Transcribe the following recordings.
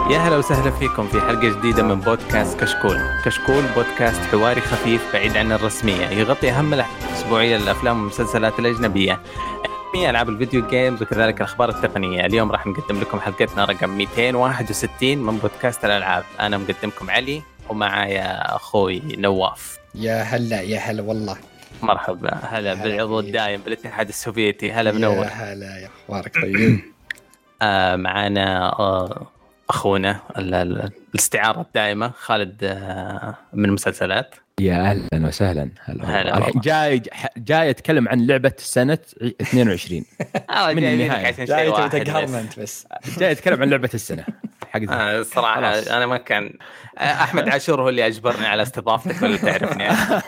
يا هلا وسهلا فيكم في حلقة جديدة من بودكاست كشكول. كشكول بودكاست حواري خفيف بعيد عن الرسمية، يغطي أهم الأسبوعية للأفلام والمسلسلات الأجنبية، ألعاب الفيديو جيمز وكذلك الأخبار التقنية. اليوم راح نقدم لكم حلقتنا رقم 261 من بودكاست الألعاب. أنا مقدمكم علي ومعايا أخوي نواف. يا هلا والله. مرحبا. هلا بالعضو الدائم بالاتحاد السوفيتي. هلا منور. يا هلا يا أخبارك طيب. معانا أخونا الاستعارة الدائمة خالد من المسلسلات. يا أهلا وسهلا. هلا الحين جاي أتكلم عن لعبة سنة 22 من النهاية. جاي تقهرنا أنت بس. جاي أتكلم عن لعبة السنة حقيقة. الصراحة أنا ما كان أحمد عاشور هو اللي أجبرني على استضافتك ولا تعرفني.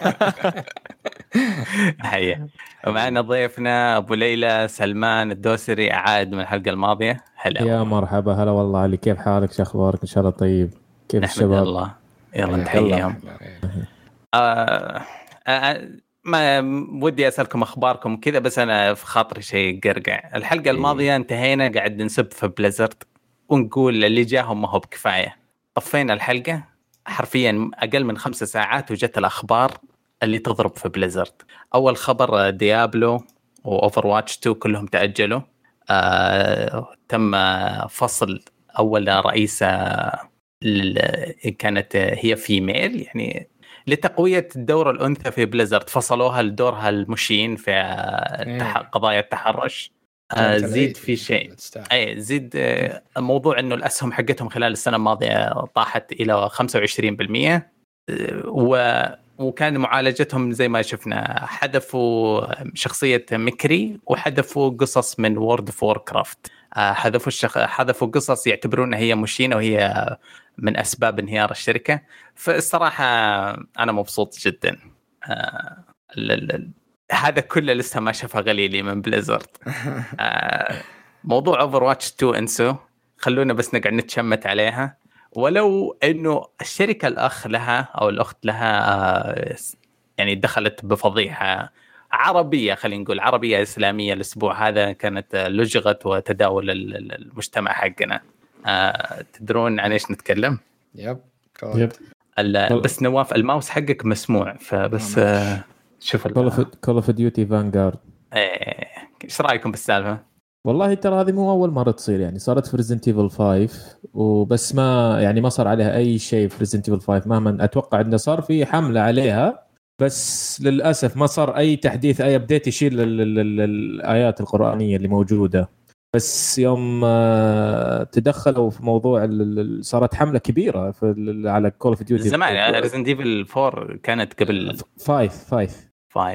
هيا. ومعنا ضيفنا أبو ليلى سلمان الدوسري عاد من الحلقة الماضية. هلا يا مرحبا. هلا والله علي، كيف حالك؟ شو أخبارك؟ إن شاء الله طيب. كيف الشباب؟ الله. يلا نحييهم. ما ودي أسألكم أخباركم كذا، بس أنا في خاطري شيء قرقع. الحلقة الماضية انتهينا قاعد نسب في بليزرد ونقول اللي جاهم ما هو بكفاية. طفينا الحلقة حرفيا أقل من 5 ساعات وجت الأخبار اللي تضرب في بليزرد. أول خبر ديابلو وأوفر واتش 2 كلهم تأجلوا. تم فصل أول رئيسة كانت هي فيميل، يعني لتقوية الدور الأنثى في بليزرد، فصلوها لدورها المشين في قضايا التحرش. زيد في شيء زيد موضوع إنه الأسهم حقتهم خلال السنة الماضية طاحت إلى 25%. وكان معالجتهم زي ما شفنا، حذفوا شخصية ميكري وحذفوا قصص من وورد اوف ووركرافت. حذفوا قصص يعتبرونها هي مشينة وهي من أسباب انهيار الشركة. فالصراحة أنا مبسوط جدا. هذا كله لسه ما شافها غليلي من بليزرد. موضوع Overwatch 2 انسو، خلونا بس نقعد نتشمت عليها. ولو إنه الشركة الأخ لها أو الأخت لها يعني دخلت بفضيحة عربية، خلينا نقول عربية إسلامية الأسبوع هذا، كانت لجغت وتداول المجتمع حقنا. تدرون عن إيش نتكلم؟ يب. بس نواف الماوس حقك مسموع، فبس شوف كول اوف ديوتي فانغارد. إيش رأيكم بالسالفة؟ والله ترى هذه مو أول مرة تصير، يعني صارت في ريزنت ايفل 5 وبس ما صار عليها أي شيء في ريزنت ايفل 5. مهما أتوقع إنه صار في حملة عليها، بس للأسف ما صار أي تحديث أي أبديت يشيل الآيات القرآنية اللي موجودة. بس يوم تدخلوا في موضوع صارت حملة كبيرة على كول اوف ديوتي زمان. ريزنت ايفل 4 كانت قبل 5.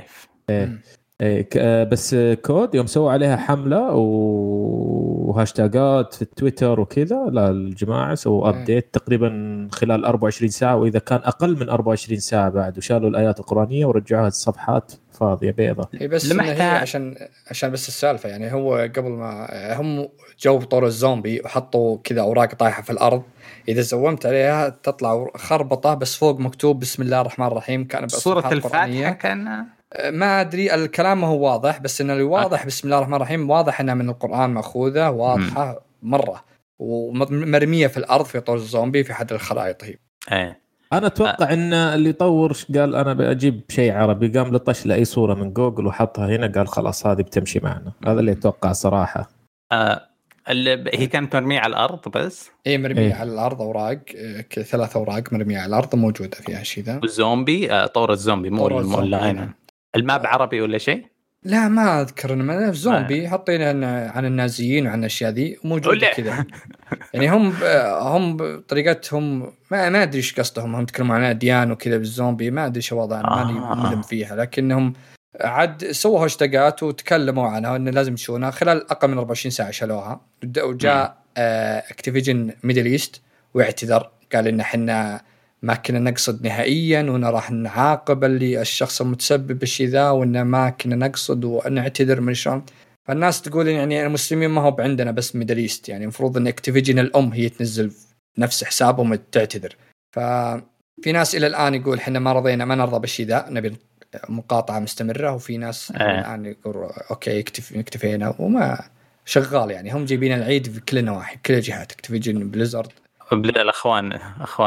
بس كود يوم سووا عليها حملة وهاشتاجات في تويتر وكذا، لا الجماعة سووا أبديت تقريبا خلال 24 ساعة، وإذا كان أقل من 24 ساعة بعد وشالوا الآيات القرآنية ورجعوها الصفحات فاضية بيضة. بس هي عشان بس السالفة، يعني هو قبل ما هم جو بطور الزومبي وحطوا كذا أوراق طايحة في الأرض، إذا زومت عليها تطلع خربطة بس فوق مكتوب بسم الله الرحمن الرحيم. كان سورة الفاتحة كان ما أدري الكلام هو واضح، بس إن اللي واضح بسم الله الرحمن الرحيم واضح إنها من القرآن مأخوذة واضحة مرة ومرمية في الأرض في طور الزومبي في حد الخرائط. هي أنا أتوقع إن اللي طور قال أنا بأجيب شيء عربي، قام لطش لأي صورة من جوجل وحطها هنا، قال خلاص هذه بتمشي معنا. هذا اللي أتوقع صراحة. هي كانت مرمية على الأرض، بس مرمية على الأرض أوراق 3 أوراق مرمية على الأرض موجودة فيها شيء ذا. الزومبي طور الزومبي مو اللاين. الماب عربي ولا شيء؟ لا ما أذكر. إنه زومبي حاطين عن النازيين وعن الأشياء ذي موجودة كذا. يعني هم طريقتهم ما أدري إيش قصدهم. هم يتكلمون عن أديان وكذا بالزومبي، ما أدري شو وضعنا ماني ملم فيها، لكنهم عاد سووا هاشتاجات وتكلموا عنها إنه لازم تشوفونها. خلال أقل من 24 ساعة شالوها. وجاء أكتيفيجن ميدل إيست واعتذر، قال إن إحنا ما كنا نقصد نهائيا، وأنا راح نعاقب اللي الشخص المتسبب بالشيء ذا، وأن ما كنا نقصد ونعتذر من شلون. فالناس تقول يعني المسلمين ما هو عندنا بس ميدل إيست، يعني المفروض أن أكتيفيجن الأم هي تنزل نفس حسابهم وتعتذر. ففي ناس إلى الآن يقول إحنا ما نرضى بالشيء ذا، نبي مقاطعة مستمرة. وفي ناس الآن يقول أوكي اكتفينا وما شغال. يعني هم جايبين العيد في كل النواحي، كل الجهات، اكتيفيجن بليزرد الاخوان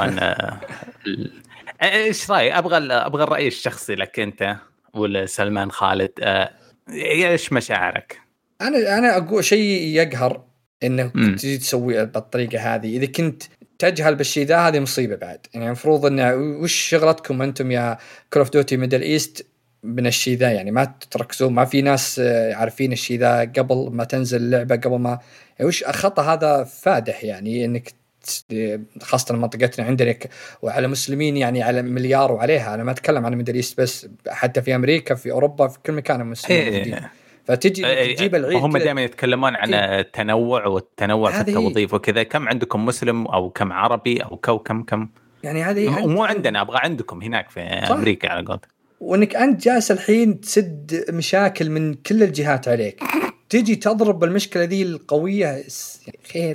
ايش رايك؟ ابغى الراي الشخصي لك انت ولا سلمان خالد. ايش مشاعرك؟ انا اقول شيء يقهر انك تجي تسوي بالطريقه هذه. اذا كنت تجهل بالشيء ذا هذه مصيبه بعد. يعني المفروض ان وش شغلتكم انتم يا كول اوف ديوتي ميدل ايست من الشيء ذا؟ يعني ما تركزون، ما في ناس عارفين الشيء ذا قبل ما تنزل اللعبه، قبل ما يعني وش الخطا هذا فادح. يعني انك خاصه منطقتنا عندنا وعلى مسلمين يعني على مليار وعليها. انا ما اتكلم عن ميدل ايست بس، حتى في امريكا في اوروبا في كل مكان مسلمين. فتجي تجيب العيد. هم دائما يتكلمون عن التنوع والتنوع في التوظيف وكذا. كم عندكم مسلم او كم عربي او كم يعني هذه مو عندنا، ابغى عندكم هناك في امريكا على قولت. وانك انت جالس الحين تسد مشاكل من كل الجهات عليك، تجي تضرب بالمشكله ذي القويه يعني خير.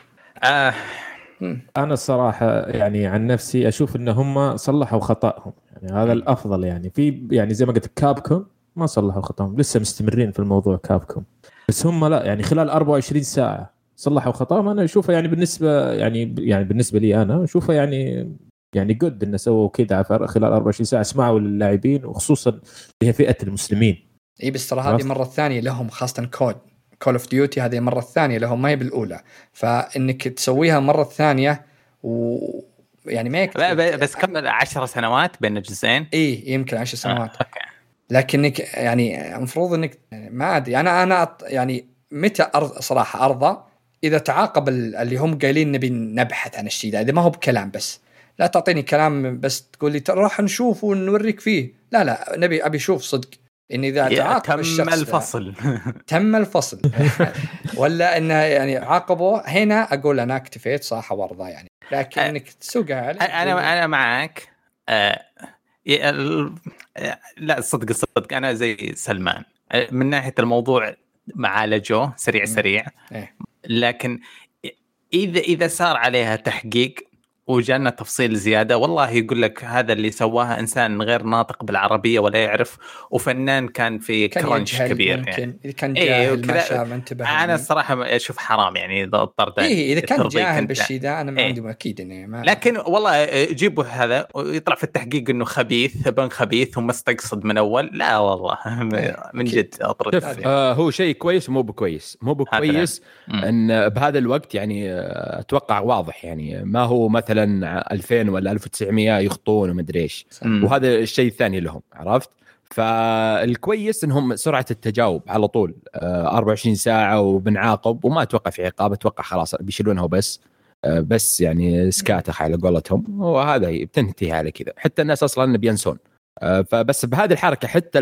انا الصراحه يعني عن نفسي اشوف ان هم صلحوا خطأهم، يعني هذا الافضل. يعني في يعني زي ما قلت كابكوم ما صلحوا خطأهم، لسه مستمرين في الموضوع كابكوم، بس هم لا يعني خلال 24 ساعه صلحوا خطأهم. انا اشوفه يعني بالنسبه يعني بالنسبه لي انا اشوفه يعني جود انه سووا كذا خلال 24 ساعه، اسمعوا للاعبين وخصوصا اللي هي فئه المسلمين. اي بس ترى هذه مره ثانيه لهم، خاصه كول اوف ديوتي هذه مرة ثانية لهم، ما هي بالأولى. فإنك تسويها مرة ثانية يعني ما لا بس كم 10 سنوات بين الجزئين. إيه يمكن 10 سنوات. لكنك يعني المفروض إنك ما أدري أنا يعني متى صراحة أرضى إذا تعاقب اللي هم قايلين نبي نبحث عن الشيء ده. إذا ما هو بكلام بس، لا تعطيني كلام بس تقول لي راح نشوف ونوريك فيه. لا أبي أشوف صدق إن إذا تعاقب الشخص تم الفصل ولا إنه يعني عاقبه هنا، أقول أنا اكتفيت صح وارضى يعني. لكن إنك تسوقها عليه أنا معك. لا صدق أنا زي سلمان من ناحية الموضوع، معالجه سريع لكن إذا صار عليها تحقيق وجانا تفصيل زيادة، والله يقول لك هذا اللي سواها إنسان غير ناطق بالعربية ولا يعرف، وفنان كان في كرانش كبير يعني. كان جاهل ما انتبه. أنا الصراحة أشوف حرام يعني الطرد. إذا كان جاهل بالشيء ده أنا ما عندي أكيد إنه ما. لكن والله جيبوا هذا ويطلع في التحقيق إنه خبيث وما استقصد من أول. لا والله من جد أطرد. هو شيء كويس مو بكويس إن بهذا الوقت يعني أتوقع واضح يعني ما هو مثلا 2000 ولا 1900 يخطون ومدري ايش. وهذا الشيء الثاني لهم، عرفت؟ فالكويس انهم سرعه التجاوب على طول 24 ساعه وبنعاقب، وما اتوقع في عقاب، اتوقع خلاص بيشيلونها بس يعني سكاتخ على قولتهم، وهذا بتنتهي على كذا. حتى الناس اصلا بينسون. فبس بهذه الحركه حتى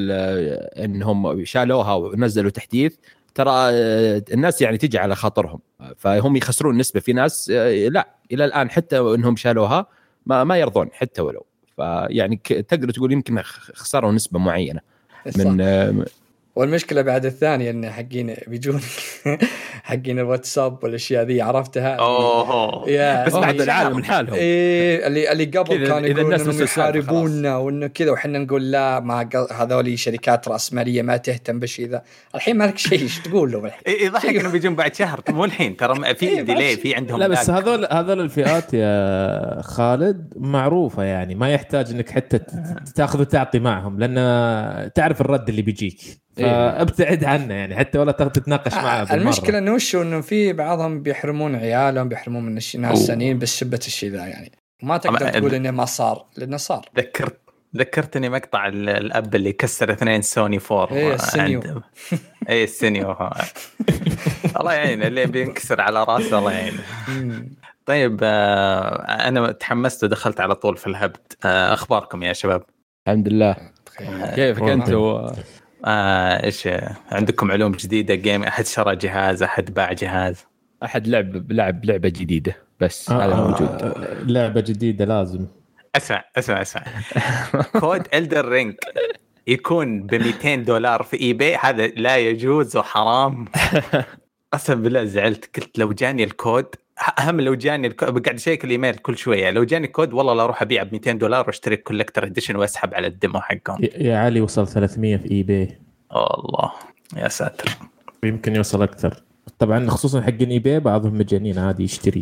انهم شالوها ونزلوا تحديث، ترى الناس يعني تيجي على خاطرهم، فهم يخسرون نسبة. في ناس لا إلى الآن حتى إنهم شالوها ما يرضون حتى ولو. فيعني تقدر تقول يمكن خسروا نسبة معينة من. والمشكلة بعد الثانية إن حقين بيجون حقين الواتساب والأشياء ذي عرفتها. بس بعد العالم لحالهم. اللي قبل كانوا يقولون إنهم يحاربوننا وإنه كذا، وحنا نقول لا، ما هذولي شركات رأسمالية ما تهتم بالشيء ذا. الحين ما لك شيء ايش تقول له الحين؟ يضحك إنه بيجون بعد شهر، مو الحين ترى في ديلي في عندهم. لا بس هذول الفئات يا خالد معروفة، يعني ما يحتاج إنك حتى تأخذ وتعطي معهم، لأن تعرف الرد اللي بيجيك، فابتعد عنه يعني حتى ولا تتناقش معه بالمرة. المشكلة انه في بعضهم بيحرمون عيالهم، بيحرمون من الناس السنين بس شبة الشيء ذا يعني. ما تقدر تقول انه ما صار، لانه صار. ذكرتني مقطع الاب اللي كسر 2 سوني 4 السينيو. السينيو الله يعين اللي بينكسر على راسه، الله يعين. طيب انا تحمست ودخلت على طول في الهبد. اخباركم يا شباب؟ الحمد لله. كيفك انتوا؟ ايش عندكم علوم جديده؟ جيم احد شرى جهاز، احد باع جهاز، احد لعب لعبه جديده؟ بس هذا موجود. لعبه جديده لازم. اسمع كود إلدر رينج يكون $200 في اي باي، هذا لا يجوز وحرام. قسم بالله زعلت، قلت لو جاني الكود، اهم لو جاني الكود، قاعد اشيك الايميل كل شويه، لو جاني كود والله لا اروح ابيع $200 واشتري كولكتر اديشن واسحب على الديمو حقهم. يا علي وصل 300 في اي باي. الله يا ساتر، يمكن يوصل اكثر طبعا، خصوصا حقين اي باي بعضهم مجانين عادي يشتري.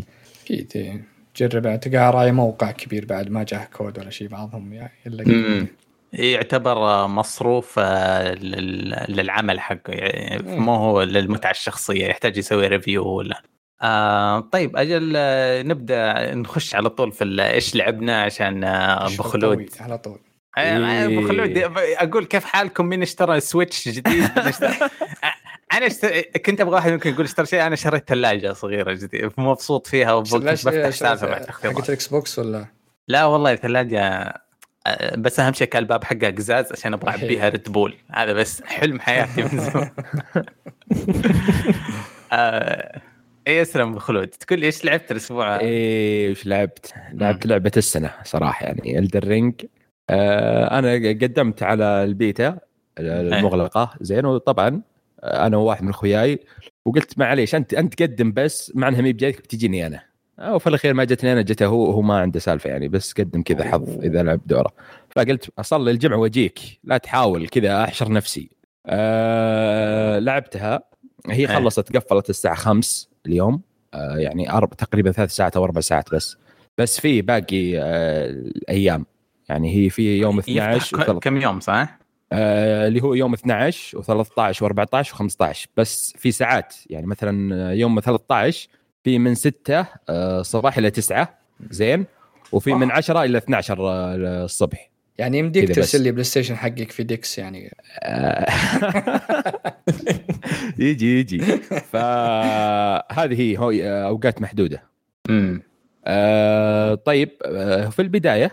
اكيد جرب تلقى راي موقع كبير بعد ما جاه كود ولا شيء بعضهم يعني الا يعتبر مصروف للعمل حقه يعني ما هو للمتعة الشخصية يحتاج يسوي ريفيو ولا طيب أجل نبدأ نخش على طول في إيش لعبنا عشان أبو خلود على طول أبو خلود أقول كيف حالكم؟ مين اشترى سويتش جديد؟ أنا كنت أبغى واحد ممكن يقول اشترى شيء. أنا شريت ثلاجة صغيرة جديد مبسوط فيها وبفتح سالفة مع تخفيضات. حقت الاكس بوكس ولا لا والله ثلاجة بس أهم شيء الباب حقها قزاز عشان أبغى أعبيها ريد بول. هذا بس حلم حياتي من زمان. إيه أسلم بخلود تقول لي إيش لعبت الأسبوع؟ إيه إيش لعبت لعبة السنة صراحة يعني Elden Ring. أنا قدمت على البيتا المغلقة زين وطبعا أنا وواحد من أخوياي وقلت معليش أنت قدم بس مع أنها مي بجايك بتجيني أنا وفي الأخير ما جتني أنا جته هو ما عنده سالفة يعني بس قدم كذا حظ إذا لعب دوره. فقلت أصلي الجمعة وأجيك لا تحاول كذا أحشر نفسي. لعبتها هي خلصت قفلت الساعة 5 اليوم يعني تقريبا 3 ساعات أو 4 ساعات بس في باقي أيام يعني هي في يوم 12 كم يوم صح؟ اللي هو يوم 12 و13 و14 و15 بس في ساعات يعني مثلا يوم 13 في من 6 صباح إلى 9 زين وفي من 10 إلى 12 الصبح. يعني يمديك ترسل لي بلاي ستيشن حقك في ديكس يعني يجي فهذه هي أوقات محدودة. طيب في البداية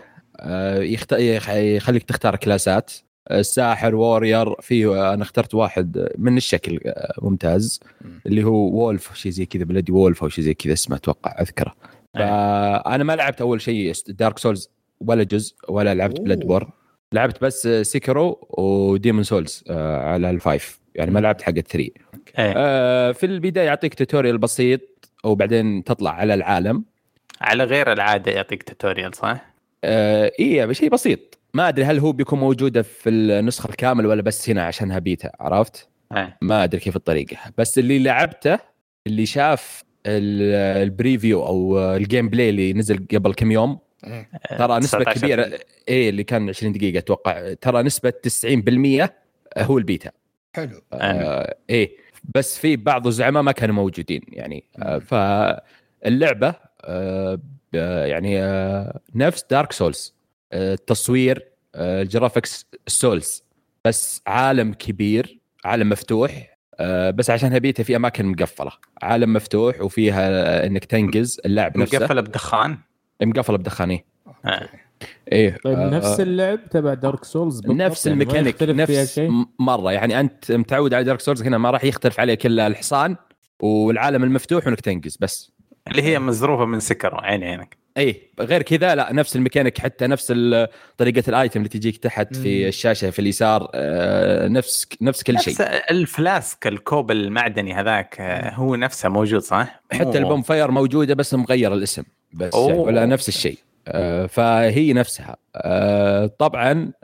يخليك تختار كلاسات الساحر وورير فيه. أنا اخترت واحد من الشكل ممتاز اللي هو وولف شيء زي كذا بلدي وولف أو شيء زي كذا اسمه أتوقع أذكره. فأنا ما لعبت أول شيء دارك سولز ولا جزء ولا لعبت بلاد بور. لعبت بس سيكرو وديمون سولز على الفايف يعني ما لعبت حق الثري. في البداية يعطيك توتوريال بسيط وبعدين تطلع على العالم على غير العادة يعطيك توتوريال صح؟ إيه شيء بسيط ما أدري هل هو بيكون موجودة في النسخة الكامل ولا بس هنا عشانها بيتا عرفت؟ ما أدري كيف الطريقة بس اللي لعبته اللي شاف البريفيو أو الجيم بلاي اللي نزل قبل كم يوم ترى نسبة كبيرة اللي كان 20 دقيقة أتوقع ترى نسبة 90% هو البيتا. حلو. بس في بعض الزعماء ما كانوا موجودين يعني فاللعبة يعني نفس دارك سولز التصوير الجرافيكس سولز بس عالم كبير عالم مفتوح بس عشان هبيته في أماكن مقفلة عالم مفتوح وفيها إنك تنقز اللاعب نفسه مقفلة بدخان مقفلة بدخاني. طيب نفس اللعب تبع دارك سولز نفس الميكانيك نفس مرة يعني أنت متعود على دارك سولز هنا ما راح يختلف عليك إلا الحصان والعالم المفتوح وإنك تنقز بس اللي هي مزروفة من سكر عينك. غير كذا لا نفس الميكانيك حتى نفس طريقة الآيتم اللي تجيك تحت في الشاشة في اليسار نفس كل شيء. الفلاسك الكوب المعدني هذاك هو نفسه موجود صح؟ حتى البوم فاير موجودة بس مغير الاسم بس يعني ولا نفس الشيء. فهي نفسها. طبعا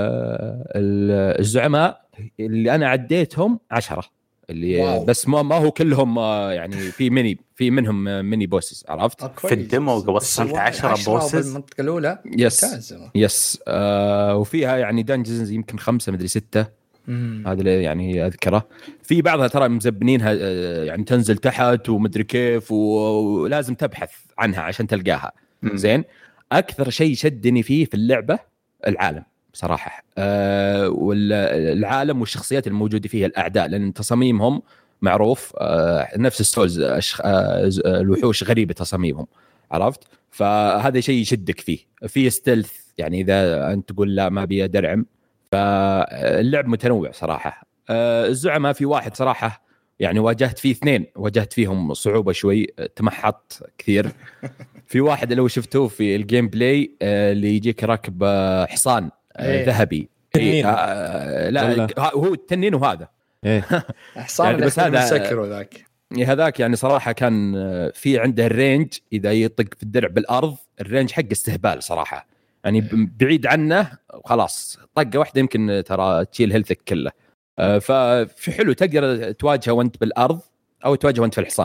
الزعماء اللي أنا عديتهم 10 اللي واو. بس ما هو كلهم يعني في منهم ميني بوسز عرفت في الديمو وصلت 10 بوسز بالمنطقة الأولى. يس وفيها يعني دنجنز يمكن 5 مدري 6 هذا اللي يعني أذكره. في بعضها ترى مزبنينها يعني تنزل تحت ومدري كيف ولازم تبحث عنها عشان تلقاها. زين أكثر شيء شدني فيه في اللعبة العالم بصراحة والعالم والشخصيات الموجودة فيها الأعداء لأن تصاميمهم معروف نفس السولز الوحوش غريبة تصاميمهم عرفت. فهذا شيء يشدك فيه ستيلث يعني إذا أنت تقول لا ما بي درعم. فاللعب متنوع صراحة. الزعماء في واحد صراحة يعني واجهت فيه 2 واجهت فيهم صعوبة شوي تمحط كثير. في واحد لو شفتوه في الجيم بلاي اللي يجيك راكب حصان ذهبي لا هو التنين وهذا حصان يعني بس هذا سكروا هذاك يعني صراحة كان في عنده الرينج إذا يطق في الدرع بالأرض الرينج حق استهبال صراحة يعني بعيد عنه وخلاص طقة واحدة يمكن ترى تشيل هيلثك كله. ففي حلو تقدر تواجهه وانت بالأرض أو تواجهه وانت في الحصان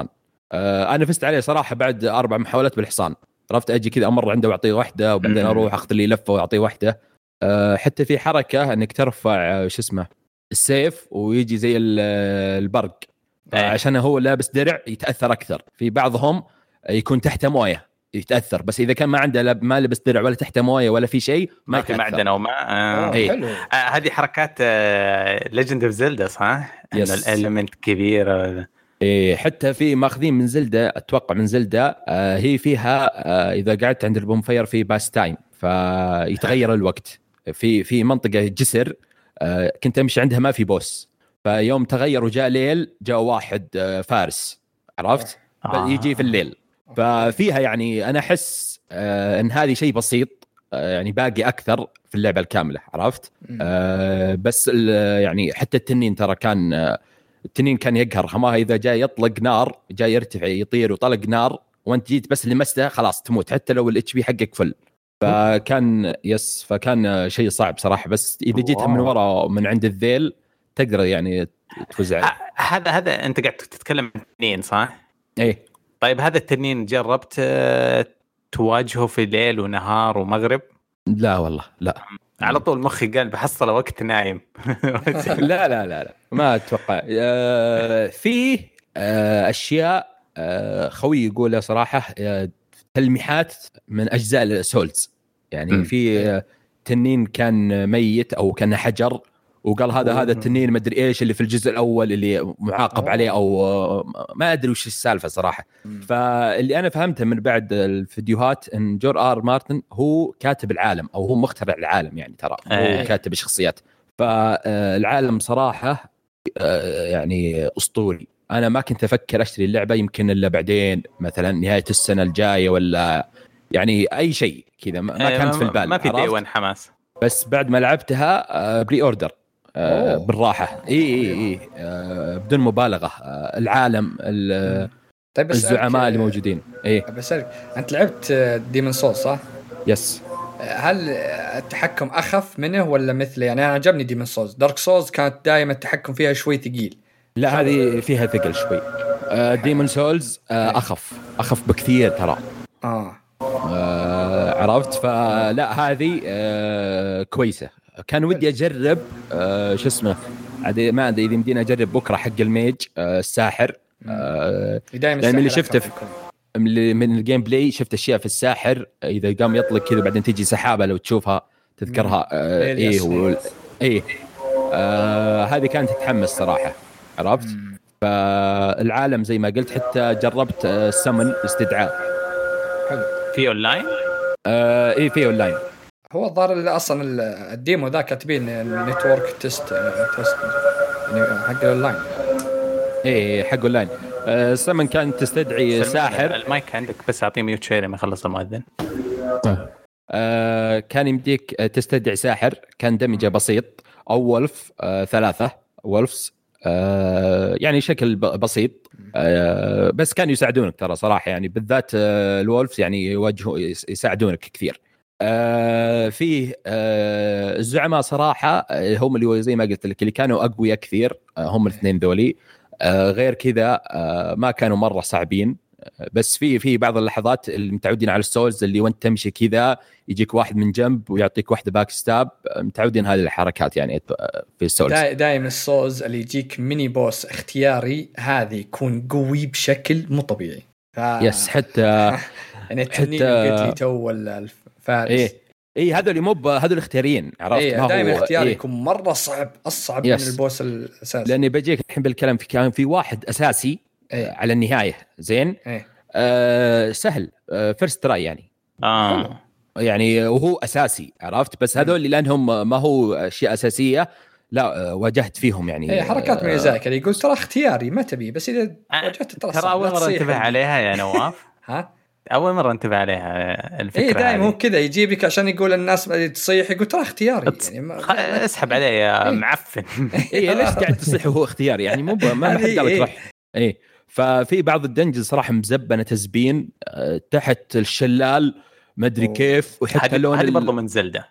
انا فزت عليه صراحه بعد 4 محاولات بالحصان. عرفت اجي كذا امر عنده واعطيه واحده وبعدين اروح اخذ لي لفه واعطيه واحده. حتى في حركه انك ترفع شو اسمه السيف ويجي زي البرق عشان هو لابس درع يتاثر اكثر. في بعضهم يكون تحت مويه يتاثر، بس اذا كان ما عنده ما لبس درع ولا تحت مويه ولا في شيء ما في معدن او ما حلو. هذه حركات ليجند اوف زلدا صح؟ انه الاليمنت كبير. إيه حتى في ماخذين من زلدة، اتوقع من زلدة هي فيها اذا قعدت عند البومفاير في باس تايم فيتغير الوقت. في منطقه جسر كنت امشي عندها ما في بوس، فيوم تغير وجاء ليل جاء واحد فارس عرفت يجي في الليل. ففيها يعني انا احس ان هذه شيء بسيط يعني باقي اكثر في اللعبه الكامله عرفت. بس يعني حتى التنين ترى كان التنين كان يقهر ما اذا جاء يطلق نار جاي يرتفع يطير وطلق نار وانت جيت بس لمسته خلاص تموت حتى لو الاتش بي حقك فل. فكان شيء صعب صراحه، بس اذا جيتها من وراء من عند الذيل تقدر يعني تفوز عليه. هذا انت قاعد تتكلم عن التنين صح؟ ايه طيب هذا التنين جربت تواجهه في ليل ونهار ومغرب؟ لا والله لا، على طول مخي قال بحصله وقت نايم. لا لا لا لا ما اتوقع. في اشياء خوي يقولها صراحه تلميحات من اجزاء السولز يعني. في تنين كان ميت او كان حجر وقال هذا التنين ما ادري ايش اللي في الجزء الاول اللي معاقب عليه او ما ادري وش السالفه صراحه. فاللي انا فهمته من بعد الفيديوهات ان جور مارتن هو كاتب العالم او هو مخترع العالم يعني ترى هو كاتب الشخصيات. فالعالم صراحه يعني اسطوري. انا ما كنت افكر اشتري اللعبه يمكن الا بعدين مثلا نهايه السنه الجايه ولا يعني اي شيء كذا ما كانت في البال. ما في دي وين حماس، بس بعد ما لعبتها بري اوردر بالراحه اي بدون مبالغه. العالم طيب الزعماء اللي موجودين. ايه بسألك انت لعبت ديمون سول صح؟ يس. هل التحكم اخف منه ولا مثله؟ يعني انا عجبني ديمون سولز. دارك سولز كانت دائما التحكم فيها شوي ثقيل. لا هذه فيها ثقل شوي. ديمون سولز اخف بكثير ترى. عرفت. فلا هذه كويسه. كان ودي اجرب شو اسمه ما ادري اذا يمدينا اجرب بكره حق الميج الساحر. لان اللي شفته من الجيم بلاي شفت اشياء في الساحر اذا قام يطلق كذا بعدين تيجي سحابه لو تشوفها تذكرها. هذه كانت تتحمس صراحه عرفت. فالعالم زي ما قلت حتى جربت السمن استدعاء. حلو. في اونلاين؟ ايه في اونلاين. هو الظاهر اصلا الديمو ذا كاتبين نتورك تيست يعني حق اونلاين. ايه حق اونلاين. السمن كانت تستدعي ساحر. المايك عندك بس اعطيه ميوت شوي لما يخلص المؤذن. كان يمديك تستدعي ساحر كان دمجه بسيط او وولف 3 وولفز يعني شكل بسيط بس كانوا يساعدونك ترى صراحه يعني بالذات الوولفز يعني يواجهوا يساعدونك كثير. فيه الزعماء صراحه هم اللي زي ما قلت لك اللي كانوا اقوياء كثير هم الاثنين ذولي. غير كذا ما كانوا مره صعبين. بس في بعض اللحظات اللي متعودين على السولز اللي وانت تمشي كذا يجيك واحد من جنب ويعطيك واحده باك ستاب متعودين هذه الحركات يعني في السولز. دائما السولز اللي يجيك ميني بوس اختياري هذه يكون قوي بشكل مو طبيعي. يس حتى يعني التنين قلت لي تو الفارس ايه هذول مو هذول اختياريين عرفت. دائما اختياري يكون مره اصعب من البوس الاساسي. لاني بجيك الحين بالكلام كان في واحد اساسي على النهايه زين. سهل فيرست تراي يعني يعني وهو اساسي عرفت. بس هذول لانهم ما هو اشياء اساسيه لا واجهت فيهم يعني حركات ميزاكي اللي يقول ترى اختياري ما تبي بس اذا واجهت ترى اول مره انتبه عليها يا نواف. اول مره انتبه عليها الفكره. دائما هو كذا يجيبك عشان يقول الناس تصيح يقول ترى اختياري يعني اسحب عليه يا معفن. ليش قاعد تصيح وهو اختياري يعني مو ما حد قال لك روح. ففي بعض الدنجز صراحه مزبنه تزبين تحت الشلال ما ادري كيف. وحتى لون هذه برضه من زلدة.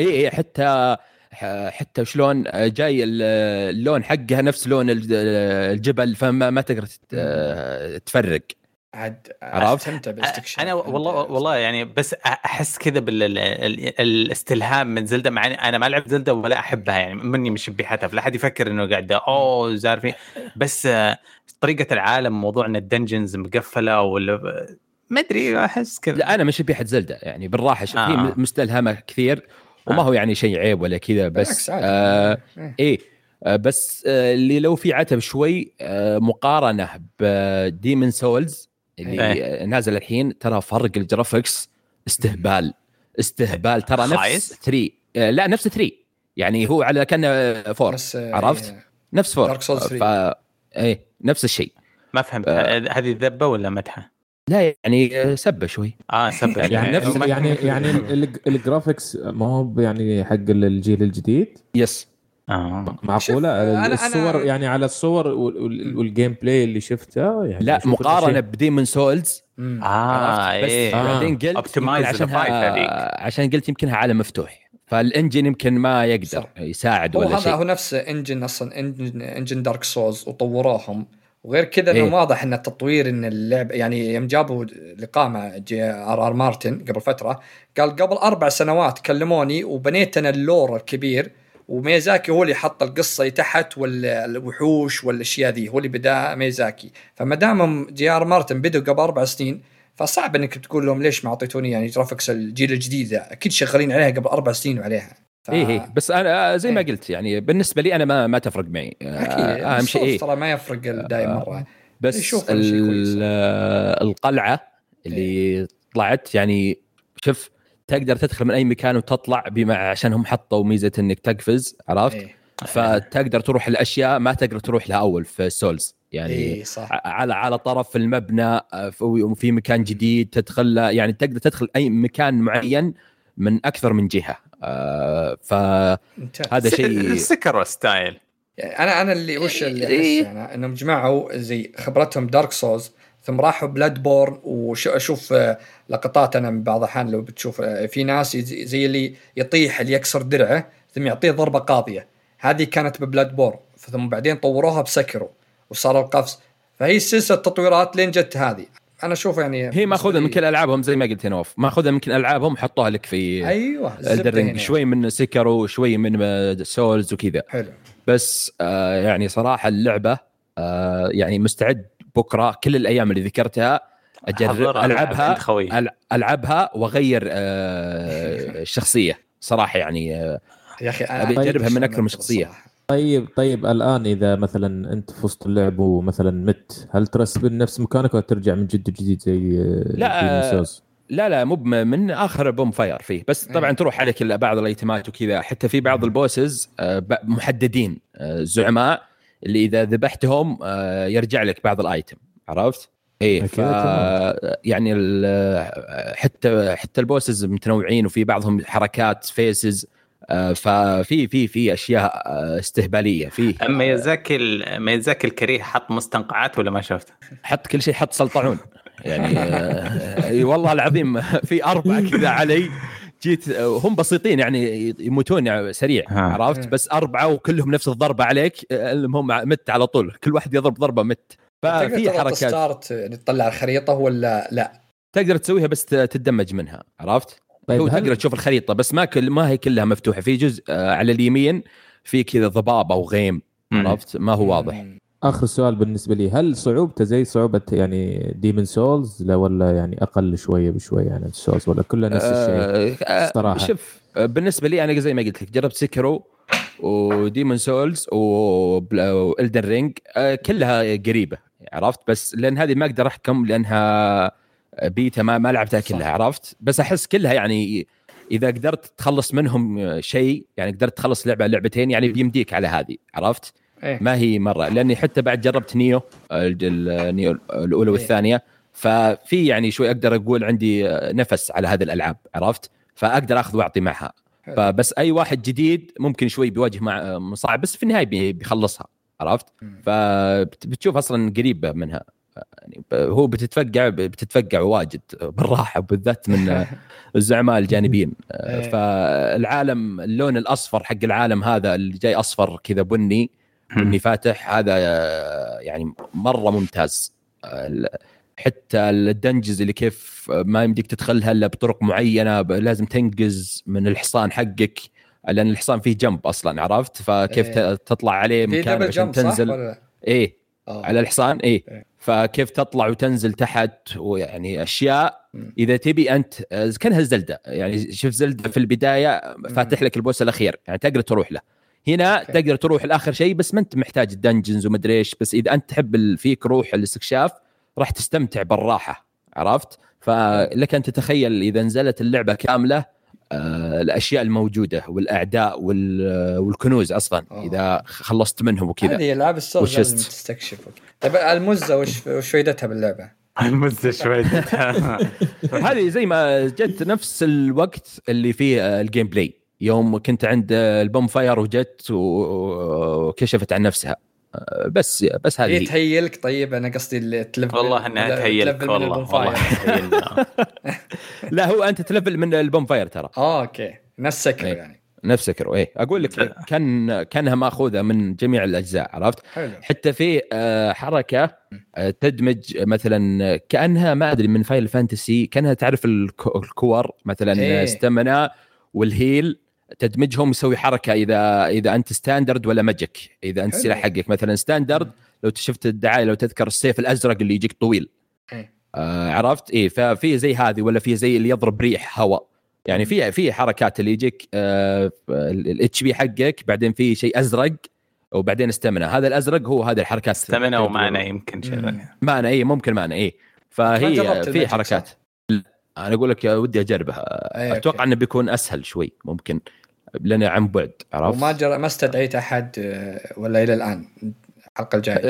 حتى شلون جاي اللون حقها نفس لون الجبل فما تقدر تفرق عرفت استمتع بالاستكشاف. انا والله يعني بس احس كذا بالاستلهام من زلدة، مع انا ما لعبت زلدة ولا احبها يعني مني مش شبيحتها، فلا حد يفكر انه قاعده زارفين، بس طريقه العالم، موضوع ان الدنجنز مقفله ولا ما ادري، احس كذا. لا انا مش شبيحه زلدة يعني بالراحه، في مستلهمه كثير وما هو يعني شيء عيب ولا كذا، بس بس اللي لو في عتب شوي مقارنه بديمن سولز اللي نازل الحين، ترى فرق الجرافيكس استهبال ترى نفس 3 لا نفس 3 يعني هو على كأنه 4 عرفت نفس 4 دارك سولز 3 نفس الشيء. ما فهمت هذه ذبه ولا مدحه؟ لا يعني سبه شوي سبه يعني نفس يعني الجرافيكس ما هو يعني حق الجيل الجديد. يس معقولة الصور يعني على الصور والجيم بلاي اللي شفتها يعني لا مقارنة بديمن سولز بس بعدين قلت عشان قلت يمكنها عالم مفتوح، فالانجن يمكن ما يقدر يساعد ولا شيء. هو نفس انجن اصلا انجن دارك سولز وطوروهم، وغير كذا انه واضح ان التطوير ان اللعب يعني يوم جابوا لقاء مع R.R. مارتن قبل فترة، قال قبل 4 سنوات كلموني وبنيت انا اللور الكبير، وميزاكي هو اللي حط القصة تحت والوحوش والاشياء ذي، هو اللي بدأ ميزاكي. فما دام R.R. مارتن بدوا قبل 4 سنين، فصعب انك تقول لهم ليش ما اعطيتوني يعني جرافيكس الجيل الجديد، اكيد شغالين عليها قبل 4 سنين وعليها. بس انا زي ما قلت يعني بالنسبه لي انا ما تفرق معي اهم شيء ترى ما يفرق دائما مره، بس القلعه اللي طلعت يعني شوف تقدر تدخل من اي مكان وتطلع عشان هم حطوا ميزه انك تقفز، عرفت فتقدر تروح الاشياء ما تقدر تروح لها اول في السولز يعني على طرف المبنى وفي مكان جديد تدخل، يعني تقدر تدخل اي مكان معين من اكثر من جهه. فهذا شيء سكر ستايل. انا اللي وش اللي احس يعني انهم جمعوا زي خبرتهم دارك سولز ثم راحوا بلاد بورن. واشوف لقطات انا من بعض الاحيان لو بتشوف في ناس زي اللي يطيح اللي يكسر درعه ثم يعطيه ضربه قاضيه، هذه كانت ببلاد بورن، ثم بعدين طوروها بسكرو وصار القفز، فهي سلسله تطويرات لين جت هذه. انا اشوف يعني هي ماخذها من كل العابهم زي ما قلت نواف، ماخذها من كل العابهم حطوها لك في شوي من سيكرو شوي من سولز وكذا. حلو. بس يعني صراحه اللعبه يعني مستعد بكره كل الايام اللي ذكرتها اجرب العبها واغير الشخصيه صراحه يعني يا اخي ابي اجربها من اكثر من شخصيه. طيب الآن إذا مثلا أنت في وسط اللعب ومثلا مت، هل ترسب نفس مكانك ولا ترجع من جديد زي لا مو من آخر بوم فاير فيه، بس طبعا تروح عليك بعض الايتمات وكذا، حتى في بعض البوسز محددين الزعماء اللي إذا ذبحتهم يرجع لك بعض الايتم، عرفت؟ يعني حتى البوسز متنوعين وفي بعضهم حركات فيسز، ففي اشياء استهباليه فيه. ميزاكي الكريه حط مستنقعات ولا ما شفته؟ حط كل شيء، حط سلطعون يعني والله العظيم في 4 كذا علي جيت هم بسيطين يعني يموتون سريع عرفت، بس 4 وكلهم نفس الضربه عليك، هم مت على طول، كل واحد يضرب ضربه مت. ففي حركات تطلع الخريطه ولا لا تقدر تسويها بس تدمج منها، عرفت؟ هو تقدر تشوف الخريطة بس ما هي كلها مفتوحة، في جزء على اليمين في كذا ضباب أو غيم، عرفت؟ ما هو واضح. آخر سؤال بالنسبة لي، هل صعوبته زي صعوبة يعني ديمن سولز لا ولا يعني أقل شوية بشوية يعني السولز، ولا كلها نفس الشيء؟ صراحة شوف بالنسبة لي أنا زي ما قلت لك جربت سيكرو وديمن سولز وإلدن رينج كلها قريبة، عرفت؟ بس لأن هذه ما أقدر أحكم لأنها بيتا ما لعبتها كلها، عرفت؟ بس أحس كلها يعني إذا قدرت تخلص منهم شيء، يعني قدرت تخلص لعبتين يعني بيمديك على هذه، عرفت؟ ما هي مرة، لأني حتى بعد جربت نيو الأولى والثانية، ففي يعني شوي أقدر أقول عندي نفس على هذه الألعاب، عرفت؟ فأقدر أخذ وأعطي معها. فبس أي واحد جديد ممكن شوي بيواجه مع مصاعب، بس في النهاية بيخلصها، عرفت؟ فبتشوف أصلا قريبة منها، يعني هو بتتفقع واجد بالراحة، بالذات من الزعماء الجانبيين. فالعالم اللون الأصفر حق العالم هذا اللي جاي أصفر كذا بني فاتح، هذا يعني مرة ممتاز. حتى الدنجز اللي كيف ما يمديك تدخلها الا بطرق معينه، لازم تنقز من الحصان حقك لان الحصان فيه جنب اصلا، عرفت؟ فكيف تطلع عليه مكان عشان تنزل على الحصان فكيف تطلع وتنزل تحت، ويعني اشياء اذا تبي انت كانها زلدة. يعني شوف زلدة في البدايه فاتح لك البوس الاخير يعني تقدر تروح له، هنا تقدر تروح لاخر شيء بس ما انت محتاج الدنجنز ومدري ايش، بس اذا انت تحب فيك روح الاستكشاف راح تستمتع بالراحه، عرفت؟ فلك ان تتخيل اذا نزلت اللعبه كامله الاشياء الموجوده والاعداء والكنوز اصلا اذا خلصت منهم وكذا. هذه العاب السولز لازم تستكشف. طيب المزه وش فائدتها باللعبه؟ المزه شويتها هذه زي ما جت نفس الوقت اللي فيه الجيم بلاي، يوم كنت عند البوم فاير وجت وكشفت عن نفسها، بس هذه هي تهيلك. طيب انا قصدي التلفل، والله انها تهيلك والله لا هو انت تلفل من البوم فاير ترى. اوكي نفس سكر يعني نفس سكر. اقول لك كانها ماخوذه من جميع الاجزاء، عرفت؟ حلو. حتى في حركه تدمج مثلا كانها ما ادري من فاينل فانتسي، كانها تعرف الكور مثلا استمنا والهيل تدمجهم يسوي حركه اذا انت ستاندرد ولا ماجيك. اذا انت السلاح حقك مثلا ستاندرد، لو شفت الدعايه لو تذكر السيف الازرق اللي يجيك طويل عرفت؟ ففي زي هذه ولا في زي اللي يضرب ريح هواء، يعني في حركات اللي يجيك الاتش بي حقك بعدين في شيء ازرق وبعدين استمنا. هذا الازرق هو هذه الحركات استمنا ومعنا يمكن شيء معنا ممكن معنا فهي في حركات. انا اقول لك ودي اجربها. اتوقع انه بيكون اسهل شوي ممكن لنا عن بعد، عرفت؟ وما ما استدعيت احد ولا الى الان الحلقه الجايه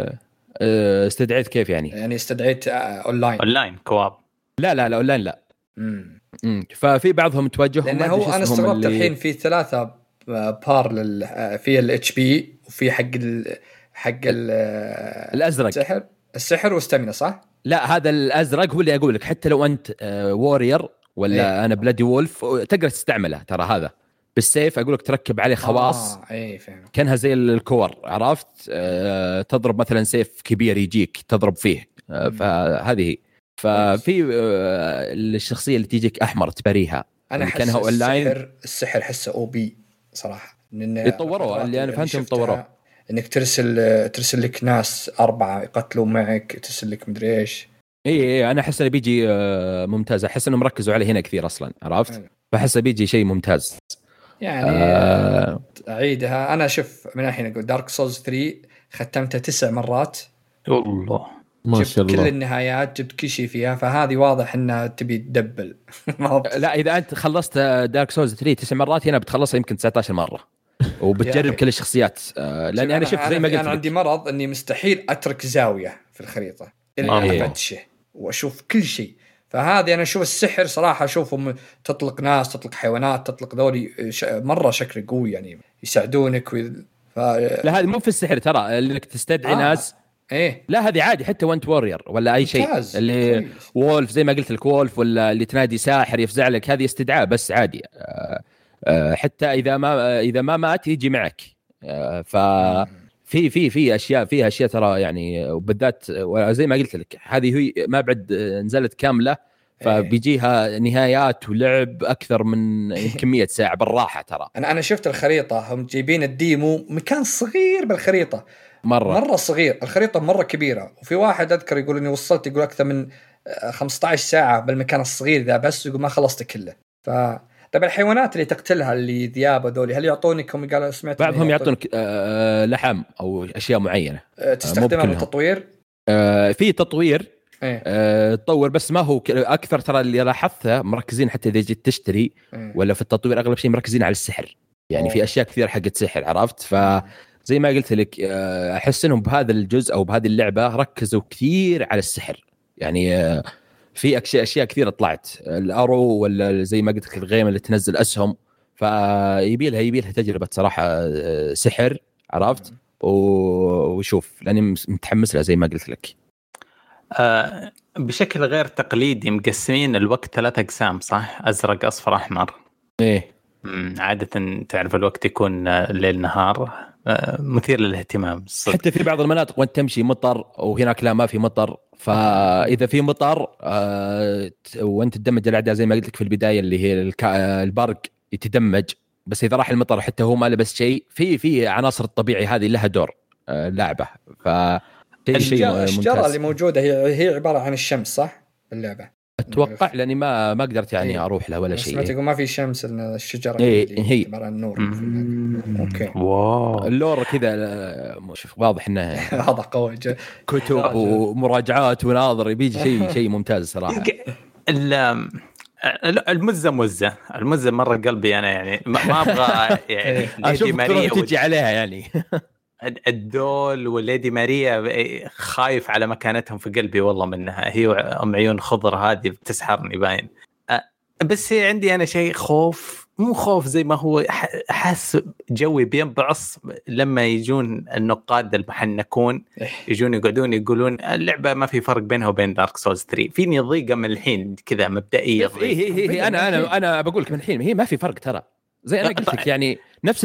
استدعيت كيف يعني استدعيت اونلاين كواب؟ لا اونلاين لا. ففي بعضهم توجههم لانه هو انا استغربت الحين في 3 بار في الاتش بي وفي حق الازرق السحر واستمنة صح؟ لا هذا الازرق هو اللي اقول لك حتى لو انت وورير ولا انا بلادي وولف تقدر تستعمله ترى. هذا بالسيف اقول لك تركب عليه خواص فهم. كانها زي الكور، عرفت؟ تضرب مثلا سيف كبير يجيك تضرب فيه فهذه ففي الشخصيه اللي تيجيك احمر تبريها انا احس السحر حسه او بي صراحه يطوروها اللي انا فهمتهم طوروه انك ترسل لك ناس 4 يقتلوا معك، ترسل لك مدري ايش. انا احس انه بيجي ممتاز. احس انهم ركزوا عليه هنا كثير اصلا، عرفت؟ فاحس بيجي شيء ممتاز يعني اعيدها. انا شوف من الحين اقول دارك سولز 3 ختمتها 9 مرات والله ما شاء الله، كل النهايات جبت كل شيء فيها، فهذه واضح انها تبي تدبل. لا اذا انت خلصت دارك سولز 3 9 مرات هنا بتخلصها يمكن 19 مره وبتجرب كل الشخصيات. لان انا شفت زي ما قلت انا عندي مرض اني مستحيل اترك زاويه في الخريطه الا افتشه واشوف كل شيء. فهذه انا اشوف السحر صراحه اشوفهم تطلق ناس، تطلق حيوانات، تطلق ذولي مره شكل قوي يعني يساعدونك لا هذه مو في السحر ترى انك تستدعي ناس. لا هذه عادي حتى وانت وورير ولا اي شيء اللي وولف زي ما قلت لك وولف ولا اللي تنادي ساحر يفزع لك، هذه استدعاء بس عادي. حتى اذا ما مات يجي معك. في اشياء فيها اشياء ترى يعني، وبالذات زي ما قلت لك هذه هي ما بعد نزلت كامله فبيجيها نهايات ولعب اكثر من يمكن 100 ساعه بالراحه ترى. انا شفت الخريطه هم جايبين الديمو مكان صغير بالخريطه مره صغير، الخريطه مره كبيره. وفي واحد اذكر يقول اني وصلت يقول اكثر من 15 ساعه بالمكان الصغير ذا بس يقول ما خلصت كله. طيب الحيوانات اللي تقتلها اللي ذياب هذول هل يعطونك؟ هم قالوا سمعت بعضهم يعطونك لحم او اشياء معينه تستخدمها بالتطوير. في تطوير تطور بس ما هو اكثر ترى اللي لاحظته مركزين حتى اذا جيت تشتري ولا في التطوير اغلب شيء مركزين على السحر يعني. في اشياء كثير حقت سحر، عرفت؟ فزي ما قلت لك احس انهم بهذا الجزء او بهذه اللعبه ركزوا كثير على السحر يعني. في اشياء كثيره طلعت الارو ولا زي ما قلت لك الغيمه اللي تنزل اسهم، فيبي لها تجربه صراحه سحر، عرفت؟ وشوف لاني متحمس لها زي ما قلت لك. بشكل غير تقليدي مقسمين الوقت 3 أقسام صح؟ ازرق اصفر احمر. ايه عاده تعرف الوقت يكون ليل نهار مثير للاهتمام الصدق. حتى في بعض المناطق وانت تمشي مطر وهناك لا ما في مطر، فاذا في مطر وانت تدمج الاعداء زي ما قلت لك في البدايه اللي هي البرق يتدمج، بس اذا راح المطر حتى هو ما لبس شيء، في عناصر الطبيعي هذه لها دور اللعبه. الشجره اللي موجوده هي عباره عن الشمس صح اللعبه؟ اتوقع لاني ما قدرت يعني اروح لها ولا شيء. ما تقول ما في شمس ان الشجره هي عباره عن نور. اوكي واو اللور كذا واضح انه هذا قوي كتب ومراجعات وناظر بيجي شيء ممتاز صراحه. المزة مرة قلبي أنا يعني ما أبغى يعني ليدي ماريا تجي عليها يعني الدول وليدي ماريا خايف على مكانتهم في قلبي والله منها، هي أم عيون خضر هذه بتسحرني باين. بس عندي أنا شيء خوف، مو خوف زي ما هو، أحس جوي بينبعص لما يجون النقاد المحنكون يجون يقعدون يقولون اللعبة ما في فرق بينها وبين دارك سولز 3. فيني ضيقة من الحين كذا مبدئية. هي أنا بقول لك من الحين هي ما في فرق ترى، زي أنا قلت لك يعني نفس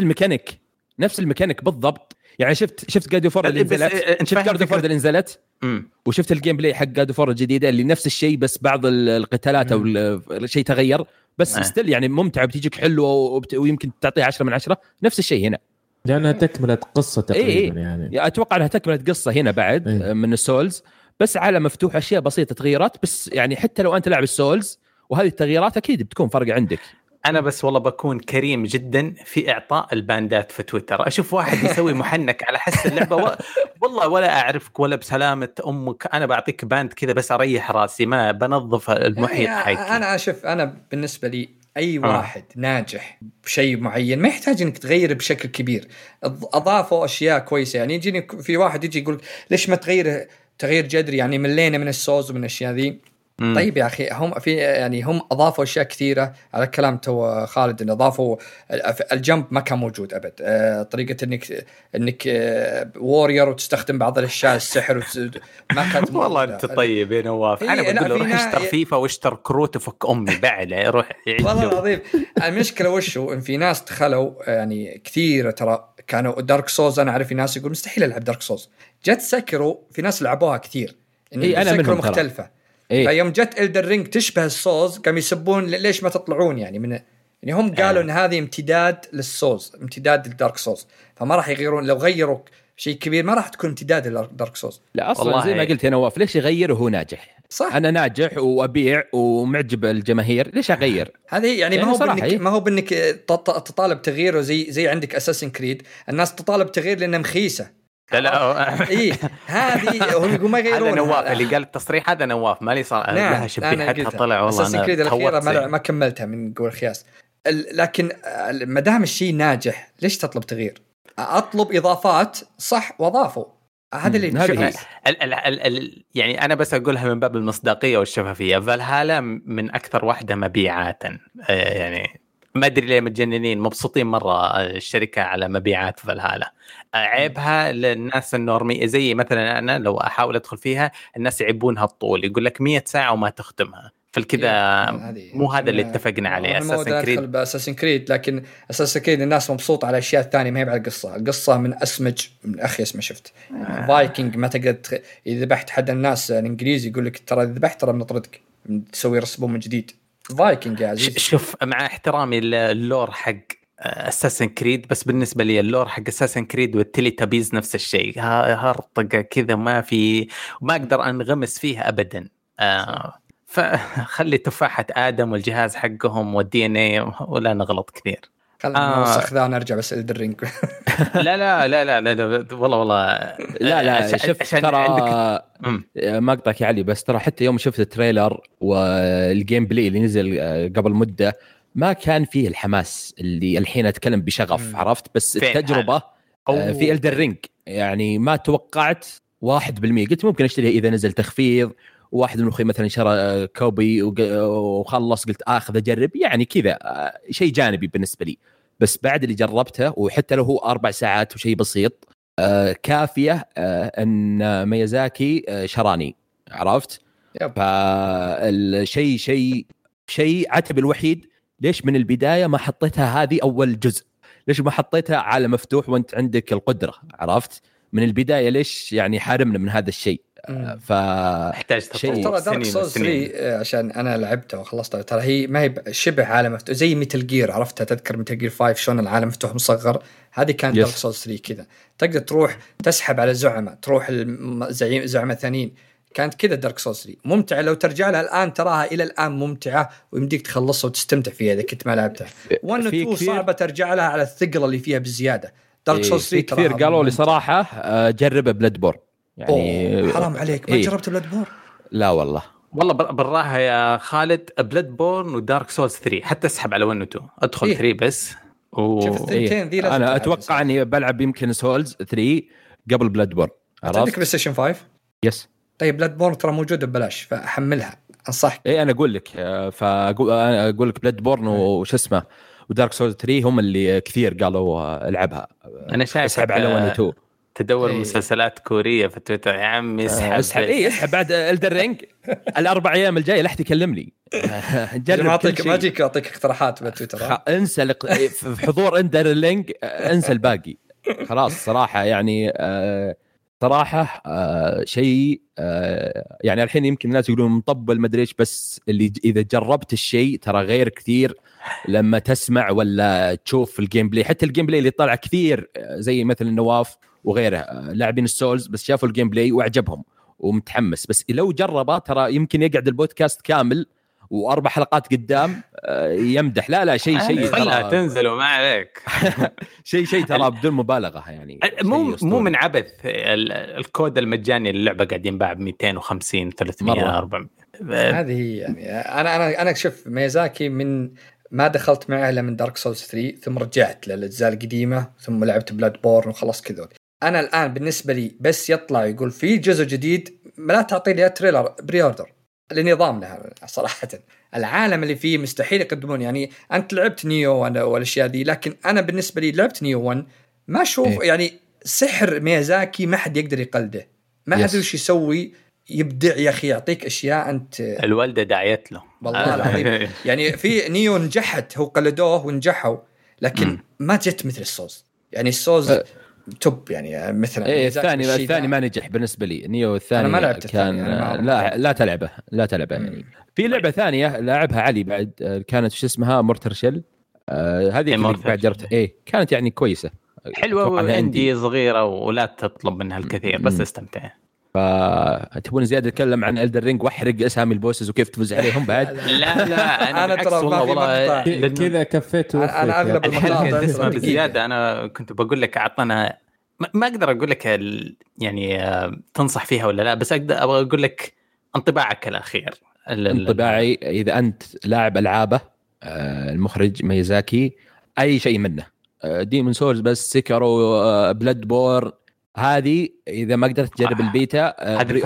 الميكانيك بالضبط. يعني شفت جاد فور اللي نزلت، شفت جاد فور اللي نزلت وشفت الجيم بلاي حق جاد فور الجديدة اللي نفس الشيء، بس بعض القتالات أو الشيء تغير، بس ستيل يعني ممتع بتجيك حلوة ويمكن تعطيها 10 من 10. نفس الشيء هنا لأنها تكملة قصة تقريبا. يعني أتوقع أنها تكملة قصة هنا بعد من السولز، بس على مفتوح أشياء بسيطة تغييرات بس. يعني حتى لو أنت لاعب السولز وهذه التغييرات أكيد بتكون فرق عندك. أنا بس والله بكون كريم جدا في إعطاء الباندات في تويتر. أشوف واحد يسوي محنك على حس اللعبة والله ولا أعرفك ولا بسلامة أمك، أنا بعطيك باند كذا بس أريح راسي، ما بنظف المحيط حقي. أنا أشوف أنا بالنسبة لي أي واحد ناجح بشيء معين ما يحتاج إنك تغير بشكل كبير. أضافوا أشياء كويسة، يعني يجيني في واحد يجي يقول ليش ما تغير جذري، يعني ملينا من السوز ومن الأشياء ذي. طيب يا أخي هم أضافوا أشياء كثيرة على كلام تو خالد، إن أضافوا الجمب ما كان موجود أبد، طريقة إنك وورير وتستخدم بعض الأشياء السحر ما كانت والله أنت طيب يا نواف. أنا بقول له روح اشتر فيفا واشتر كروت وفك أمي بعد روح والله العظيم. المشكلة وشو إن في ناس دخلوا يعني كثير ترى كانوا دارك سوز، أنا أعرف في ناس يقول مستحيل ألعب دارك سوز، جت سكروا في ناس لعبوها كثير، أنا منهم مختلفة. فيوم جت إلدر رينج تشبه السوز قام يسبون ليش ما تطلعون، يعني هم قالوا إن هذه امتداد للسوز، امتداد للدارك سوز، فما راح يغيرون. لو غيروا شيء كبير ما راح تكون امتداد للدارك سوز. لا أصلا زي ما قلت يا نواف، ليش يغير وهو ناجح؟ صح. أنا ناجح وأبيع ومعجب الجماهير، ليش أغير؟ هذه يعني ما هو بأنك تطالب تغييره زي عندك أساسن كريد، الناس تطالب تغيير لأنها مخيسة. لا إيه هذه هم يقولوا ما يغيرون. هذا نواف اللي قال التصريح، هذا نواف مالي صار لها شبيحتها طلع والله أنا الأخيرة ما كملتها من قول خياس. لكن ما دام الشيء ناجح ليش تطلب تغيير؟ أطلب إضافات صح وأضافوا. هذا اللي يعني أنا بس أقولها من باب المصداقية والشفافية. فالهالا من أكثر واحدة مبيعاتا، يعني ما أدري ليه متجننين مبسوطين مرة الشركة على مبيعات فالهالا. عيبها للناس النورمي زي مثلا أنا لو أحاول أدخل فيها الناس يعيبونها الطول، يقول لك 100 ساعة وما تختمها، فالكذا مو هذا اللي اتفقنا عليه. أساسن كريد لكن أساسن كريد الناس مبسوطة على أشياء ثانية ما هي على القصة من أسمج من أخيس ما شفت. فايكنج ما تقدر إذا ذبحت حد الناس الإنجليزي يقول لك ترى ذبحت ترى بنطردك تسوي رسبون من جديد. فايكنج يا عزيز شوف مع احترامي اللور حق أساسن كريد، بس بالنسبة لي اللور حق أساسن كريد والتيلي تابيز نفس الشيء، هرطقة كذا ما أقدر أنغمس فيها أبدا. فخلي تفاحة آدم والجهاز حقهم والدي ان اي ولا نغلط كثير. خلنا نوسخ ذا نرجع بس الدرينج. لا لا شوف ترى مقطعك يا علي، بس ترى حتى يوم شفت التريلر والجيم بلاي اللي نزل قبل مدة ما كان فيه الحماس اللي الحين أتكلم بشغف. عرفت بس التجربة في إلدر رينج يعني ما توقعت 1%. قلت ممكن أشتريها إذا نزل تخفيض، واحد من أخوي مثلا شرى كوبي وخلص قلت آخذ أجرب، يعني كذا شيء جانبي بالنسبة لي. بس بعد اللي جربته وحتى لو هو 4 ساعات وشيء بسيط كافية أن ميازاكي شراني. عرفت فالشيء شيء عتب الوحيد ليش من البداية ما حطيتها هذه أول جزء، ليش ما حطيتها عالم مفتوح وانت عندك القدره؟ عرفت من البدايه ليش يعني حارمنا من هذا الشيء؟ احتاج ترى دارك سولز 3 عشان انا لعبته وخلصته، ترى هي ما هي شبه عالم مفتوح زي ميتل جير، عرفتها؟ تذكر ميتل جير 5 شلون العالم مفتوح مصغر؟ هذه كان دارك سولز 3 كذا، تقدر تروح تسحب على زعماء، تروح زعماء ثانيين. كانت كذا دارك سولز 3 ممتعه، لو ترجع لها الان تراها الى الان ممتعه ويمديك تخلصها وتستمتع فيها اذا كنت ما لعبتها. 1 و 2 صعبه ترجع لها على الثقل اللي فيها بزياده. دارك سولز 3 كثير قالوا لي صراحه جرب بلاد بور، يعني حرام عليك ما جربت بلاد بور؟ لا والله بالراحه يا خالد، بلاد بورن ودارك سولز 3 حتى اسحب على 1 و 2 ادخل 3 بس شوف الثنتين ذي لازم انا اتوقع اني بلعب يمكن سولز 3 قبل بلاد بور. عندك بلاي ستيشن 5؟ يس. طيب بلاد بورن ترى موجوده ببلاش فاحملها، انصحك. انا اقول لك فاقول لك بلاد بورن وش اسمه ودارك سولز 3 هم اللي كثير قالوا العبها. انا شايف اسحب على 1 و 2 تدور مسلسلات كوريه في تويتر يا عمي. اسحب بعد الدرينج الاربع ايام الجايه لا تكلمني. جرب ما اجيك اعطيك اقتراحات بتويتر. انسى في حضور اندرلينج، انسى الباقي خلاص. صراحه يعني صراحه شيء يعني الحين يمكن الناس يقولون مطبل ما ادري ايش، بس اللي اذا جربت الشيء ترى غير كثير لما تسمع ولا تشوف الجيم بلاي. حتى الجيم بلاي اللي طلع كثير زي مثل النواف وغيره لاعبين السولز بس شافوا الجيم بلاي واعجبهم ومتحمس، بس لو جربه ترى يمكن يقعد البودكاست كامل و4 حلقات قدام يمدح. لا شيء ترى تنزلوا ما عليك. شيء ترى بدون مبالغه يعني. مو من عبث الكود المجاني اللعبه قاعد ينباع ب 250 300 400. هذه يعني انا شوف ميازاكي من ما دخلت معه الا من دارك سولز 3 ثم رجعت للاجزاء القديمه ثم لعبت بلاد بورن وخلاص كذا. انا الان بالنسبه لي بس يطلع يقول في جزء جديد لا تعطي لي تريلر بري اوردر لنظامنا صراحه. العالم اللي فيه مستحيل يقدمون. يعني انت لعبت نيو والاشياء دي، لكن انا بالنسبه لي لعبت نيو 1 ما اشوف يعني سحر ميازاكي ما حد يقدر يقلده، ما ادري وش يسوي، يبدع يا اخي، يعطيك اشياء انت الوالده دعيت له والله العظيم. يعني في نيو نجحت، هو قلدوه ونجحوا، لكن ما جت مثل السوز. يعني السوز توب يعني مثلا الثاني ما نجح بالنسبه لي. نيو الثاني أنا ما لعبت كان لا تلعبه يعني. في لعبه ثانيه لعبها علي بعد كانت شو اسمها مورترشل، هذه بعد جربت كانت يعني كويسه حلوه وعندي صغيره ولا تطلب منها الكثير بس استمتع. فتبون زياده اتكلم عن إلدر رينج واحرق اسامي البوسز وكيف تفوز عليهم بعد؟ لا انا ترى والله كذا كفيت انا اغلب المقاطع تسمع بزياده. انا كنت بقول لك اعطنا ما اقدر اقول لك يعني تنصح فيها ولا لا، بس اقدر ابغى اقول لك انطباعك الاخير. انطباعي اذا انت لاعب العابه المخرج ميازاكي اي شيء منه ديمون سولز بس سيكارو بلاد بور هذه اذا ما قدرت تجرب البيتا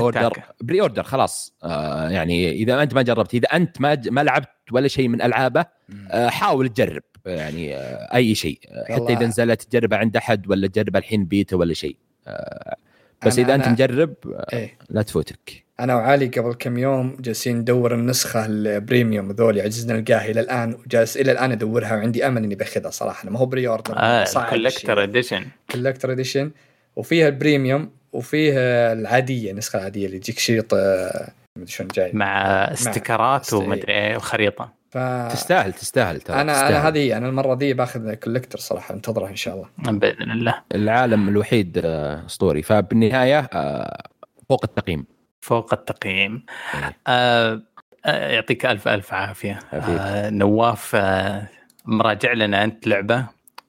بري اوردر خلاص. يعني اذا انت ما جربت، اذا انت ما لعبت ولا شيء من العابه حاول تجرب يعني اي شيء، حتى اذا نزلت تجربها عند احد ولا تجربها الحين بيتا ولا شيء. بس اذا انت مجرب لا تفوتك. انا وعلي قبل كم يوم جالسين ندور النسخه البريميوم ذولي، عجزنا نلقاها الى الان، وجالس الى الان ادورها وعندي امل اني باخذها صراحه. ما هو بري اوردر، كولكتر اديشن وفيها البريميوم وفيها العاديه، النسخه العاديه اللي تجيك شريط شلون جاي مع استيكرات ومدري وخريطه. تستاهل ترى. انا هذه انا المره دي باخذ كولكتر صراحه، انتظرها ان شاء الله باذن الله. العالم الوحيد اسطوري. فبالنهايه فوق التقييم. يعطيك الف عافيه. نواف مراجع لنا انت لعبه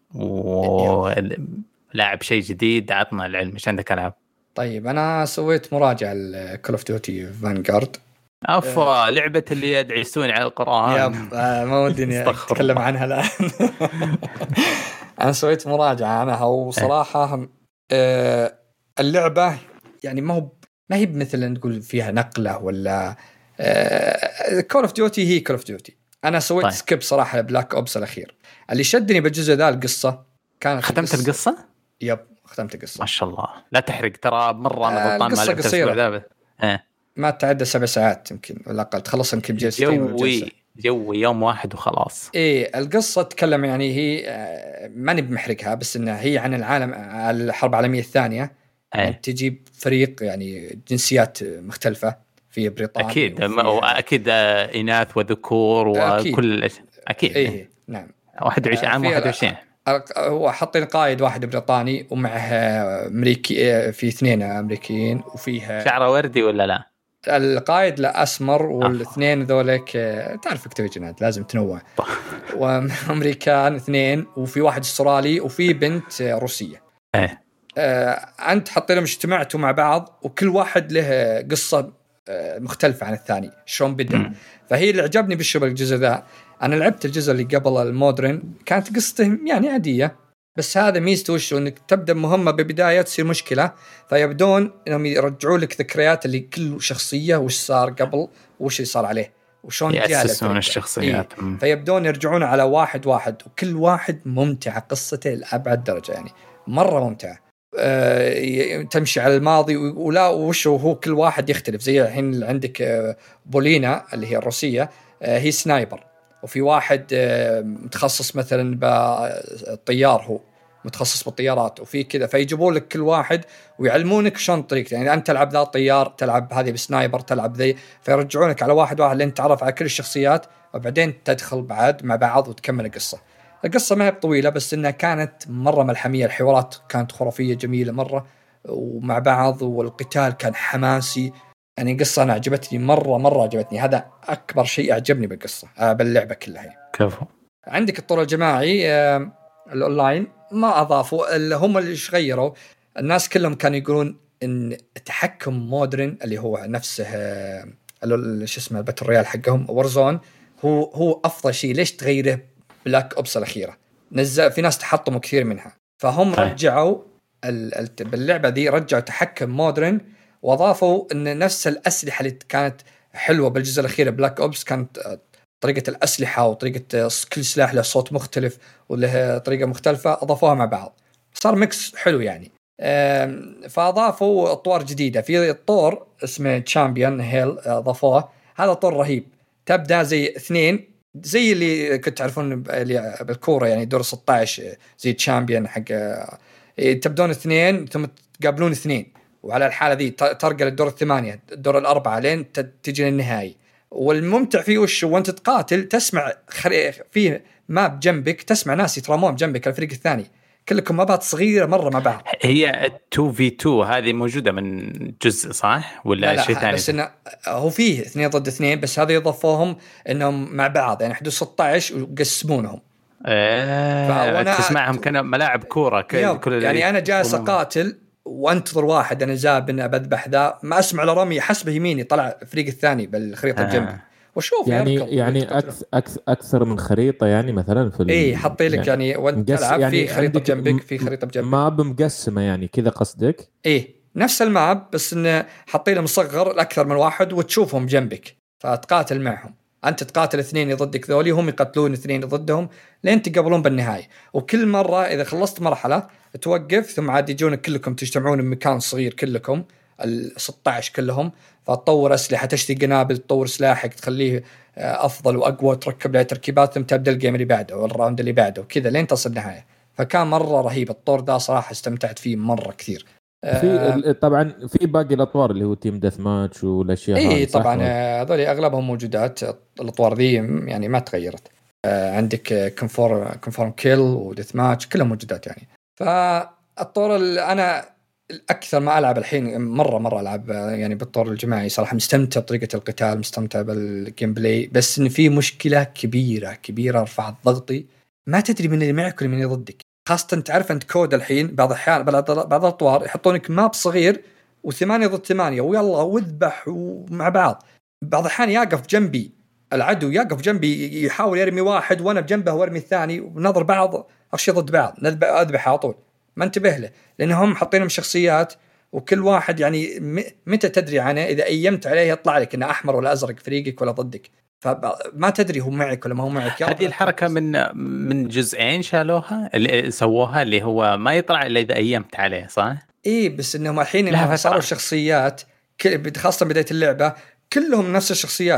ولاعب شيء جديد، عطنا العلم ايش عندك العاب. طيب انا سويت مراجعه لكول اوف ديوتي فانغارد. لعبه اللي يدعسون على القرآن. ما ودي اتكلم عنها الان. انا سويت مراجعه عنها وصراحه اللعبه يعني ما هي مثل نقول فيها نقله ولا كول اوف ديوتي. هي كول اوف ديوتي. انا سويت سكيب صراحه بلاك اوبس الاخير. اللي شدني بالجزء ذا القصه كانت ختمت القصه. يب ختمت القصه. ما شاء الله لا تحرق ترى مره انا غلطان. ما لعبت الاسبوع ذا ما تعدى 7 ساعات يمكن ولا اقل. تخلص يمكن جلستين. جو يوم واحد وخلاص. ايه القصه تتكلم يعني هي ماني بمحرقها، بس انها هي عن العالم الحرب العالميه الثانيه. يعني تجيب فريق يعني جنسيات مختلفه في بريطانيا. اكيد اناث وذكور وكل الاشياء اكيد. ايه نعم 21 عام 21. هو حاطين قائد واحد بريطاني ومعه امريكي، في 2 امريكيين وفيها شعره وردي ولا لا؟ القائد لا اسمر والاثنين ذولك تعرف اكتيفيجنات لازم تنوع. وامريكان 2 وفي واحد استرالي وفي بنت روسيه. انت حاطين لهم اجتمعتوا مع بعض وكل واحد له قصه مختلفه عن الثاني شلون بدا. فهي اللي عجبني بالشبه الجزء ذا. انا لعبت الجزء اللي قبل المودرن كانت قصته يعني عاديه، بس هذا ميزته وش انك تبدا مهمه ببدايه تصير مشكله فيبدون انهم يرجعوا لك ذكريات اللي كل شخصيه وش صار قبل وش اللي صار عليه وشون يأسسون الشخصيات. فيبدون يرجعون على واحد وكل واحد ممتعه قصته لأبعد درجه، يعني مره ممتعه. تمشي على الماضي ولا وش هو كل واحد يختلف. زي الحين عندك بولينا اللي هي الروسيه هي سنايبر، وفي واحد متخصص مثلا بالطيار هو متخصص بالطيارات وفي كذا. فيجيبون لك كل واحد ويعلمونك شلون طريقته. يعني أنت تلعب ذا الطيار، تلعب هذه بسنايبر، تلعب ذي، فيرجعونك على واحد لين تعرف على كل الشخصيات وبعدين تدخل بعد مع بعض وتكمل القصة. القصة ما هي طويلة بس إنها كانت مرة ملحمية. الحوارات كانت خرافية جميلة مرة ومع بعض، والقتال كان حماسي. يعني قصة أنا عجبتني مرة عجبتني. هذا أكبر شيء أعجبني بالقصة باللعبة كلها هي. كفو. عندك الطور الجماعي الأونلاين ما أضافوا اللي هم اللي غيروا. الناس كلهم كانوا يقولون إن التحكم مودرن اللي هو نفسه شو اسمه الباتل رويال حقهم وورزون هو أفضل شيء. ليش تغيره بلاك أوبس الأخيرة؟ نزل في ناس تحطموا كثير منها، فهم رجعوا باللعبة دي رجعوا تحكم مودرن وأضافوا إن نفس الأسلحة اللي كانت حلوة بالجزء الأخير بلاك أوبس كانت طريقة الأسلحة وطريقة كل سلاح له صوت مختلف وله طريقة مختلفة أضافوها مع بعض، صار ميكس حلو يعني. فأضافوا أطوار جديدة. في الطور اسمه تشامبيون هيل أضافوه، هذا طور رهيب. تبدأ زي 2 زي اللي كنت تعرفون اللي بالكورة يعني دور 16 زي تشامبيون حق تبدون 2 ثم تقابلون 2 وعلى الحالة دي ترقى للدور 8 الدور 4 لين تجي للنهائي. والممتع فيه وش وانت تقاتل تسمع فيه ماب جنبك، تسمع ناس يترامون جنبك الفريق الثاني كلكم مابات صغيرة مرة مع بعض. هي 2v2 هذه موجودة من جزء صح ولا لا شيء ثاني؟ بس إنه هو فيه 2 ضد 2 بس هذا يضافوهم إنهم مع بعض يعني حدود 16 وقسمونهم. تسمعهم كانوا ملاعب كورة يعني أنا جالس أقاتل وانتظر واحد انا زابن بذبح ذا ما اسمع لرمي حسب يميني طلع الفريق الثاني بالخريطه الجنبي وشوف يعني اكثر من خريطه يعني مثلا في حطي لك يعني وانت تلعب يعني في خريطه جنبك في خريطه بجنبك ماب مقسمه يعني كذا قصدك؟ نفس الماب بس انه حطي له مصغر لاكثر من واحد وتشوفهم جنبك فتقاتل معهم. انت تقاتل 2 ضدك ذولي هم يقتلون 2 ضدهم لين تقابلون بالنهايه. وكل مره اذا خلصت مرحله توقف ثم عاد يجونك كلكم تجتمعون بمكان صغير كلكم ال16 كلهم فتطور اسلحه تشتري قنابل تطور سلاحك تخليه افضل واقوى تركب له تركيبات ثم تبدا الجيم اللي بعده والراوند اللي بعده وكذا لين تصل النهايه. فكان مره رهيب الطور ده صراحه استمتعت فيه مره كثير. في طبعا في باقي الاطوار اللي هو تيم ديث ماتش والاشياء هذه طبعا هذول اغلبهم موجودات. الاطوار ذي يعني ما تغيرت. عندك كونفورم كيل وديث ماتش كلهم موجودات يعني. فالطور انا الاكثر ما العب الحين مره العب يعني بالطور الجماعي صراحه مستمتع بطريقه القتال مستمتع بالجيم بلاي. بس ان في مشكله كبيره رفعت ضغطي ما تدري من اللي معك ولا من اللي ضدك. خاصة تعرف أنت كود الحين بعض الأحيان بعض الأطوار يحطونك ماب صغير و8 ضد 8 ويلا وذبح ومع بعض. بعض الأحيان يقف جنبي العدو يقف جنبي يحاول يرمي واحد وأنا بجنبه وارمي الثاني ونظر بعض أشي ضد بعض أذبح على طول ما انتبه له لأنهم حاطينهم شخصيات وكل واحد يعني متى تدري عنه إذا أيمت عليه يطلع لك إنه أحمر ولا أزرق فريقك ولا ضدك فما تدري هو معك ولا ما هو معك. هذه الحركة من جزئين شالوها اللي سووها اللي هو ما يطلع إلا إذا أيمت عليه صح؟ بس إنهم الحين صاروا شخصيات خاصة بداية اللعبة كلهم نفس الشخصيات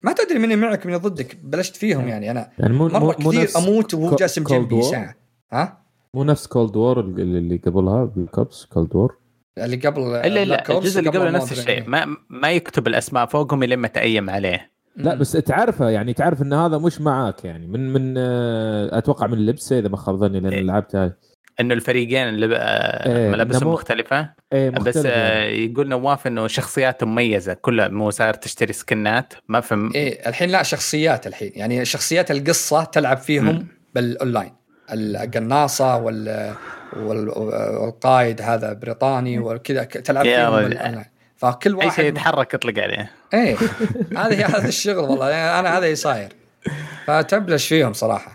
ما تدري من معك من ضدك، بلشت فيهم يعني انا يعني مره كثير اموت وهو جاسم جنبي ساعه. ها مو نفس كولد وور اللي قبلها بالكابس كولد وور اللي قبل لا الجزء اللي قبل نفس الشيء، ما يكتب الاسماء فوقهم لما تأيم عليه. لا بس تعرفه يعني تعرف ان هذا مش معاك يعني من اتوقع من اللبس اذا ما خاب ظني لان لعبتها انه الفريقين اللي ملابسهم مختلفه. بس يقول نواف انه شخصيات مميزه كلها، مو صار تشتري سكنات ما فهم. الحين لا شخصيات الحين يعني شخصيات القصه تلعب فيهم بالاونلاين، القناصه والقائد هذا بريطاني وكذا تلعب فيهم بالاونلاين، فكل واحد اي شيء يتحرك يطلق عليه. هذا الشغل والله يعني انا هذا يصاير، فتبلش فيهم صراحه.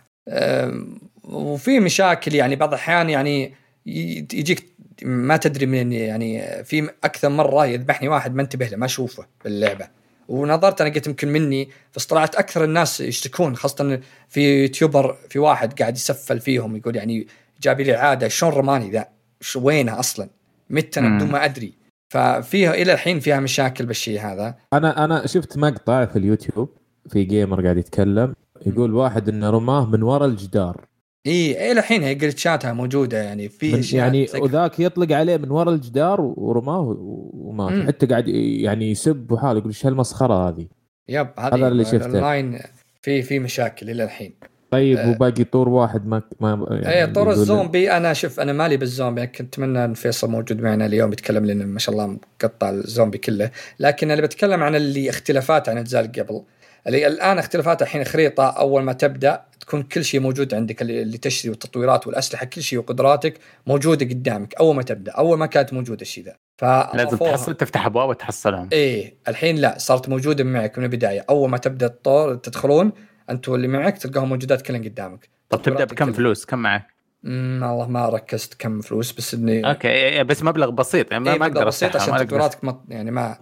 وفي مشاكل يعني بعض الأحيان يعني يجيك ما تدري من يعني في أكثر مرة يذبحني واحد ما انتبه له ما أشوفه باللعبة، ونظرت أنا قلت يمكن مني، فاصطلعت أكثر الناس يشتكون خاصة في يوتيوبر، في واحد قاعد يسفل فيهم يقول يعني جابي لي عادة شون رماني ذا شو وينه أصلا متى بدون ما أدري. ففيها إلى الحين فيها مشاكل بالشيء هذا. أنا شفت مقطع في اليوتيوب في جيمر قاعد يتكلم يقول واحد إنه رماه من وراء الجدار. إيه إلى الحين هي جلتشاتها موجودة يعني في يعني وذاك يطلق عليه من وراء الجدار ورماه ومات. حتى قاعد يعني يسب وحاله يقول إيش هالمسخرة هذه. يب هذا اللي شفته. اللاين في مشاكل إلى الحين. طيب وباقي طور واحد ما يعني طور الزومبي أنا شوف أنا مالي بالزومبي، كنت أتمنى أن فيصل موجود معنا اليوم يتكلم لنا ما شاء الله مقطع الزومبي كله، لكن أنا بتكلم عن اللي اختلافات عن الأجزاء قبل. اللي الآن اختلافات الحين خريطة أول ما تبدأ تكون كل شيء موجود عندك، اللي تشتري والتطويرات والأسلحة كل شيء وقدراتك موجودة قدامك أول ما تبدأ، أول ما كانت موجودة الشيء ذا لازم تفتح أبواب وتحصلهم. الحين لا صارت موجودة معك من البداية، أول ما تبدأ الطور تدخلون أنتوا اللي معك تلقاهم موجودات كلهم قدامك. طب تبدأ بكم فلوس كم معك؟ الله ما ركزت كم فلوس بس إني أوكي بس مبلغ بسيط يعني ما أقدر بسيط عشان تطويراتك يعني ما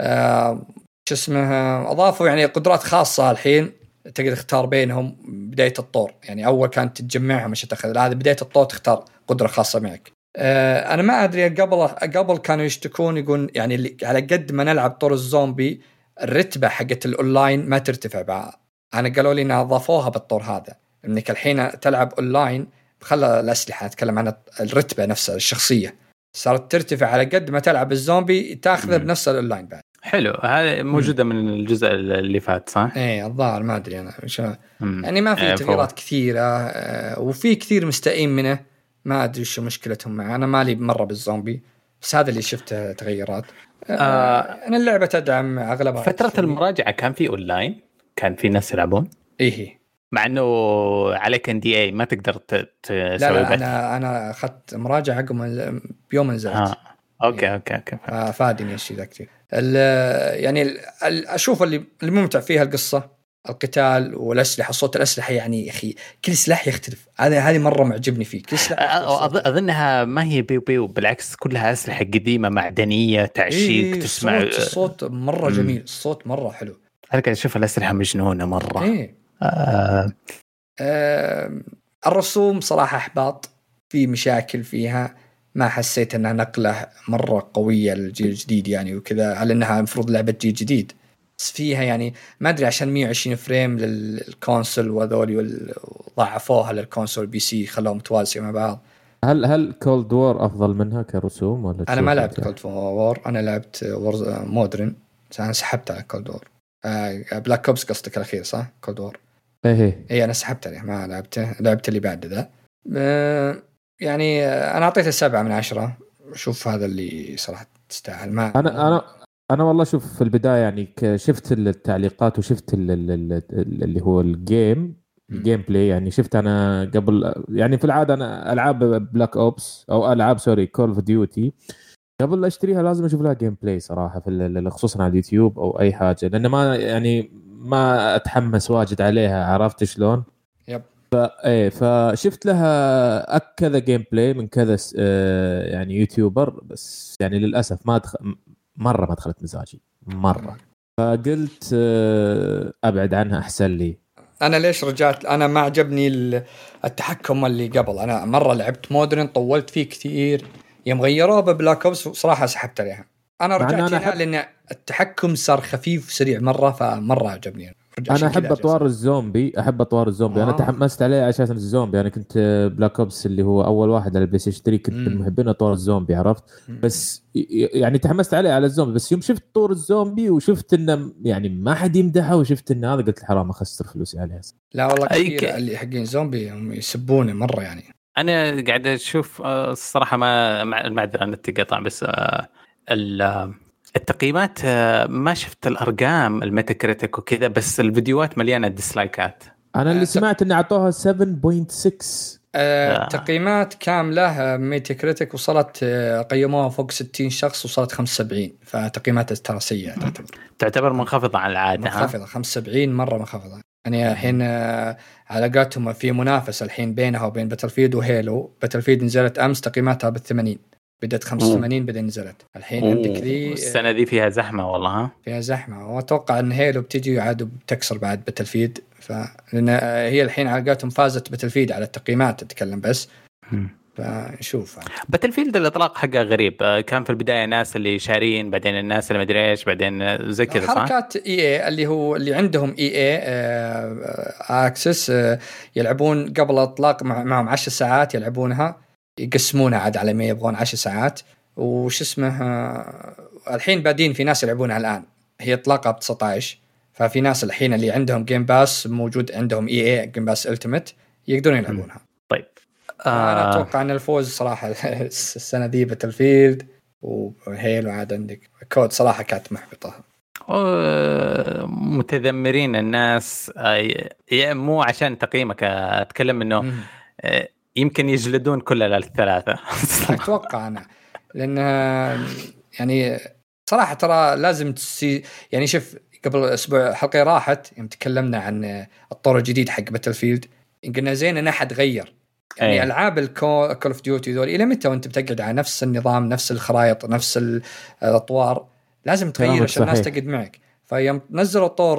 شو اسمها أضافوا يعني قدرات خاصة الحين تقدر تختار بينهم بداية الطور، يعني أول كانت تجمعها مش تأخذ، هذا بداية الطور تختار قدرة خاصة معك. أنا ما أدري قبل كانوا يشتكون يقول يعني اللي على قد ما نلعب طور الزومبي الرتبة حقت الأونلاين ما ترتفع بقى. أنا قالوا لي إن أضافوها بالطور هذا إنك الحين تلعب أونلاين خلى الأسلحة أتكلم عن الرتبة نفسها الشخصية صارت ترتفع على قد ما تلعب الزومبي تأخذ بنفس الأونلاين بعد. حلو هذا موجودة من الجزء اللي فات صح؟ الظاهر ما أدري أنا يعني ما في تغييرات كثيرة وفي كثير مستائين منه ما أدري شو مشكلتهم معه. أنا مالي مرة بالزومبي بس هذا اللي شفته تغييرات. أنا اللعبة تدعم أغلبها. فترة المراجعة كان في أونلاين كان في ناس يلعبون مع أنه عليك NDA ما تقدر تسوي لا أنا أخذت مراجعة بيوم نزلت. أوكي فادني الشيء ذا كثير. يعني أشوف اللي ممتع فيها القصة القتال والأسلحة صوت الأسلحة يعني أخي كل سلاح يختلف هذه مرة معجبني فيه كل سلاح أظنها ما هي بيو بالعكس كلها أسلحة قديمة معدنية تعشيق تسمع الصوت مرة جميل الصوت مرة حلو. أنا قاعد أشوف الأسلحة مجنونة مرة. الرسوم صراحة إحباط في مشاكل فيها ما حسيت أنها نقلة مرة قوية للجيل الجديد يعني وكذا على أنها مفروض لعبة جيل جديد بس فيها يعني ما أدري عشان 120 فريم للكونسول وذولي وضعفوها للكونسول بي سي خلوهم متوازية مع بعض. هل كولد وور أفضل منها كرسوم ولا؟ أنا ما لعبت كولد وور أنا لعبت مودرن أنا سحبت على كولد وور. بلاك أوبس قصدك الأخير صح كولد وور؟ إيه أنا سحبت عليه ما لعبته لعبت اللي بعد ذا يعني أنا أعطيته 7 من 10. شوف هذا اللي صراحة تستاهل. ما أنا والله شوف في البداية يعني شفت التعليقات وشفت اللي هو الجيم بلاي يعني شفت أنا قبل يعني في العادة أنا ألعاب بلاك أوبس أو ألعاب كول اوف ديوتي قبل أشتريها لازم أشوف لها جيم بلاي صراحة في خصوصا على اليوتيوب أو أي حاجة لأن ما أتحمس واجد عليها عرفت شلون؟ فشفت لها كذا جيم بلاي من كذا يعني يوتيوبر بس يعني للأسف مرة ما دخلت مزاجي مرة فقلت أبعد عنها أحسن لي. أنا ليش رجعت أنا ما عجبني التحكم اللي قبل. أنا مرة لعبت مودرن طولت فيه كثير يوم غيروه ببلاك أوبس صراحة سحبت عليها انا رجعت هنا لان التحكم صار خفيف سريع مره، فمره عجبني. انا احب اطوار الزومبي، انا تحمست عليه عشان الزومبي. انا كنت بلاك اوبس اللي هو اول واحد على البلاي ستيشن 3 كنت من محبين اطوار الزومبي، عرفت؟ بس يعني تحمست عليه على الزومبي، بس يوم شفت طور الزومبي وشفت انه يعني ما حد يمدحه وشفت انه هذا، قلت حرام اخسر فلوسي عليه. لا والله كثير اللي حقين زومبي هم يسبونه مره يعني. انا قاعد اشوف الصراحه ما المعذره عن التقطع، بس التقييمات ما شفت الارقام الميتا كريتيك وكذا، بس الفيديوهات مليانه ديسلايكات. انا اللي سمعت ان اعطوها 7.6 تقييمات كامله. ميتا كريتيك وصلت قيموها فوق 60 شخص وصلت 75، فتقييمات ترى سيئه تعتبر منخفضه عن العاده. منخفضه 75 مره منخفضه. يعني الحين علاقاتهم في منافسه الحين بينها وبين باتلفيلد وهيلو. باتلفيلد نزلت امس تقييماتها بال80، بدأت 85 بدأ نزلت. الحين عندك ذي السنة دي فيها زحمة والله. ها فيها زحمة، وأتوقع أن هيلو بتجي عاد بتكسر بعد باتلفيلد، لأن هي الحين علاقاتهم فازت باتلفيلد على التقييمات تتكلم بس. فنشوف باتلفيلد الإطلاق حقه غريب. كان في البداية ناس اللي شارين، بعدين الناس اللي مدري إيش، بعدين زي كذا. حركات EA اللي هو اللي عندهم EA Access يلعبون قبل الإطلاق معهم 10 ساعات يلعبونها، يقسمونها عاد على ما يبغون 10 ساعات. وش اسمه الحين بادين في ناس يلعبونها الآن، هي اطلاقها ب19. ففي ناس الحين اللي عندهم جيم باس موجود عندهم EA جيم باس التيمت يقدرون يلعبونها. طيب أنا أتوقع أن الفوز صراحة السنة دي باتلفيلد وهيلو. عاد عندك كود صراحة كانت محبطة. متذمرين الناس مو عشان تقييمك، أتكلم إنه يمكن يجلدون كل الثلاثة. أتوقع أنا، لأن يعني صراحة ترى لازم يعني شوف قبل أسبوع حلقة راحت يوم تكلمنا عن الطور الجديد حق باتلفيلد، قلنا زين أن أحد غير يعني ألعاب الكول اوف ديوتي ذول إلى متى وأنت بتقعد على نفس النظام، نفس الخرائط، نفس الأطوار؟ لازم تغير عشان الناس تقعد معك. فيوم نزلوا طور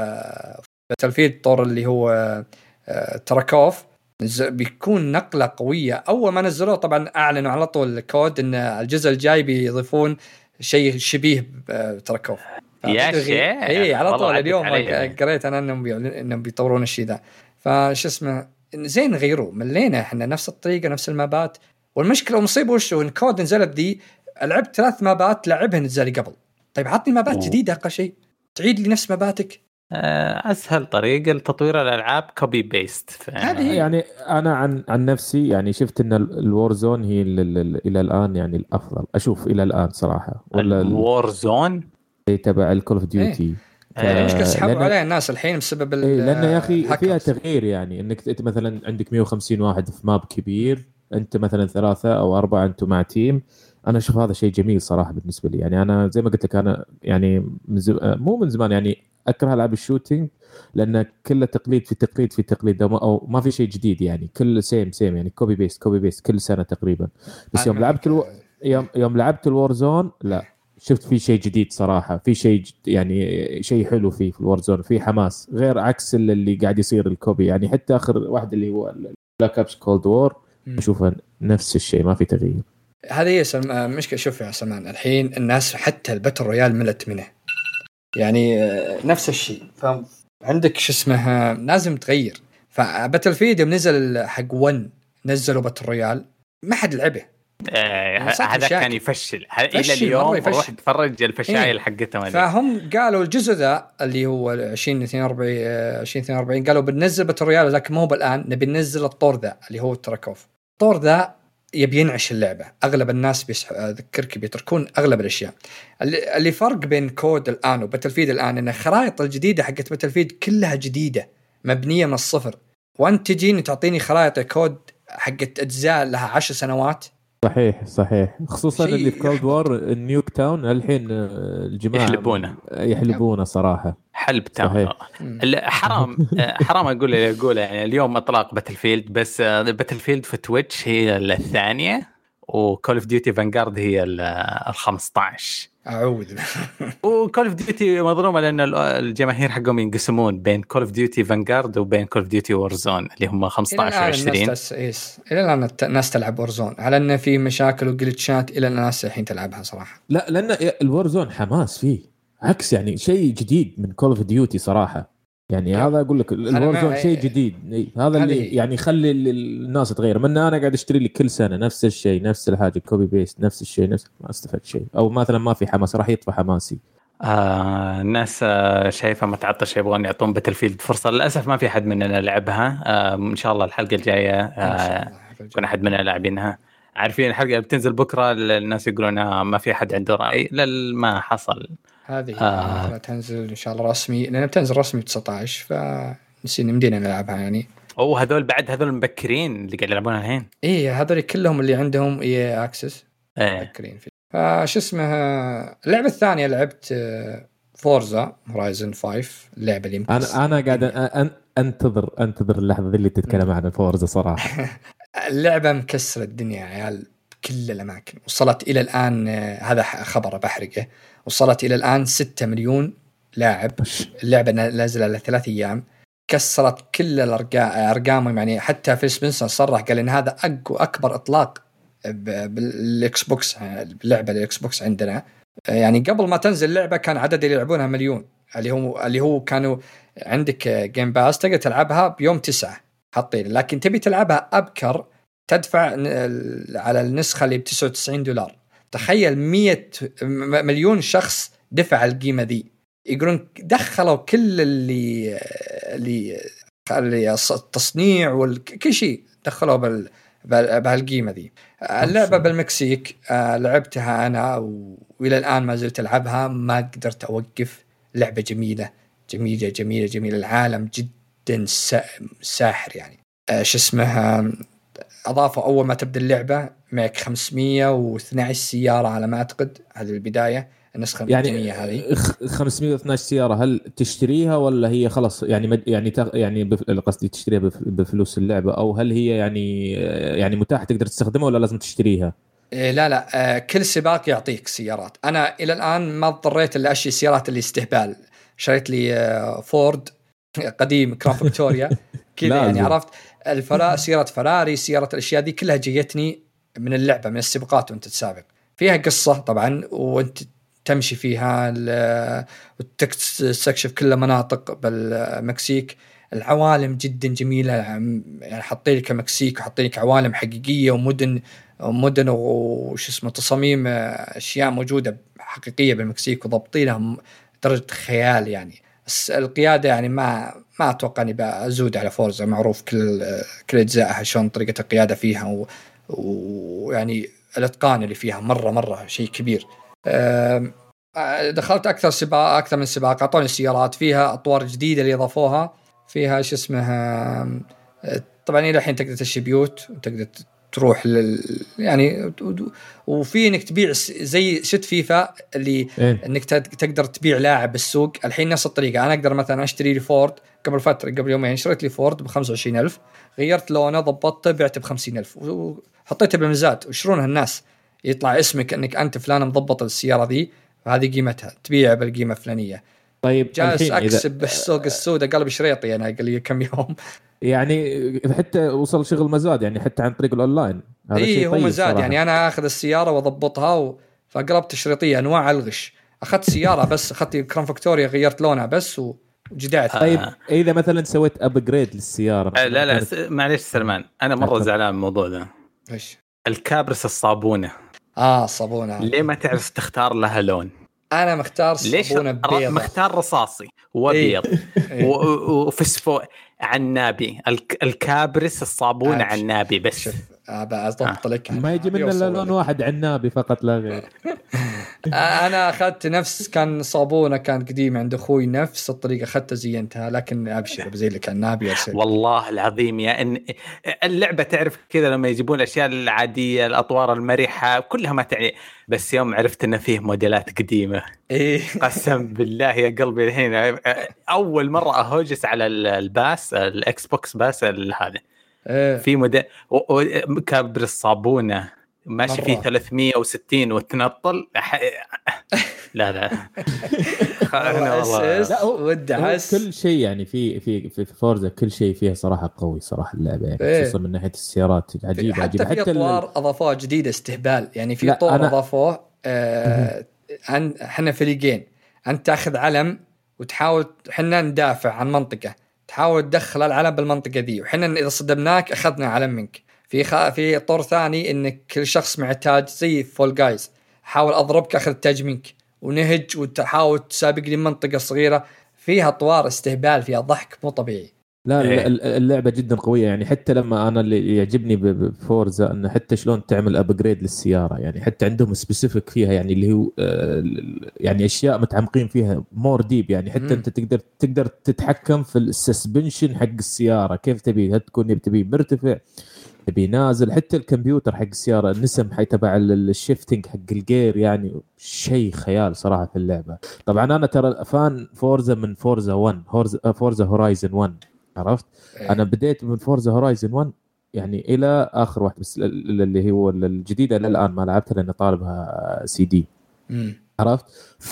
باتلفيلد، طور اللي هو تراكوف، بيكون نقلة قوية. أول ما نزلوه طبعا أعلنوا على طول الكود إن الجزء الجاي بيضيفون شيء شبيه بتراكوف. يا شيء على طول اليوم قريت أنا إنهم بيطورون الشيء ذا. فش اسمه زين غيروا، ملينا إحنا نفس الطريقة نفس المابات. والمشكلة ومصيبة وشو إن كود نزلت دي لعبت 3 مابات لعبها نزل قبل. طيب عطني مابات جديدة أقل شيء، تعيد لي نفس ماباتك. أسهل طريقة لتطوير الألعاب كوبي بيست. يعني أنا عن نفسي يعني شفت إن الوارزون هي إلى الآن يعني الأفضل أشوف إلى الآن صراحة. ولا الوارزون تبع الكول اوف ديوتي مشكلة سحبوا عليها الناس الحين بسبب لأن يا أخي فيها تغيير. يعني إنك أنت مثلا عندك 150 واحد في ماب كبير، أنت مثلا 3 أو 4 أنتم مع تيم. أنا أشوف هذا شيء جميل صراحة بالنسبة لي. يعني أنا زي ما قلت لك أنا يعني مو من زمان يعني أكره ألعاب الشوتينج، لأن كله تقليد في تقليد في تقليد، أو ما في شيء جديد. يعني كل سيم يعني كوبي بيست كل سنة تقريبا. بس يوم لعبت الوارزون لا، شفت في شيء جديد صراحة، في شيء يعني شيء حلو في الوارزون، في حماس غير عكس اللي قاعد يصير الكوبي. يعني حتى آخر واحد اللي هو بلاك أوبس كولد وور أشوفه نفس الشيء، ما في تغيير. هذه هي مشكلة. شوف يا سلمان الحين الناس حتى الباتل رويال ملت منه، يعني نفس الشيء. فعندك شو اسمه لازم تغير. فباتلفيلد يوم نزل حق 1 نزلوا باتل رويال ما حد لعبه. هذا كان يفشل إلى اليوم. روح تفرج الفشايل حقتهم. فهم قالوا الجزء ذا اللي هو 2042 قالوا بننزل باتل رويال، لكن مو بالآن، نبي ننزل الطور ذا اللي هو التراكوف. الطور ذا يبي ينعش اللعبة. أغلب الناس أذكرك بيتركون أغلب الأشياء. اللي فرق بين كود الآن وباتلفيلد الآن إن الخرائط الجديدة حقت باتلفيلد كلها جديدة مبنية من الصفر، وأنت تجيني تعطيني خرائط كود حقت أجزاء لها 10 سنوات. صحيح خصوصا اللي في كولد وور النيوك تاون الحين الجماعة يحلبونه صراحة حلب تاون. حرام أقول يعني اليوم أطلاق باتلفيلد، بس باتلفيلد في تويتش هي الثانية، وكول اوف ديوتي فانغارد هي ال15. اعوذ. وكول اوف ديوتي مظلومه لان الجماهير حقهم ينقسمون بين كول اوف ديوتي فانغارد وبين كول اوف ديوتي وورزون اللي هم 15 و20. الى الان الناس تلعب وورزون على انه في مشاكل وجلتشات، الى الناس الحين تلعبها صراحه. لا لان الوورزون حماس فيه عكس يعني شيء جديد من كول اوف ديوتي صراحه. يعني هذا اقول لك الوورزون شيء جديد. هذا اللي يعني يخلي الناس تغير. من انا قاعد اشتري لي كل سنه نفس الشيء نفس الحاجه كوبي بيست نفس الشيء نفس ما استفدت شيء، او مثلا ما في حماس راح يطفى حماسي. الناس شايفه متعطش يبغون يعطون باتلفيلد فرصه. للاسف ما في حد مننا لعبها. ان شاء الله الحلقه الجايه يكون احد مننا لاعبينها. عارفين الحلقه اللي بتنزل بكره الناس يقولون ما في حد عنده راي. لا ما حصل. هذه تنزل ان شاء الله رسمي، لان بتنزل رسمي 19 فنسينا مدينا نلعبها يعني. هذول بعد هذول مبكرين اللي قاعد يلعبونها الحين. هذول كلهم اللي عندهم اكسس مبكرين فيه. فش اسمها اللعبه الثانيه لعبت فورزا هورايزن 5. اللعبه اللي انا قاعد انتظر اللحظه اللي تتكلم عن فورزا صراحه. اللعبه مكسره الدنيا يا عيال بكل الاماكن. وصلت الى الان هذا خبر بحرقه، وصلت إلى الآن 6 مليون لاعب. اللعبة نازلة على 3 أيام، كسرت كل الأرقام يعني. حتى في سبنسر صرح قال إن هذا أكبر إطلاق بالإكس بوكس، باللعبة الإكس بوكس عندنا. يعني قبل ما تنزل اللعبة كان عدد اللي يلعبونها مليون، اللي هو كانوا عندك جيم باس تقدر تلعبها بيوم 9 حاطين، لكن تبي تلعبها أبكر تدفع على النسخة اللي $99. تخيل 100 مليون شخص دفع القيمة دي. يقولون دخلوا كل اللي التصنيع وكل شيء دخلوا بهالقيمة دي. اللعبة بالمكسيك لعبتها أنا وإلى الآن ما زلت ألعبها، ما قدرت أوقف. لعبة جميلة جميلة جميلة جميلة. العالم جدا ساحر يعني. شو اسمها أضافوا أول ما تبدأ اللعبة معك 512 سيارة على ما أعتقد. هذه البداية النسخة المجانية يعني هذه 512 سيارة. هل تشتريها ولا هي خلاص يعني قصدي تشتريها بفلوس اللعبة، أو هل هي يعني متاح تقدر تستخدمها ولا لازم تشتريها؟ لا كل سباق يعطيك سيارات. أنا إلى الآن ما اضطريت إلا أشتري سيارات اللي استهبال. شريت لي فورد قديم كران فيكتوريا كذا يعني عرفت. سيارة فراري، سيارة الأشياء دي كلها جيتني من اللعبة من السباقات. وانت تسابق فيها قصة طبعا، وانت تمشي فيها وتستكشف كل مناطق بالمكسيك. العوالم جدا جميلة يعني. حاطين لك المكسيك وحاطين لك عوالم حقيقية ومدن وش اسمه تصاميم أشياء موجودة حقيقية بالمكسيك وضبطينها درجة خيال يعني. القيادة يعني ما أتوقع أني بأزود على فورزا. معروف كل أجزائها شلون طريقة القيادة فيها ويعني الإتقان اللي فيها مرة شيء كبير. دخلت أكثر من سباق. أعطوني سيارات فيها أطوار جديدة اللي أضافوها فيها. شو اسمها طبعا إلى الحين تقدر تشتري بيوت وتقدر تروح يعني. وفي انك تبيع زي شت فيفا اللي انك تقدر تبيع لاعب بالسوق. الحين نفس الطريقه. انا اقدر مثلا اشتري لي فورد قبل يومين شريت لي فورد ب25,000، غيرت لونه ضبطته بعته ب50,000 وحطيته بالمزاد. وشرونها الناس يطلع اسمك انك انت فلان مضبط السياره ذي، هذه قيمتها تبيع بالقيمه الفلانيه. طيب جالس اكسب بالسوق السوداء قلب شريطي انا قال لي كم يوم. يعني حتى وصل شغل مزاد يعني حتى عن طريق الاونلاين. هذا شيء طيب هو مزاد صراحة. يعني انا اخذ السياره واضبطها فقلبت شريطيه انواع الغش. اخذت سياره بس اخذت كران فيكتوريا غيرت لونها بس وجدعت. طيب اذا مثلا سويت ابجريد للسياره لا معليش سلمان، انا مره زعلان من الموضوع ده. ايش الكابرس الصابونه؟ الصابونه ليه ما تعرف تختار لها لون؟ انا مختار صابونه بيضة، مختار رصاصي وابيض وفسفو عنابي. الكابرس الصابونه عنابي بس. أضبط لك ما يجي منه الا لون واحد عنابي فقط لا غير. انا اخذت نفس كان صابونه كان قديم عند اخوي نفس الطريقه اخذتها زينتها، لكن ابشر بزي لك عنابي والله العظيم يا ان اللعبه تعرف كذا لما يجيبون الاشياء العاديه الاطوار المرحه كلها ما تعني، بس يوم عرفت ان فيه موديلات قديمه قسم بالله يا قلبي الحين اول مره اهوجس على الباس الاكس بوكس باس هذا في موديل كابر الصابونه ماشي فيه 360 وتنطل. لا كل شيء يعني في فورزا كل شيء فيها صراحه قوي صراحه اللعبه يعني خصوصا من ناحيه السيارات عجيبه حتى في اطوار اضافوها جديده استهبال يعني في طور اضافوه احنا فريقين انت تاخذ علم وتحاول احنا ندافع عن منطقه تحاول تدخل العلم بالمنطقه دي وحنا اذا صدمناك اخذنا علم منك. في طور ثاني انك كل شخص مع تاج زي فول جايز حاول اضربك اخذ تاج منك ونهج وتحاول تسابقني المنطقه الصغيره. فيها اطوار استهبال فيها ضحك مو طبيعي. لا اللعبه جدا قويه يعني حتى لما انا اللي يعجبني بفورزا انه حتى شلون تعمل ابجريد للسياره يعني حتى عندهم سبيسيفيك فيها يعني اللي هو يعني اشياء متعمقين فيها مور ديب يعني حتى انت تقدر تتحكم في السسبنشن حق السياره كيف تبي تكون تبي مرتفع تبي نازل حتى الكمبيوتر حق السياره النسم حي تبع الشيفتنج حق الجير يعني شيء خيال صراحه في اللعبه. طبعا انا ترى فان فورزا من فورزا 1 فورزا هورايزن 1 عرفت انا بديت من فورزا هورايزن 1 يعني الى اخر واحد بس اللي هو الجديده للان ما لعبتها لان طالبها سي دي عرفت.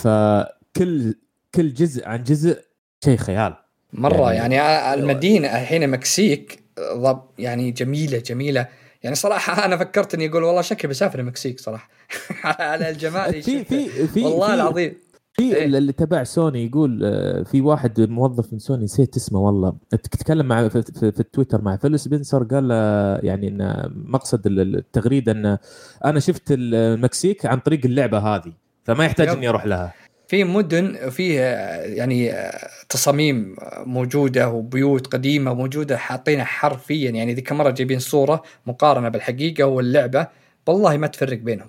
فكل جزء عن جزء شيء خيال مره يعني المدينه الحين مكسيك يعني جميله يعني صراحه انا فكرت اني اقول والله شكلي بسافر المكسيك صراحه على الجمال في والله العظيم. في اللي تبع سوني يقول في واحد موظف من سوني نسيت اسمه والله تتكلم مع في التويتر مع فيل سبنسر قال يعني ان مقصد التغريده ان انا شفت المكسيك عن طريق اللعبه هذه فما يحتاج اني اروح لها. في مدن فيه يعني تصاميم موجوده وبيوت قديمه موجوده حاطينها حرفيا يعني ذيك مره جايبين صوره مقارنه بالحقيقه واللعبه والله ما تفرق بينهم.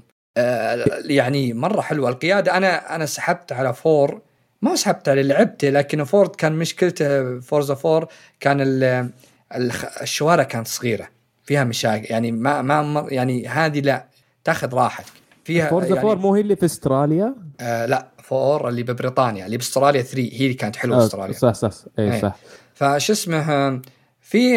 يعني مرة حلوة القيادة. أنا سحبت على فور ما سحبت على لعبته لكن فورد كان مشكلته فورزا فور كان الشوارع كانت صغيرة فيها مشاكل يعني ما يعني هذه لا تاخذ راحتك فيها. فورزا يعني فور مو هي اللي في استراليا لا فور اللي ببريطانيا اللي باستراليا 3 هي اللي كانت حلوة استراليا صح اي صح. فش اسمه في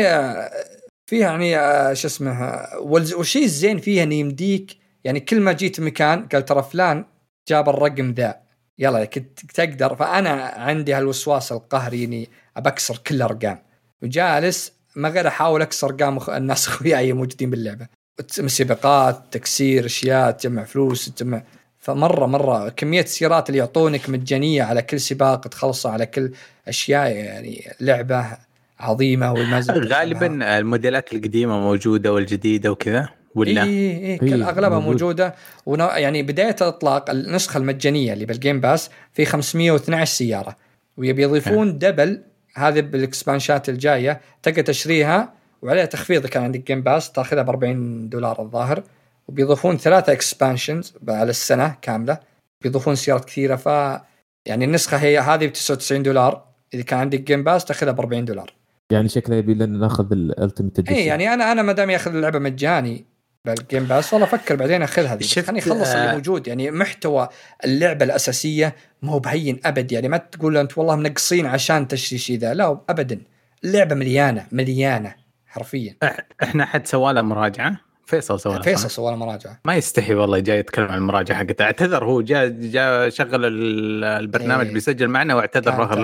يعني شو اسمه والشيء الزين فيها إن يمديك يعني كل ما جيت مكان قال ترى فلان جاب الرقم ذا يلا كنت تقدر. فأنا عندي هالوسواس القهري إني أبكسر كل أرقام وجالس ما غير أحاول أكسر أرقام الناس خوياي موجودين باللعبة مسابقات تكسير أشياء تجمع فلوس تجمع. فمرة كمية السيارات اللي يعطونك مجانية على كل سباق تخلصها على كل أشياء يعني لعبة عظيمة. غالبا الموديلات القديمة موجودة والجديدة وكذا ولا إيه كل أغلبها موجودة. يعني بداية الإطلاق النسخة المجانية اللي بالجيم باس في 512 سيارة ويبي يضيفون دبل هذه بالإكسبانشات الجاية تقدر تشريها وعليها تخفيض كان عندك جيم باس تأخذها $40 الظاهر وبيضيفون 3 إكسبانشنز على السنة كاملة بيضيفون سيارات كثيرة. يعني النسخة هي هذه $99 إذا كان عندك جيم باس تأخذها $40 يعني شكله يبي لنا ناخذ الالتيميت اديشن. يعني انا ما دام ياخذ اللعبه مجاني بالجيم باس والله افكر بعدين اخذها هذه خليني اخلص اللي موجود. يعني محتوى اللعبه الاساسيه ما هو بهين ابد يعني ما تقول انت والله منقصين عشان تشتري شيء ذا لا ابدا اللعبه مليانه حرفيا. احنا حد سواله مراجعه فيصل سواله مراجعه ما يستحي والله جاي يتكلم عن المراجعه حقته. اعتذر هو جاء شغل البرنامج بيسجل معنا واعتذر اخر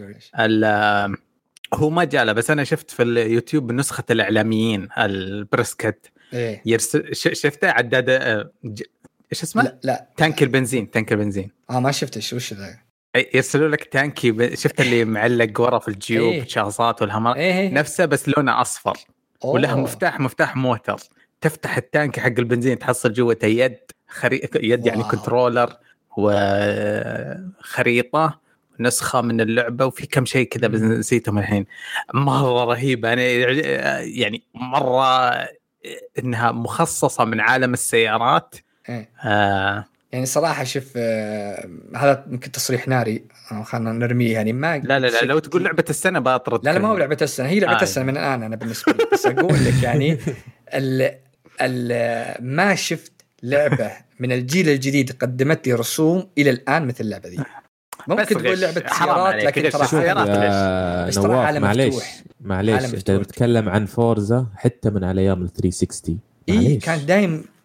لحظه. هو ما جاله بس أنا شفت في اليوتيوب نسخة الإعلاميين البريسكت يرسل شفته عداد إيش اسمه؟ لا تانك البنزين ما شفت وش ذا يرسلوا لك تانكي شفت اللي معلق ورا في الجيوب شاصات والهمر نفسه بس لونه أصفر له مفتاح موتر تفتح التانك حق البنزين تحصل جوته يد يعني كنترولر وخريطة نسخة من اللعبة وفي كم شيء كذا بس نسيتهم الحين. مرة رهيبة أنا يعني مرة إنها مخصصة من عالم السيارات. يعني صراحة شوف هذا يمكن تصريح ناري خلنا نرميه يعني ما لا لو تقول لعبة السنة باطرد. لا ما هو لعبة السنة هي لعبة السنة من الآن أنا بالنسبة لي بس أقول لك يعني ما شفت لعبة من الجيل الجديد قدمت لي رسوم إلى الآن مثل اللعبة دي. ممكن تقول لعبة سيارات لكن ترى سيارات نواف معليش انت بتتكلم عن فورزا حتى من على ايام ال 360 كان دايم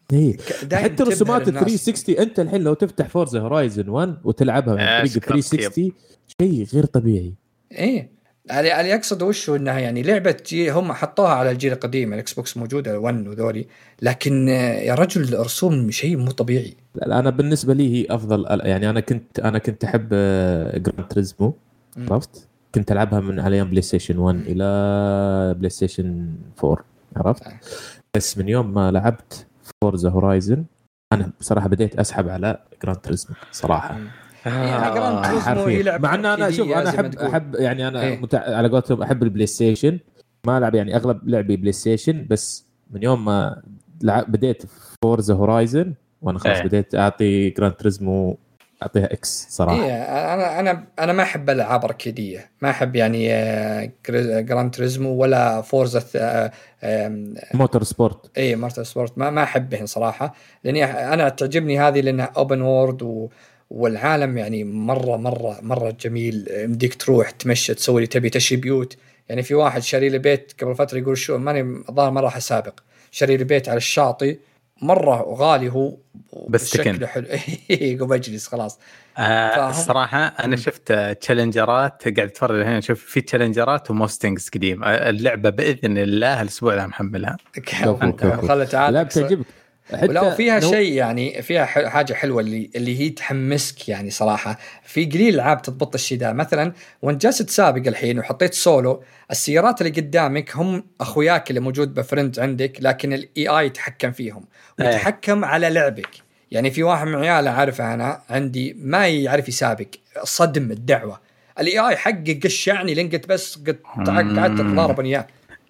إيه. حتى رسومات 360 انت الحين لو تفتح فورزا هورايزن 1 وتلعبها من طريق 360 شيء غير طبيعي. ايه اللي اقصد وش انها يعني لعبه هم حطوها على الجيل القديم الاكس بوكس موجوده 1 وذولي، لكن يا رجل الرسوم شيء مو طبيعي. لا انا بالنسبه لي هي افضل، يعني انا كنت احب جراند تريزمو، عرفت؟ كنت العبها من على ايام بلاي ستيشن 1 الى بلاي ستيشن 4، عرفت؟ بس من يوم ما لعبت فورزا هورايزن انا بصراحه بديت اسحب على جراند تريزمو صراحه. مع ان انا شوف انا احب يعني انا إيه؟ على قولتهم احب البلاي ستيشن، ما العب يعني اغلب لعبي بلاي ستيشن، بس من يوم ما بديت فورزا هورايزن وانا خلاص بديت اعطي جراند تريزمو اعطيها اكس صراحه. إيه انا ما احب الالعاب الاركيديه، ما احب يعني جراند تريزمو ولا فورزا موتور سبورت. اي موتور سبورت ما احبهن صراحه، لاني انا تعجبني هذه لانها اوبن وورد والعالم يعني مره جميل، يمديك تروح تمشي تسوي اللي تبي، تشي بيوت. يعني في واحد شاري لي بيت قبل فتره يقول شو ماني الظاهر ما راح اسابق، شاري لي بيت على الشاطئ مره غالي هو بس شكله حلو يقوم اجلس خلاص. الصراحه انا شفت تشالنجرات، قاعد اتفرج هنا شوف في تشالنجرات وموستنجز قديم. اللعبه باذن الله الاسبوع ده محملها. خلت لا بتعجبك ولو فيها شيء يعني فيها حاجه حلوه اللي هي تحمسك يعني صراحه. في قليل العاب تضبط الشيء ده، مثلا وانت جالس تسابق الحين وحطيت سولو، السيارات اللي قدامك هم اخوياك اللي موجود بفرند عندك، لكن الاي اي يتحكم فيهم ويتحكم على لعبك. يعني في واحد من عياله عارفه انا عندي ما يعرف يسابق، صدم الدعوه الاي اي حقق الشعني لنقت بس قعدت تضارب اياه،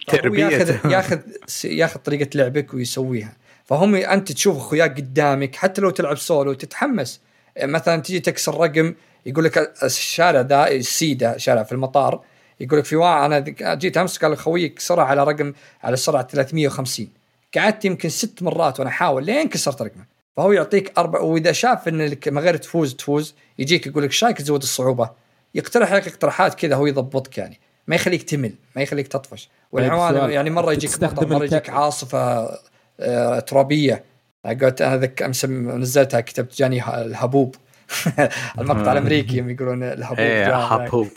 ياخذ طريقه لعبك ويسويها. فهم انت تشوف اخوياك قدامك حتى لو تلعب سولو تتحمس. مثلا تيجي تكسر رقم يقول لك الشارع ذا السيده شارع في المطار، يقول لك في واحد انا جيت امس قال خويك كسرها على رقم على سرعه 350، قعدت يمكن 6 مرات وانا احاول لين كسرت رقمه. فهو يعطيك 4، واذا شاف ان من غير تفوز يجيك يقول لك شايك تزود الصعوبه، يقترح لك اقتراحات كذا هو يضبطك، يعني ما يخليك تمل ما يخليك تطفش. والعوالم يعني مره يجيك مطر مره يجيك عاصفه ترابيه. قلت هذا امس نزلتها كتبت جاني الهبوب المقطع الامريكي يقولون الهبوب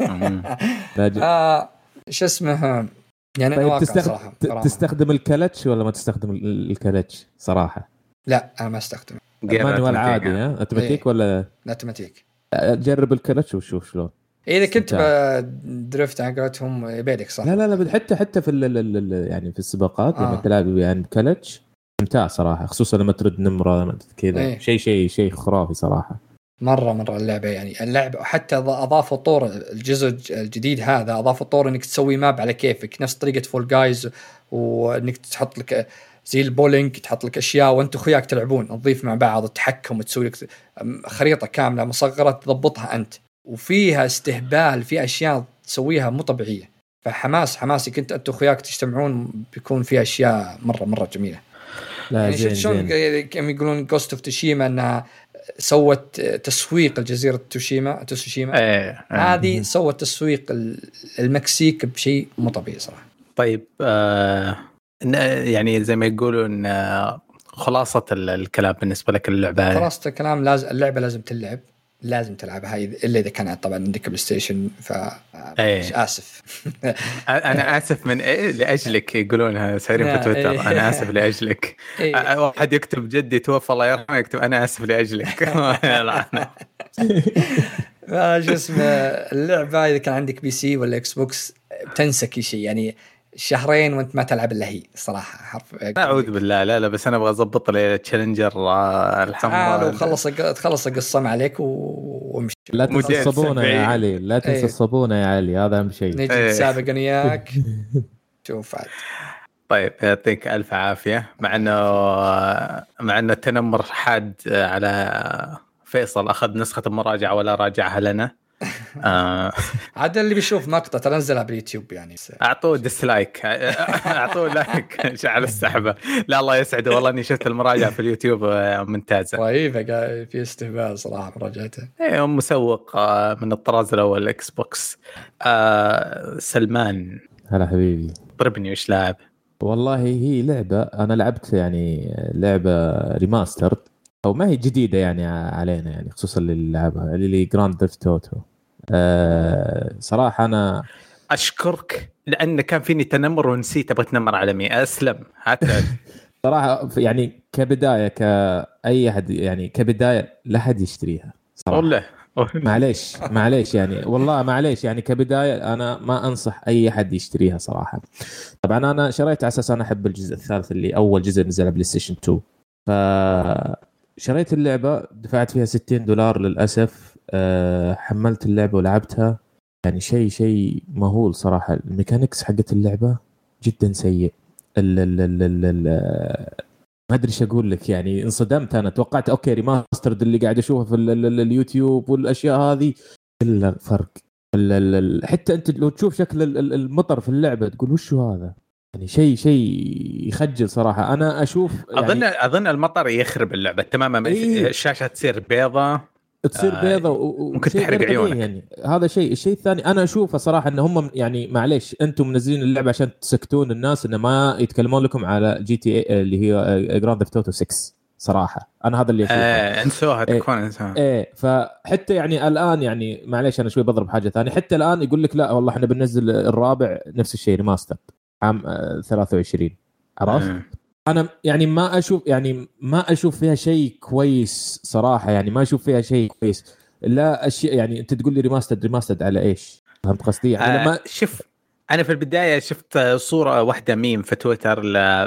شو اسمه يعني. طيب تستخدم الكلتش ولا ما تستخدم الكلتش صراحه؟ لا انا ما استخدمه مانوال عادي اوتوماتيك ولا لا اوتوماتيك. جرب الكلتش وشوف شلون. اذا كنت درفت عن قولتهم يبيلك صح. لا حتى في يعني في السباقات لما تلعب يعني كلتش ممتع صراحه، خصوصا لما ترد نمره كذا شيء خرافي صراحه. مره اللعبه يعني اللعبه حتى اضافوا طور الجزء الجديد هذا، اضافوا طور انك تسوي ماب على كيفك نفس طريقه فول جايز، وانك تحط لك زي البولينج تحط لك اشياء وانت اخوياك تلعبون تضيف مع بعض التحكم وتسوي لك خريطه كامله مصغره تضبطها انت، وفيها استهبال في اشياء تسويها مو طبيعيه. فحماسي كنت انت واخوياك تجتمعون بيكون في اشياء مره جميله. يعني شلون كم يقولون جوست اوف توشيما انها سوت تسويق الجزيره توشيما هذه سوت تسويق المكسيك بشيء مو طبيعي صراحه. طيب يعني زي ما يقولون خلاصة الكلام بالنسبه لك اللعبه، خلاص الكلام اللعبه لازم تلعبها الا اذا كان طبعا عندك بلاي ستيشن. اسف انا اسف من لاجلك يقولونها سايرين في تويتر انا اسف لاجلك. واحد يكتب جدي توفى الله يرحمه يكتب انا اسف لاجلك. شو اسمه اللعبه اذا كان عندك بي سي ولا اكس بوكس بتنسى كل شيء، يعني شهرين وانت ما تلعب الا هي صراحه حرف. اعوذ بالله لا بس انا ابغى اضبط لي تشالنجر الحمد تخلص القصه ما عليك وامشي. لا تنسى الصابونه يا علي، لا تنسى الصابونه يا علي، هذا اهم شيء. نجي نسابق انا وياك شوف عاد. طيب يعطيك الف عافيه. مع انه التنمر حاد على فيصل، اخذ نسخه المراجعه ولا راجعها لنا. عاد اللي بيشوف مقطع تنزلها باليوتيوب يعني اعطوه ديسلايك اعطوه لايك شعل السحبه. لا الله يسعده والله اني شفت المراجعه في اليوتيوب ممتازه رهيبه في استهبال صراحه مراجعته. ايه مسوق من الطراز الاول اكس بوكس. سلمان هلا حبيبي ضربني وش لاعب والله هي لعبة أنا لعبت يعني لعبة ريماستر أو ما هي جديدة يعني علينا يعني خصوصا اللي لعبها اللي جراند ثيفت أوتو. صراحة أنا أشكرك لأن كان فيني تنمر ونسيت أبغى أتنمر على مي أسلم حتى صراحة يعني كبداية كأي أحد يعني كبداية لا حد يشتريها صراحة. والله معليش يعني والله معليش يعني كبداية أنا ما أنصح أي حد يشتريها صراحة. طبعا أنا شريت على أساس أنا أحب الجزء الثالث اللي أول جزء نزل على بلاي ستيشن 2 فشريت اللعبة دفعت فيها $60 للأسف. حملت اللعبة ولعبتها يعني شيء مهول صراحة. الميكانيكس حقت اللعبة جدا سيء. ما ادري ايش اقول لك يعني انصدمت. انا توقعت اوكي ريماسترد اللي قاعد اشوفه في اليوتيوب والاشياء هذه الا فرق. حتى انت لو تشوف شكل المطر في اللعبه تقول وش هذا يعني شيء يخجل صراحه. انا اشوف يعني اظن المطر يخرب اللعبه تماما. الشاشه تصير بيضة ممكن تحرق عيونك يعني. هذا الشيء الثاني انا اشوفه صراحه ان هم يعني معليش انتم منزلين اللعبه عشان تسكتون الناس ان ما يتكلمون لكم على جي تي اي اللي هي جراند ثيفت اوتو 6 صراحه. انا هذا اللي اشوفه انسوها تكون انسوها. فحتى يعني الان يعني معليش انا شوي بضرب حاجه ثانيه. حتى الان يقول لك لا والله احنا بننزل الرابع نفس الشيء ريماستر عام 23 عرفت. انا يعني ما اشوف فيها شيء كويس صراحه يعني ما اشوف فيها شيء كويس. لا اشياء يعني انت تقول لي ريماستر على ايش؟ فهمت قصدي يعني لما شوف انا في البدايه شفت صوره واحده ميم في تويتر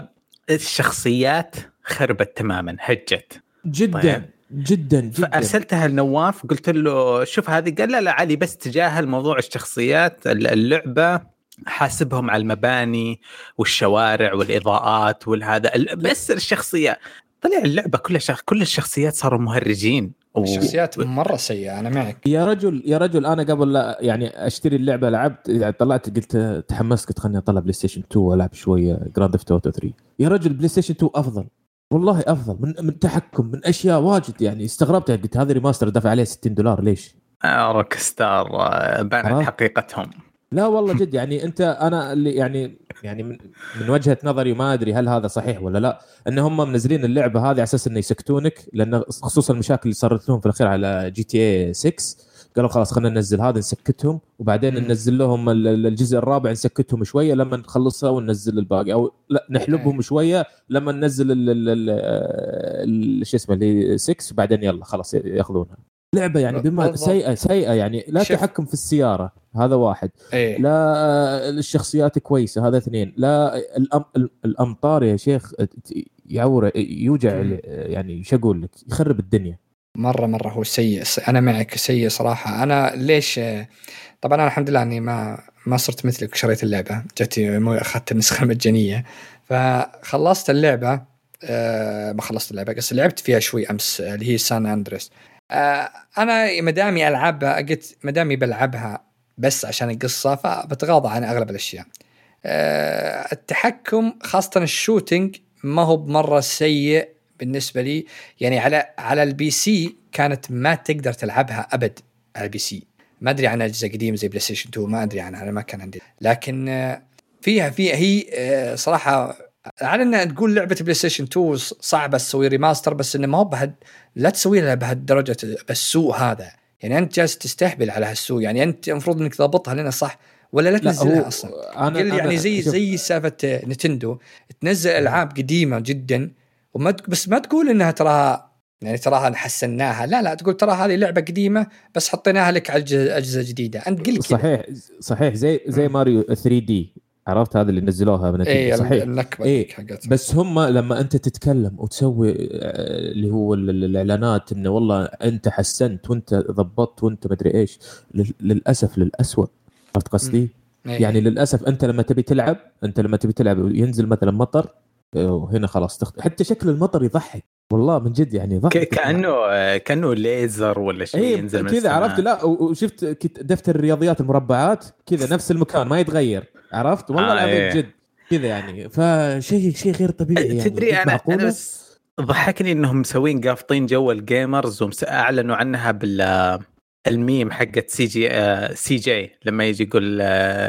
للشخصيات خربت تماما هجت جدا طيب. جدا فارسلتها لنواف قلت له شوف هذه قال لا علي بس تجاهل موضوع الشخصيات. اللعبه حاسبهم على المباني والشوارع والإضاءات والهذا بس الشخصية طلع اللعبة كل الشخصيات صاروا مهرجين الشخصيات مرة سيئة. أنا معك يا رجل أنا قبل لا يعني أشتري اللعبة لعبت يعني طلعت قلت تحمست قلت خلني أطلع بلاي ستيشن 2 وألعب شوية جراند ثيفت أوتو 3. يا رجل بلاي ستيشن 2 أفضل والله أفضل من تحكم من أشياء واجد يعني استغربت قلت هذا ريماستر دفع عليه $60 ليش؟ روك ستار بانت حقيقتهم. لا والله جد يعني انا اللي يعني من وجهة نظري ما ادري هل هذا صحيح ولا لا ان هم منزلين اللعبه هذه على اساس انه يسكتونك لان خصوصا المشاكل اللي صارت لهم في الاخير على جي تي اي 6 قالوا خلاص خلينا ننزل هذا نسكتهم وبعدين ننزل لهم الجزء الرابع نسكتهم شويه لما نخلصها وننزل الباقي او لا نحلبهم شويه لما ننزل شو اسمه اللي 6 وبعدين يلا خلاص ياخذونها. لعبة يعني بما سيئة يعني لا تحكم في السيارة هذا واحد. لا الشخصيات كويسة هذا اثنين. لا الأمطار يا شيخ يوجع يعني ايش اقول لك يخرب الدنيا مرة هو سيء. أنا معك سيء صراحة. أنا ليش طبعا أنا الحمد لله أني ما صرت مثلك شريت اللعبة جتي أخذت النسخة المجانية فخلصت اللعبة. ما خلصت اللعبة بس لعبت فيها شوي أمس اللي هي سان أندريس. أنا مدامي ألعبها قلت مدامي بلعبها بس عشان القصة فبتغاضى عن أغلب الأشياء. التحكم خاصة الشوتينج ما هو بمرة سيء بالنسبة لي يعني على البي سي كانت ما تقدر تلعبها أبد على البي سي. ما أدري عن أجهزة قديمة زي بلاي ستيشن 2 ما أدري عنها أنا ما كان عندي لكن فيها هي صراحة على أن تقول لعبة بلاي ستيشن 2 صعبة تسوي ريماستر بس إنه ما هو لا تسوي لها بهالدرجة بالسوء هذا يعني أنت جالس تستهبل على هالسوء يعني أنت المفروض إنك تضبطها لنا صح ولا لا تنزلها أصلا. أنا يعني زي سالفة نينتندو تنزل ألعاب قديمة جدا بس ما تقول إنها تراها حسناها لا تقول ترى هذه لعبة قديمة بس حطيناها لك على أجهزة جديدة. أنت قل صحيح زي ماريو 3D عرفت هذا اللي نزلوها من صحيح بس هم لما أنت تتكلم وتسوي اللي هو الإعلانات إنه والله أنت حسنت وأنت ضبطت وأنت مدري إيش للأسف للأسوأ عرفت قصدي يعني للأسف أنت لما تبي تلعب ينزل مثلا مطر وهنا خلاص حتى شكل المطر يضحك والله من جد يعني ضحك كأنه ليزر ولا شيء ينزل من كذا عرفت. لا وشفت دفتر الرياضيات المربعات كذا نفس المكان ما يتغير عرفت والله العظيم جد كذا يعني فشيء غير طبيعي يعني. تدري أنا بس ضحكني إنهم مسوين قافطين جو الجيمرز وأعلنوا عنها بالميم حقت سي جي لما يجي يقول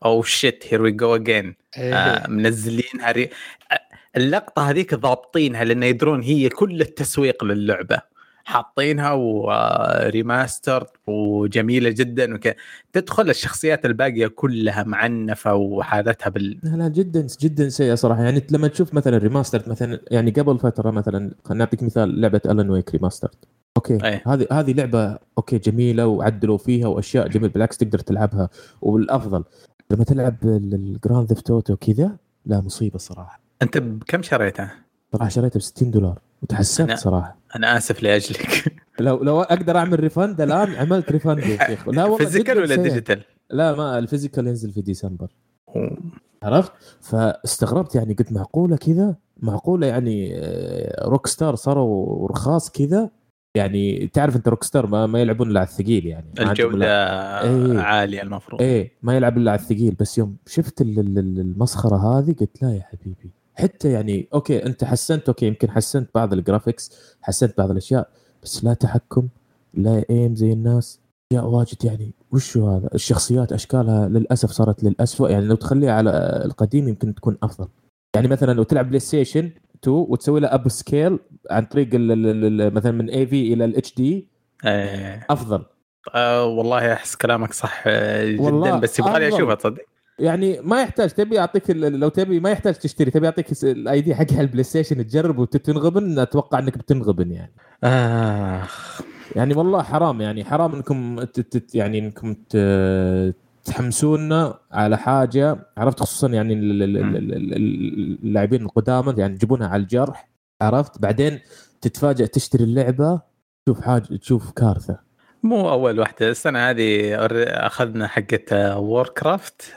او شيت هير وي جو اجين. منزلينها اللقطه هذيك ضابطينها لانه يدرون هي كل التسويق للعبه، حاطينها وريماستر وجميله جدا تدخل الشخصيات الباقيه كلها معنفه وحالتها لا جدا جدا سيئه صراحه. يعني لما تشوف مثلا ريماستر مثلا، يعني قبل فتره مثلا خلينا نعطيك مثال لعبه ألان ويك ريماستر، اوكي هذه لعبه اوكي جميله وعدلوا فيها واشياء جميل، بالعكس تقدر تلعبها. والافضل لما تلعب الجراند ثيفت اوتو كذا، لا مصيبه صراحه. انت بكم شريتها؟ صراحه شريتها $60 وتحسفت صراحه. انا اسف لاجلك. لو اقدر اعمل ريفند الان عملت ريفند يا شيخ. لا والله فيزيكال ولا ديجيتال؟ لا ما الفيزيكال ينزل في ديسمبر. عرفت؟ فاستغربت يعني قلت معقوله كذا؟ معقوله يعني روك ستار صاروا رخاص كذا؟ يعني تعرف انت روك ستار ما يلعبون الا على الثقيل، يعني الجوده عاليه المفروض. ما يلعب الا على الثقيل. بس يوم شفت المسخره هذه قلت لا يا حبيبي، حتى يعني اوكي انت حسنت، اوكي يمكن حسنت بعض الجرافيكس، حسنت بعض الاشياء، بس لا تحكم، لا ايم زي الناس يا واجد. يعني وشو هذا؟ الشخصيات اشكالها للاسف صارت للاسوء. يعني لو تخليها على القديم يمكن تكون افضل. يعني مثلا لو تلعب بلاي ستيشن 2 وتسوي له اب سكيل عن طريق مثلا من اي في الى الاتش دي افضل. والله احس كلامك صح جدا، بس يبغى لي اشوفها تصدق. يعني ما يحتاج تبي اعطيك لو تبي ما يحتاج تشتري، تبي اعطيك الاي دي حقها البلاي ستيشن تجرب وتنغبن. اتوقع انك بتنغبن يعني. يعني والله حرام، يعني حرام انكم يعني انكم تحمسونا على حاجه، عرفت؟ خصوصا يعني اللاعبين القدامى يعني تجيبونها على الجرح، عرفت؟ بعدين تتفاجئ تشتري اللعبه تشوف حاجه، تشوف كارثه. مو اول واحده السنه هذه اخذنا حقه ووركرافت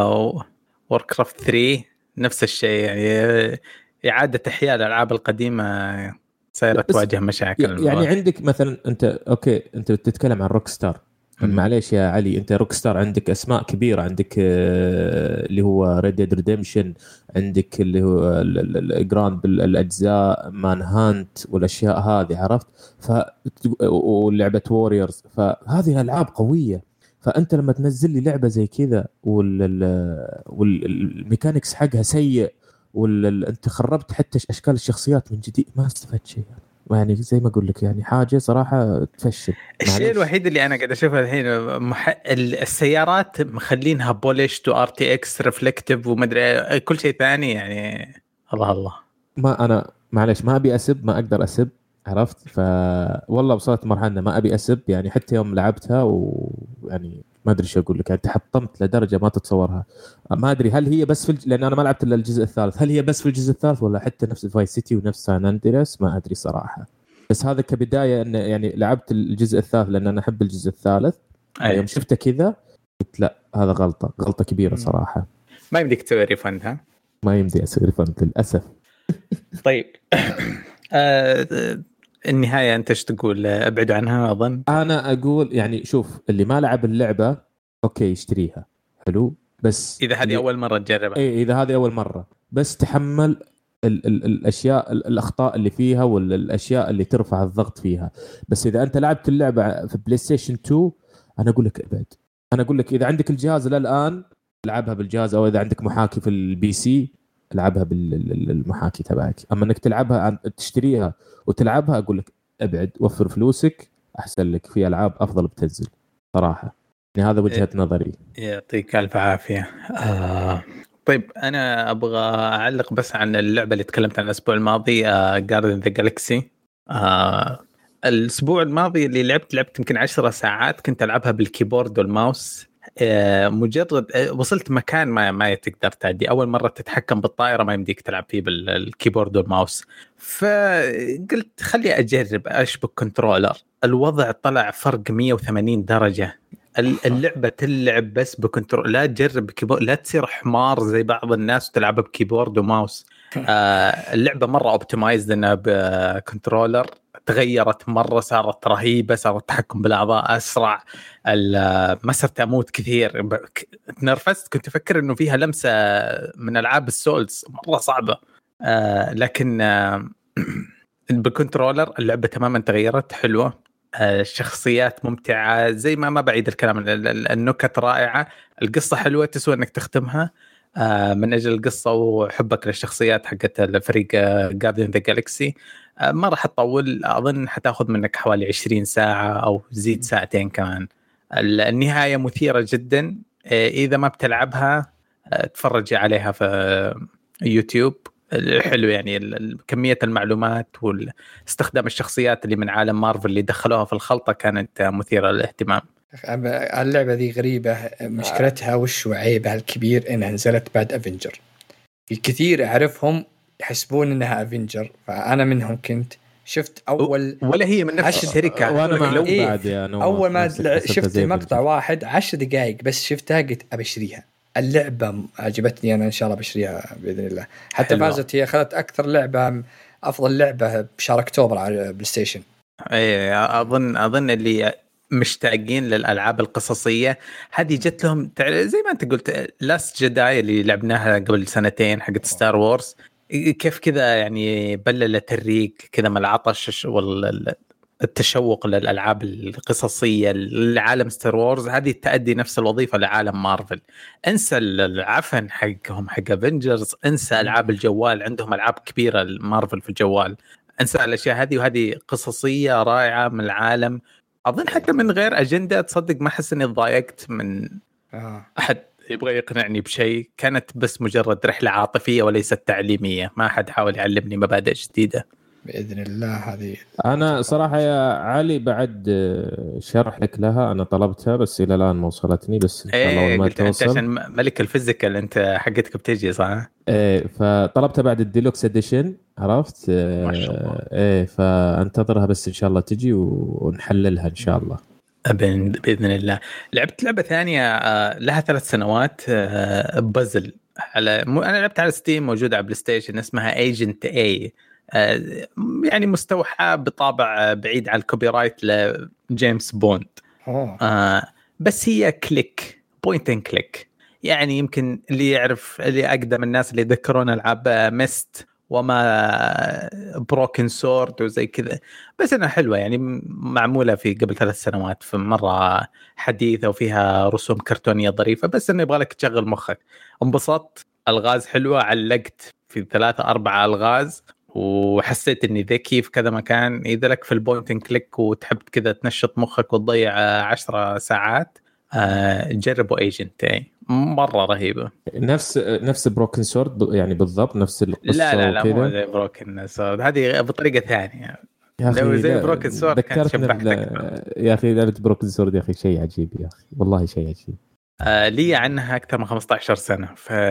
3 نفس الشيء، يعني اعاده احياء الالعاب القديمه صايره تواجه مشاكل. يعني عندك مثلا انت اوكي انت بتتكلم عن روك ستار، معليش يا علي، انت روك ستار عندك اسماء كبيره، عندك اللي هو ريد ديد ريديمشن، عندك اللي هو جراند بالاجزاء مان هانت والاشياء هذه، عرفت؟ ولعبه ووريرز، فهذه العاب قويه. فانت لما تنزل لي لعبه زي كذا والميكانكس حقها سيء انت خربت حتى اشكال الشخصيات من جديد، ما استفدت شيء يعني زي ما اقول لك، يعني حاجه صراحه تفشل. الشيء الوحيد اللي انا قاعد اشوفه الحين السيارات مخلينها بوليش تو ار تي اكس ريفلكتيف ومدري كل شيء ثاني، يعني الله ما انا معلش ما ابي اسب، ما اقدر اسب، عرفت؟ والله وصلت مرحله ما ابي اسب يعني. حتى يوم لعبتها ويعني ما ادري شو اقول لك، يعني تحطمت لدرجه ما تتصورها. ما ادري هل هي بس لان انا ما لعبت الا الجزء الثالث، هل هي بس في الجزء الثالث ولا حتى نفس فايس سيتي ونفس سان اندرياس؟ ما ادري صراحه. بس هذا كبدايه ان يعني لعبت الجزء الثالث لان انا احب الجزء الثالث. يوم شفته كذا قلت لا، هذا غلطه كبيره صراحه. ما يمديك تسوي ريفند. ها ما يمدي اسوي ريفند للاسف. طيب النهايه انت ايش تقول؟ ابعدوا عنها. اظن انا اقول يعني شوف، اللي ما لعب اللعبه اوكي يشتريها حلو، بس اذا هذه اول مره تجربها، اذا هذه اول مره، بس تحمل الاشياء الاخطاء اللي فيها والاشياء اللي ترفع الضغط فيها. بس اذا انت لعبت اللعبه في بلاي ستيشن 2 انا اقول لك ابعد. انا اقول لك اذا عندك الجهاز الان العبها بالجهاز، او اذا عندك محاكي في البي سي العبها بالمحاكي تبعك. اما انك تلعبها تشتريها وتلعبها اقول لك ابعد، وفر فلوسك احسن لك، في العاب افضل بتنزل صراحه. يعني هذا وجهه نظري. يعطيك الف عافيه. طيب انا ابغى اعلق بس عن اللعبه اللي تكلمت عنها الاسبوع الماضي، جاردن ذا جالكسي. الاسبوع الماضي اللي لعبت يمكن 10 ساعات، كنت العبها بالكيبورد والماوس. مجرد وصلت مكان ما تقدر تعدي. اول مره تتحكم بالطائره ما يمديك تلعب فيه بالكيبورد والماوس، فقلت خلي اجرب اشبك كنترولر. الوضع طلع فرق 180 درجه. اللعبه تلعب بس بكنترول، لا تجرب بكيبورد، لا تصير حمار زي بعض الناس وتلعبها بكيبورد وماوس. اللعبه مره اوبتمايزد انها بكنترولر، تغيرت مره، صارت رهيبه، صار التحكم بالاعضاء اسرع. ما صرت اموت كثير، تنرفزت، كنت افكر انه فيها لمسه من العاب السولز مره صعبه. لكن بالكنترولر اللعبه تماما تغيرت، حلوه. الشخصيات ممتعة، زي ما بعيد الكلام، النكت رائعة، القصة حلوة تسوى انك تختمها من اجل القصة وحبك للشخصيات حقت الفريق Guardians of the Galaxy. ما راح تطول، اظن حتاخذ منك حوالي 20 ساعة او زيد ساعتين كمان. النهاية مثيرة جدا، اذا ما بتلعبها تفرجي عليها في يوتيوب. حلو يعني كمية المعلومات واستخدام الشخصيات اللي من عالم مارفل اللي دخلوها في الخلطة كانت مثيرة للاهتمام. اللعبة دي غريبة، مشكلتها وش وعيبها الكبير انها نزلت بعد افنجر. في كثير اعرفهم يحسبون انها افنجر، فانا منهم كنت شفت اول ولا هي من نفس الشركة. وانا معك إيه؟ بعد يا نواف، اول ما شفت زي مقطع واحد 10 دقائق بس شفتها قلت ابشريها. اللعبة عجبتني، انا ان شاء الله بشريها باذن الله. حتى حلوة. فازت، هي اخذت اكثر لعبة، افضل لعبة بشهر اكتوبر على بلاي ستيشن. ايه اظن اللي مشتاقين للالعاب القصصيه هذه جت لهم زي ما انت قلت لاست جداي اللي لعبناها قبل سنتين حقت ستار وورز، كيف كذا يعني بللت الريق كذا من العطش والتشوق للالعاب القصصيه لعالم ستار وورز. هذه تأدي نفس الوظيفه لعالم مارفل. انسى العفن حقهم حق افنجرز، انسى العاب الجوال، عندهم العاب كبيره مارفل في الجوال، انسى الاشياء هذه. وهذه قصصيه رائعه من العالم. اظن حتى من غير اجنده تصدق ما احس اني ضايقت من احد يبغى يقنعني بشيء، كانت بس مجرد رحله عاطفيه وليست تعليميه، ما حد حاول يعلمني مبادئ جديده. باذن الله. هذه انا صراحه يا علي بعد شرح لك لها، انا طلبتها بس الى الان ما وصلتني، بس ان شاء الله ما توصل. عشان ملك الفيزيكال انت حقتك بتجي صح؟ ايه فطلبتها بعد الديلوكس اديشن، عرفت؟ ما شاء الله. ايه فانتظرها بس ان شاء الله تجي ونحللها ان شاء الله باذن الله. لعبت لعبه ثانيه لها 3 سنوات، بازل انا لعبت على ستيم، موجوده على بلاي ستيشن، اسمها ايجنت اي. يعني مستوحى بطابع بعيد عن الكوبي رايت لجيمس بوند. بس هي كليك بوينت اند كليك، يعني يمكن اللي يعرف، اللي اقدم الناس اللي يذكرون العاب ميست وما بروكن سورد وزي كذا، بس انها حلوه يعني معموله في قبل 3 سنوات، في مره حديثه وفيها رسوم كرتونيه ظريفه، بس انه يبغى لك تشغل مخك. انبسطت، الغاز حلوه، علقت في 3-4 الغاز وحسيت اني ذكي في كذا مكان. اذا لك في البوينت اند كليك وتحب كذا تنشط مخك وتضيع 10 ساعات، جربوا ايجنت اي، مره رهيبه. نفس بروكن سورد يعني بالضبط نفس القصه. لا مو زي بروكن سورد، هذه بطريقه ثانيه يا اخي. لو زي بروكن سورد كانت شبحتك. يا اخي لعبه بروكن سورد يا اخي شيء عجيب يا اخي، والله شيء عجيب. لي عنها اكثر من 15 سنه،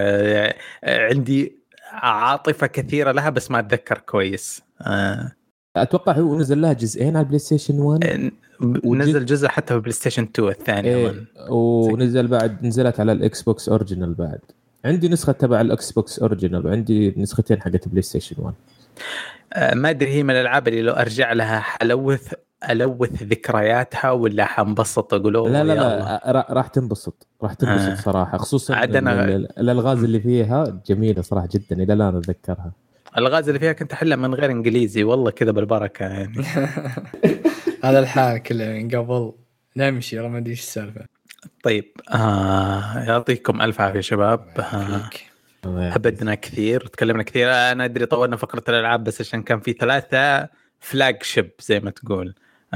فعندي عاطفه كثيره لها بس ما اتذكر كويس. اتوقع هو نزل لها جزئين على البلاي ستيشن 1، ونزل جزء حتى في البلاي ستيشن 2 الثاني. ونزل بعد، نزلت على الاكس بوكس اوريجينال بعد. عندي نسخه تبع الاكس بوكس اوريجينال، وعندي نسختين حقت بلاي ستيشن 1. ما ادري هي من الالعاب اللي لو ارجع لها الوث ذكرياتها ولا حنبسط اقول لا راح تنبسط صراحه، خصوصا الالغاز اللي فيها جميله صراحه جدا، الى الان اتذكرها. الغاز اللي فيها كنت احلها من غير انجليزي والله كذا بالبركه يعني. هذا الحال كله من قبل نمشي، ما ادري ايش السالفه. طيب يعطيكم الف عافيه شباب. هبدنا كثير وتكلمنا كثير. انا ادري طولنا فقره الالعاب بس عشان كان في 3 فلاج شيب زي ما تقول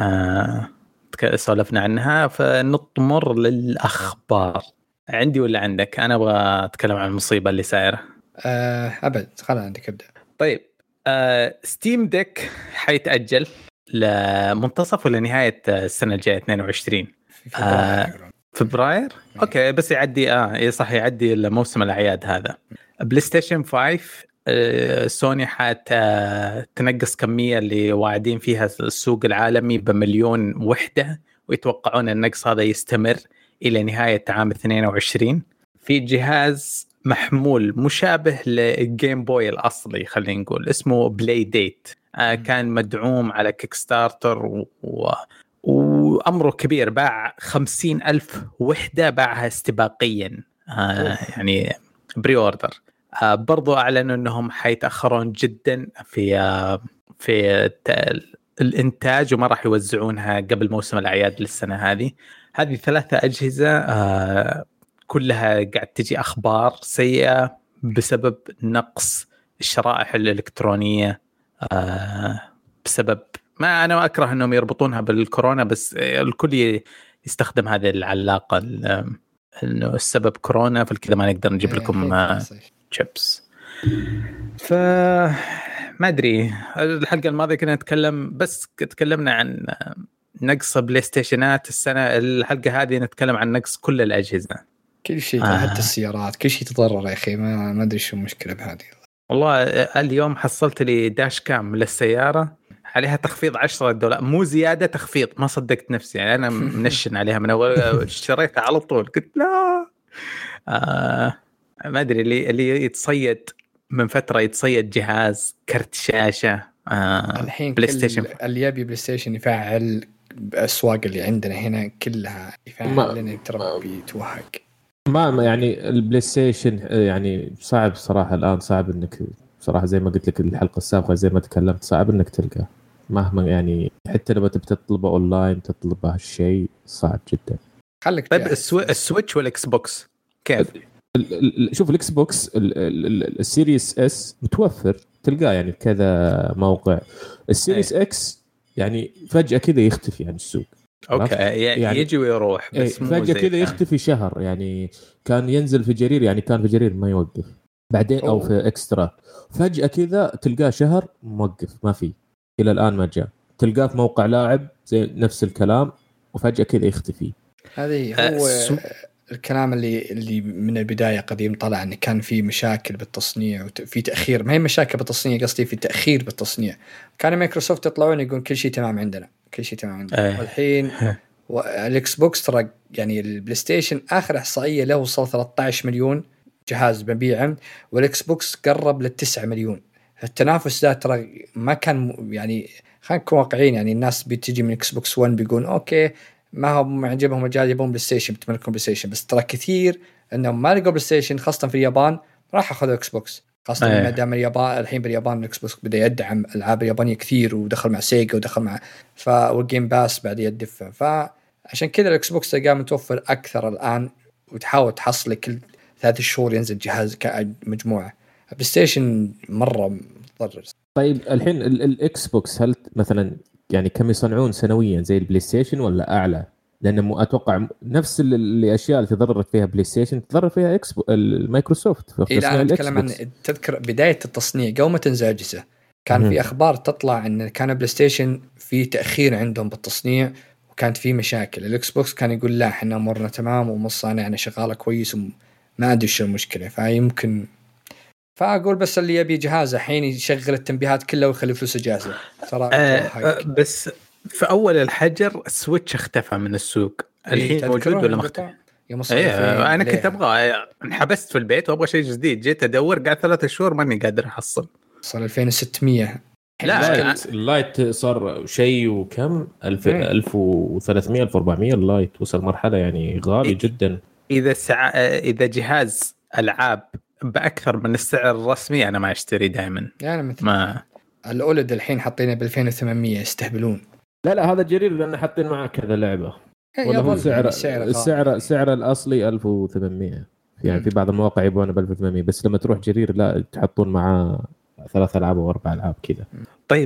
سولفنا عنها، فنطمر للاخبار. عندي ولا عندك؟ انا ابغى اتكلم عن المصيبه اللي سايره. ابد خلاص عندك ابدا. طيب ستيم ديك حيتاجل لمنتصف ولا نهايه السنه الجايه 22 فبراير. اوكي بس يعدي صح، يعدي موسم الاعياد هذا. بلاي ستيشن 5 سوني تنقص كميه اللي واعدين فيها السوق العالمي ب1,000,000 وحده، ويتوقعون النقص هذا يستمر الى نهايه عام 22. في جهاز محمول مشابه للجيم بوي الاصلي خلينا نقول، اسمه بلاي ديت، كان مدعوم على كيك ستارتر وأمره كبير، باع 50,000 وحدة باعها استباقيا يعني بري اوردر. برضو أعلنوا أنهم حيتأخرون جدا في الانتاج وما راح يوزعونها قبل موسم الاعياد للسنه هذه 3 اجهزه كلها قاعد تجي اخبار سيئه بسبب نقص الشرائح الالكترونيه، بسبب ما انا اكره انهم يربطونها بالكورونا، بس الكل يستخدم هذه العلاقه انه السبب كورونا، فكذا ما نقدر نجيب لكم تشيبس. ما ادري، الحلقه الماضيه كنا نتكلم بس تكلمنا عن نقص بلاي ستيشنات السنه، الحلقه هذه نتكلم عن نقص كل الاجهزه، كل شيء حتى السيارات كل شيء تضرر يا اخي. ما ادري شو المشكله بهذه. والله اليوم حصلت لي داش كام للسياره عليها تخفيض $10، مو زياده تخفيض، ما صدقت نفسي يعني انا منشن عليها من اول اشتريتها على طول قلت لا. ما ادري اللي يتصيد من فتره يتصيد جهاز كرت شاشه الحين بلاي ستيشن، اللي يبي بلاي ستيشن يفعل الاسواق اللي عندنا هنا كلها يفعل لنا ترى بيتوهق. ما يعني البلاي ستيشن يعني صعب صراحه الان، صعب انك صراحه زي ما قلت لك الحلقه السابقه زي ما تكلمت صعب انك تلقى مهما يعني، حتى لو تبي تطلبه اونلاين تطلبه هالشيء صعب جدا. خليك طيب السويتش والاكس بوكس كيف؟ شوف الاكس بوكس السيريس اس متوفر تلقاه يعني كذا موقع، السيريس اكس يعني فجأة كذا يختفي عن السوق. اوكي يعني يجي ويروح بس فجأة كذا يختفي شهر، يعني كان ينزل في جرير، يعني كان في جرير ما يوقف بعدين او في اكسترا فجأة كذا تلقاه شهر موقف ما في، الى الان ما جاء. تلقاه في موقع لاعب زي نفس الكلام وفجأة كذا يختفي. هذه هو الكلام اللي من البداية قديم طلع أن كان في مشاكل بالتصنيع وفي تأخير، ما هي مشاكل بالتصنيع قصدي في تأخير بالتصنيع. كان مايكروسوفت يطلعون يقول كل شيء تمام عندنا كل شيء تمام عندنا والحين الإكس بوكس ترى يعني البلاي ستيشن آخر إحصائية له وصل 13 مليون جهاز مبيعا، والإكس بوكس قرب ل9 مليون. التنافس ده ترى ما كان يعني، خلينا نكون واقعيين يعني الناس بتجي من إكس بوكس 1 بيقول أوكي ما هم عجبهم مجال يبون بلاي ستيشن بتملكون بلاي ستيشن، بس ترى كثير انهم ما لقوا بلاي ستيشن خاصه في اليابان راح اخذوا اكس بوكس، خاصه ما دام اليابان الحين باليابان الاكس بوكس بدا يدعم العاب يابانيه كثير ودخل مع سيجا ودخل مع والجيم باس بعد يدفع، فعشان كذا الاكس بوكس قام متوفر اكثر الان وتحاول تحصل كل 3 شهور ينزل جهاز كمجموعه. بلاي ستيشن مره مضر. طيب الحين الاكس بوكس هل مثلا يعني كم يصنعون سنويا زي البلاي ستيشن ولا اعلى؟ لانه اتوقع نفس الاشياء اللي تضررت فيها بلاي ستيشن تضرر فيها المايكروسوفت في تصنيع الاكس بوكس. عن تذكر بدايه التصنيع قبل ما تنزل اجهزه كان في اخبار تطلع ان كان بلاي ستيشن في تاخير عندهم بالتصنيع وكانت في مشاكل. الاكس بوكس كان يقول لا احنا امورنا تمام ومصانعنا شغاله كويس وما ادري شو المشكله. فيمكن فاقول بس اللي يبي جهاز الحين يشغل التنبيهات كلها ويخلي فلوسه جاهزه ترى. بس في اول الحجر السويتش اختفى من السوق، الحين موجود ولا مختفي؟ انا كنت ابغى انحبست في البيت وابغى شيء جديد، جيت ادور قاعد 3 شهور ماني قادر احصل. صار 2600. لا اللايت صار شيء وكم 1300 1400 اللايت وصل مرحله يعني غالي جدا. اذا جهاز العاب باكثر من السعر الرسمي انا ما اشتري دائما. يعني مثل ما الاولد الحين حاطينه ب 2800 يستهبلون. لا هذا جرير لان حاطين معه كذا لعبه ولا هو سعر الاصلي 1800 يعني في بعض المواقع يبونه ب 1800 بس لما تروح جرير لا تحطون معاه 3 ألعاب و 4 ألعاب كذا. طيب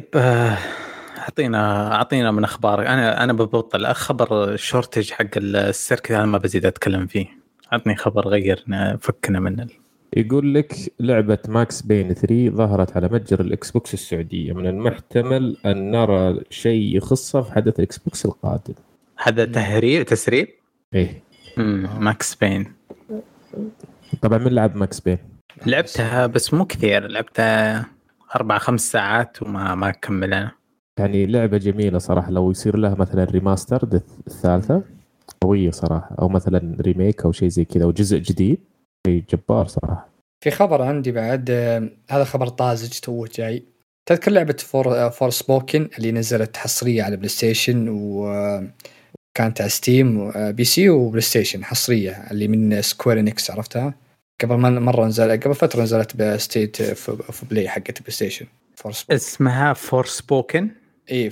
اعطينا من اخبار. انا ببطل خبر الشورتج حق السيركت انا ما بزيد اتكلم فيه. عطني خبر غيرنا فكنا منه. يقول لك لعبة ماكس بين 3 ظهرت على متجر الإكس بوكس السعودية، من المحتمل أن نرى شيء يخصه في حدث الإكس بوكس القادم. هذا تسريب؟ إيه. ماكس بين طبعا من لعب ماكس بين؟ لعبتها بس مو كثير، لعبتها 4-5 ساعات وما كملنا. يعني لعبة جميلة صراحة، لو يصير لها مثلا ريماستر الثالثة قوية صراحة، أو مثلا ريميك أو شيء زي كذا وجزء جديد جبار صراحة. في خبر عندي بعد، هذا خبر طازج توه جاي. تذكر لعبة فور سبوكن اللي نزلت حصرية على بلاي ستيشن وكانت على ستيم بي سي وبلاي ستيشن حصرية اللي من سكوير انكس، عرفتها؟ قبل فترة نزلت بستيت في بلاي حقت بلاي ستيشن. اسمها فور سبوكن. إيه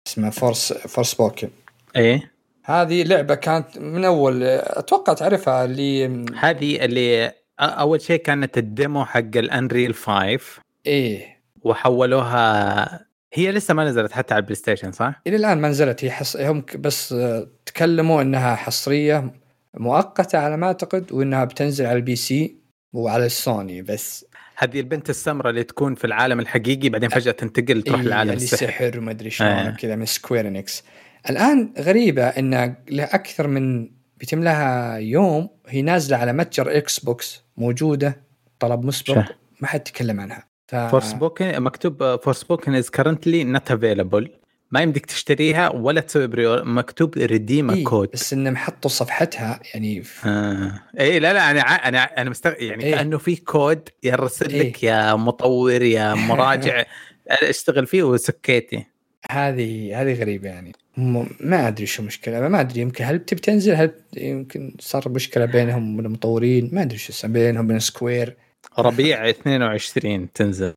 اسمها فورس بوكن. ايه هذه لعبة كانت من أول أتوقع تعرفها، هذه اللي أول شيء كانت الديمو حق الأنريل 5. إيه وحولوها، هي لسه ما نزلت حتى على البلاي ستيشن صح؟ إلى الآن ما نزلت. هي هم بس تكلموا إنها حصرية مؤقتة على ما أعتقد، وإنها بتنزل على البي سي وعلى السوني بس. هذه البنت السمراء اللي تكون في العالم الحقيقي بعدين فجأة تنتقل تروح لعالم السحر وما أدري شلون كذا من سكوير إنكس. الآن غريبة إن لأكثر من بيتم لها يوم هي نازلة على متجر إكس بوكس، موجودة طلب مسبق ما حد تكلم عنها. فورسبوكن مكتوب فورسبوكن is currently not available، ما يمديك تشتريها ولا تسوي بريور، مكتوب ريديم كود بس إنه محطوا صفحتها يعني إيه لا أنا يعني كأنه في كود يرسل لك يا مطور يا مراجع اشتغل فيه وسكيتي. هذه غريبة يعني. ما أدري شو مشكلة، ما أدري يمكن هل بتبي تنزل، هل يمكن صار مشكلة بينهم من المطورين، ما أدري شو صار بينهم بين سكوير. ربيع 22 تنزل.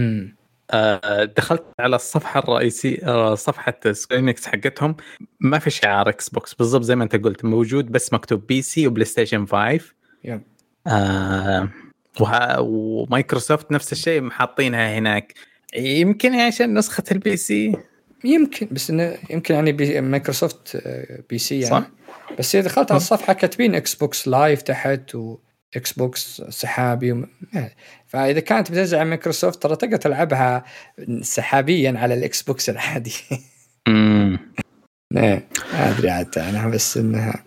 دخلت على الصفحة الرئيسية صفحة سكويرنكس حقتهم، ما في شعار اكس بوكس بالضبط زي ما انت قلت، موجود بس مكتوب بي سي وبلاي ستيشن 5. ومايكروسوفت نفس الشيء محاطينها هناك، يمكن عشان نسخة البي سي يمكن، بس انه يمكن يعني مايكروسوفت بي سي يعني. صح؟ بس اذا دخلت على الصفحة كاتبين اكس بوكس لايف تحت واكس بوكس سحابي فاذا كانت بتنزل على مايكروسوفت ترى تقدر تلعبها سحابيا على الاكس بوكس العادي. ما ادري عاد انا بس انها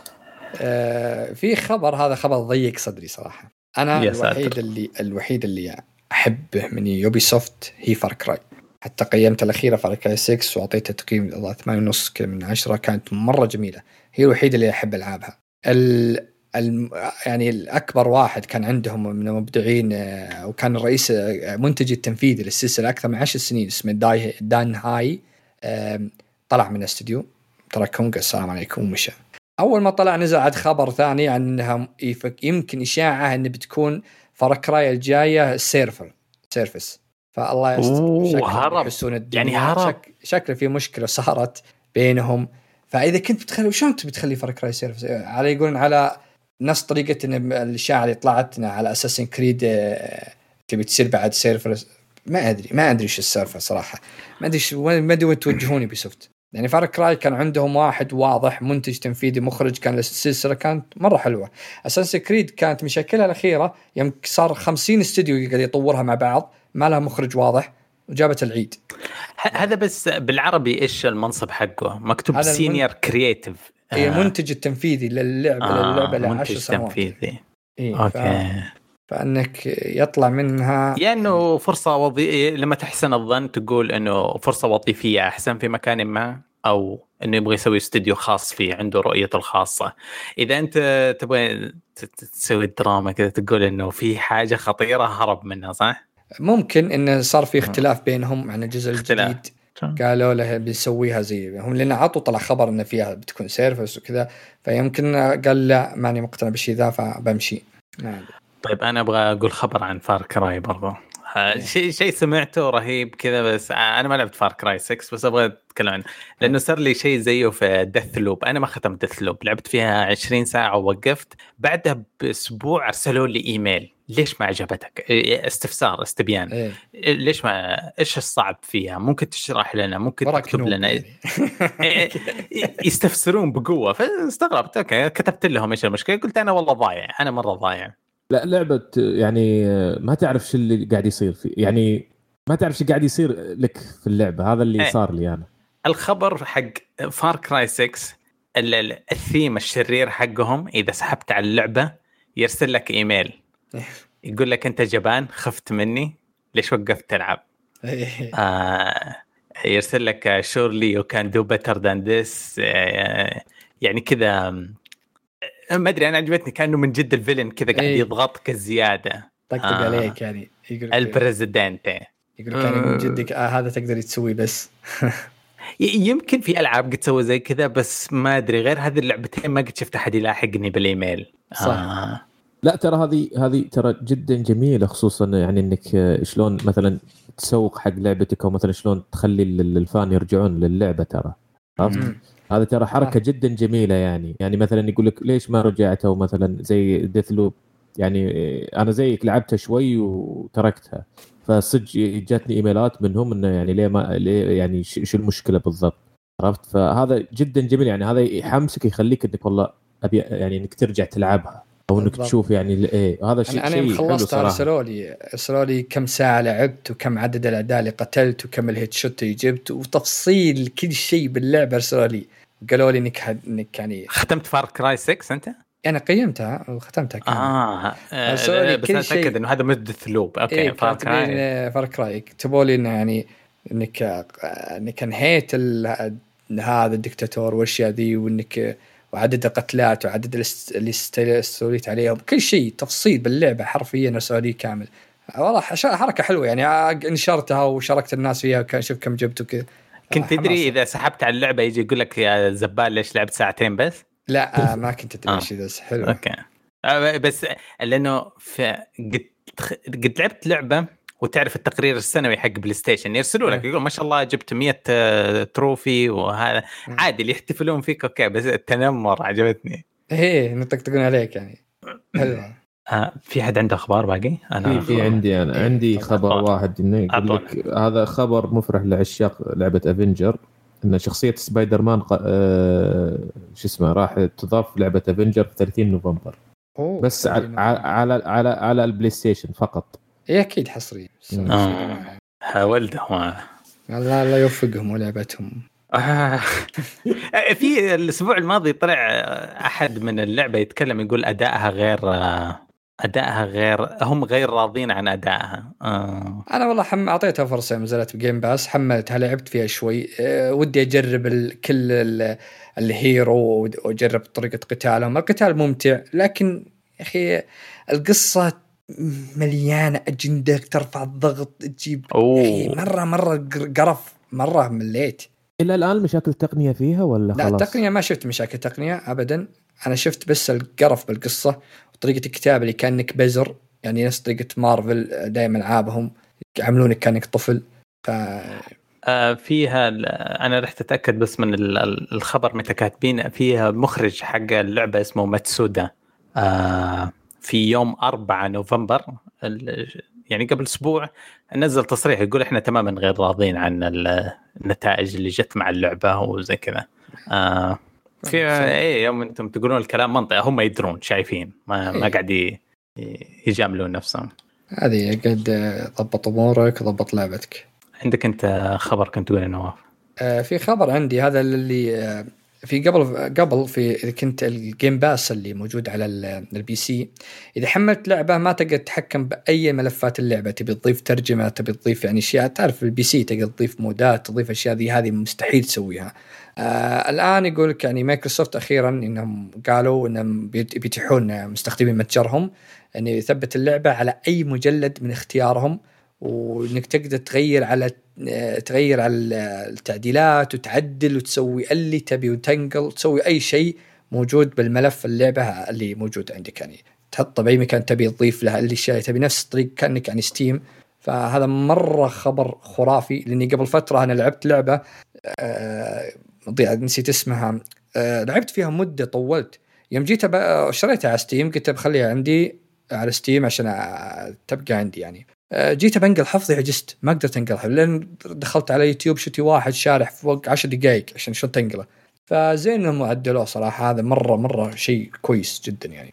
في خبر، هذا خبر ضيق صدري صراحة. انا الوحيد اللي احبه من يوبي سوفت هي فار كراي. حتى قيمت الأخيرة فار كراي 6 وعطيتها تقييم 8.5 من 10، كانت مرة جميلة. هي الوحيدة اللي أحب ألعابها. يعني الأكبر واحد كان عندهم من المبدعين وكان الرئيس منتج التنفيذي للسلسلة أكثر من 10 سنين، اسمه دان هاي، طلع من الاستوديو تركهم قال السلام عليكم ومشى. أول ما طلع نزل عاد خبر ثاني عن أنها يمكن إشاعة أن بتكون فار كراي الجاية سيرفس. فالله يستر يحسون الدنيا يعني هرب. شكله في مشكلة صارت بينهم. فإذا كنت بتخلي وشون بتخلي فار كراي سيرفس على يقولون على نفس طريقة إن الإشاعة اللي طلعتنا على أساسين كريد تبي تصير بعد سيرفس. ما أدري إيش السالفة صراحة، ما أدري وين توجهوني بسوفت. يعني فار كراي كان عندهم واحد واضح منتج تنفيذي مخرج، كان السلسلة كانت مرة حلوة. أساسين كريد كانت مشاكلها الأخيرة يوم صار 50 استوديو قاعد يطورها مع بعض، ما لها مخرج واضح وجابت العيد. هذا بس بالعربي إيش المنصب حقه؟ مكتوب سينيور كرييتيف. منتج التنفيذي للعبة منتج تنفيذي. أوكي. فأنك يطلع منها يعني فرصة وظيفية، لما تحسن الظن تقول إنه فرصة وظيفية أحسن في مكان ما، أو إنه يبغى يسوي استوديو خاص فيه عنده رؤيته الخاصة. إذا أنت تبغى تسوي دراما كذا تقول إنه في حاجة خطيرة هرب منها، صح؟ ممكن إنه صار في اختلاف بينهم عن الجزء الجديد، قالوا له بنسويها زي هم، لأن عطوا طلع خبر إن فيها بتكون سيرفس وكذا، فيمكن قال لا ماني مقتنع بالشيء ذا فبمشي. طيب أنا أبغى أقول خبر عن فار كراي برضو. شيء سمعته رهيب كذا، بس أنا ما لعبت فار كراي 6 بس أبغى أتكلم عنه لأنه صار لي شيء زيه في ديث لوب. أنا ما ختمت ديث لوب، لعبت فيها 20 ساعة ووقفت. بعدها بأسبوع أرسلوا لي إيميل ليش ما عجبتك، استفسار استبيان ليش ما، إيش الصعب فيها، ممكن تشرح لنا، ممكن تكتب لنا يستفسرون بقوة. فاستغربت أوكي، كتبت لهم إيش المشكلة، قلت أنا والله ضايع، أنا مرة ضايع. لا لعبة يعني ما تعرف شو اللي قاعد يصير فيه، يعني ما تعرف شو قاعد يصير لك في اللعبة. هذا اللي صار لي أنا. الخبر حق فار كراي 6 الثيم الشرير حقهم إذا سحبت على اللعبة يرسل لك إيميل يقول لك أنت جبان، خفت مني، ليش وقفت تلعب. يرسل لك surely you can do better than this. يعني كذا ما أدري، أنا عجبتني كأنه من جد الفيلن كذا قاعد يضغطك الزيادة، طقطق عليك يعني. البريزيدنت يقول كان من جدك هذا تقدر تسوي بس. يمكن في ألعاب قد تسوي زي كذا، بس ما أدري غير هذه اللعبتين ما قد شفت أحد يلاحقني بالإيميل. صح. لا ترى هذه ترى جدا جميله، خصوصا يعني انك شلون مثلا تسوق حق لعبتك، او مثلا شلون تخلي الفان يرجعون للعبه. ترى عرفت هذا ترى حركه جدا جميله. يعني مثلا يقول لك ليش ما رجعت، او مثلا زي ديث لوب. يعني انا زيك لعبتها شوي وتركتها، فصدق جاتني ايميلات منهم انه يعني ليه يعني شو المشكله بالضبط. عرفت؟ فهذا جدا جميل، يعني هذا يحمسك، يخليك انك والله ابي يعني انك ترجع تلعبها، او انك تشوف يعني ايه. هذا شيء انا خلصت. ارسلوا لي كم ساعه لعبت، وكم عدد الاعداء اللي قتلت، وكم الهيد شوت اللي جبت، وتفصيل كل شيء باللعبه ارسلوا لي. قالوا لي انك يعني ختمت فار كراي 6 انت؟ انا قيمتها وختمتها كامل. ارسلوا لي بس كل انا اتاكد شيء انه هذا مده لوب. اوكي إيه فار كراي. فار كراي كتبوا لي انه يعني انك انهيت هذا الدكتاتور والاشياء ذي، وانك وعدد القتلات وعدد اللي استوليت عليهم، كل شيء تفصيل باللعبه حرفيا رسالي كامل. والله حركه حلوه يعني. نشرتها وشاركت الناس فيها، وكان شوف كم جبت وكذا. كنت تدري اذا سحبت على اللعبه يجي يقول لك يا زبال ليش لعبت ساعتين بس؟ لا ما كنت ادري ايش ذا. حلو. اوكي. بس لانه قد لعبت لعبه وتعرف التقرير السنوي حق بلاي ستيشن يرسلوا لك يقول ما شاء الله جبت 100 تروفي، وهذا عادي اللي يحتفلون فيك. اوكي بس التنمر عجبتني. ايه نطقطقون عليك يعني. حلو. في حد عنده اخبار باقي؟ انا في عندي خبر واحد انه يقول لك هذا خبر مفرح لعشاق لعبه افنجر، ان شخصيه سبايدر مان شو اسمه راح تضاف لعبه افنجر في 30 نوفمبر. بس على البلاي ستيشن فقط. ايه اكيد حصري. حاولت الله يوفقهم ولعبتهم. في الاسبوع الماضي طلع احد من اللعبه يتكلم يقول ادائها غير هم غير راضين عن ادائها. انا والله اعطيتها فرصه، نزلت بجيم باس، حملتها لعبت فيها شوي. ودي اجرب كل الهيرو واجرب طريقه قتالهم. القتال ممتع، لكن يا اخي القصه مليانه اجنده ترفع الضغط تجيب مره قرف، مره مليت. إلا الآن مشاكل تقنية فيها ولا خلاص؟ لا التقنية ما شفت مشاكل تقنية أبدا. أنا شفت بس القرف بالقصة وطريقة الكتابة اللي كأنك بزر، يعني نفس طريقة مارفل دائما ألعابهم يعملونك كأنك طفل. فيها أنا رحت أتأكد بس من الخبر متى كاتبين فيها مخرج حق اللعبة اسمه ماتسودا. في يوم 4 نوفمبر يعني قبل أسبوع نزل تصريح يقول إحنا تماما غير راضين عن النتائج اللي جت مع اللعبة وزي كذا. في إيه يوم أنتم تقولون الكلام منطقي، هم يدرون شايفين ما قاعد يجاملون نفسهم. هذه قد ضبط أمورك ضبط لعبتك. عندك أنت خبر كنت تقول نواف؟ في خبر عندي هذا اللي في قبل في إذا كنت الجيم باس اللي موجود على البي سي، إذا حملت لعبة ما تقدر تتحكم بأي ملفات اللعبة. تبي تضيف ترجمة، تبي تضيف يعني أشياء، تعرف البي سي تقدر تضيف مودات، تضيف أشياء هذه مستحيل تسويها. الآن يقولك يعني مايكروسوفت أخيرا إنهم قالوا إنهم بيتيحون مستخدمين متجرهم أن يثبت اللعبة على أي مجلد من اختيارهم، وإنك تقدر تغير على التعديلات وتعدل وتسوي اللي تبي وتنقل، تسوي أي شيء موجود بالملف اللعبة اللي موجود عندك، يعني تحطه بأي مكان تبي تضيف لها اللي شيء تبي، نفس الطريق كأنك يعني ستيم. فهذا مرة خبر خرافي، لأني قبل فترة أنا لعبت لعبة نسيت اسمها، لعبت فيها مدة طولت. يوم جيت شريتها على ستيم قلت بخليها عندي على ستيم عشان تبقى عندي يعني. جيت بنقل حفظي عجزت، ما قدرت انقلها لأن دخلت على يوتيوب شتي واحد شارح فوق 10 دقائق عشان شلون تنقله. فزين انهم عدلوه صراحة، هذا مرة شيء كويس جدا يعني.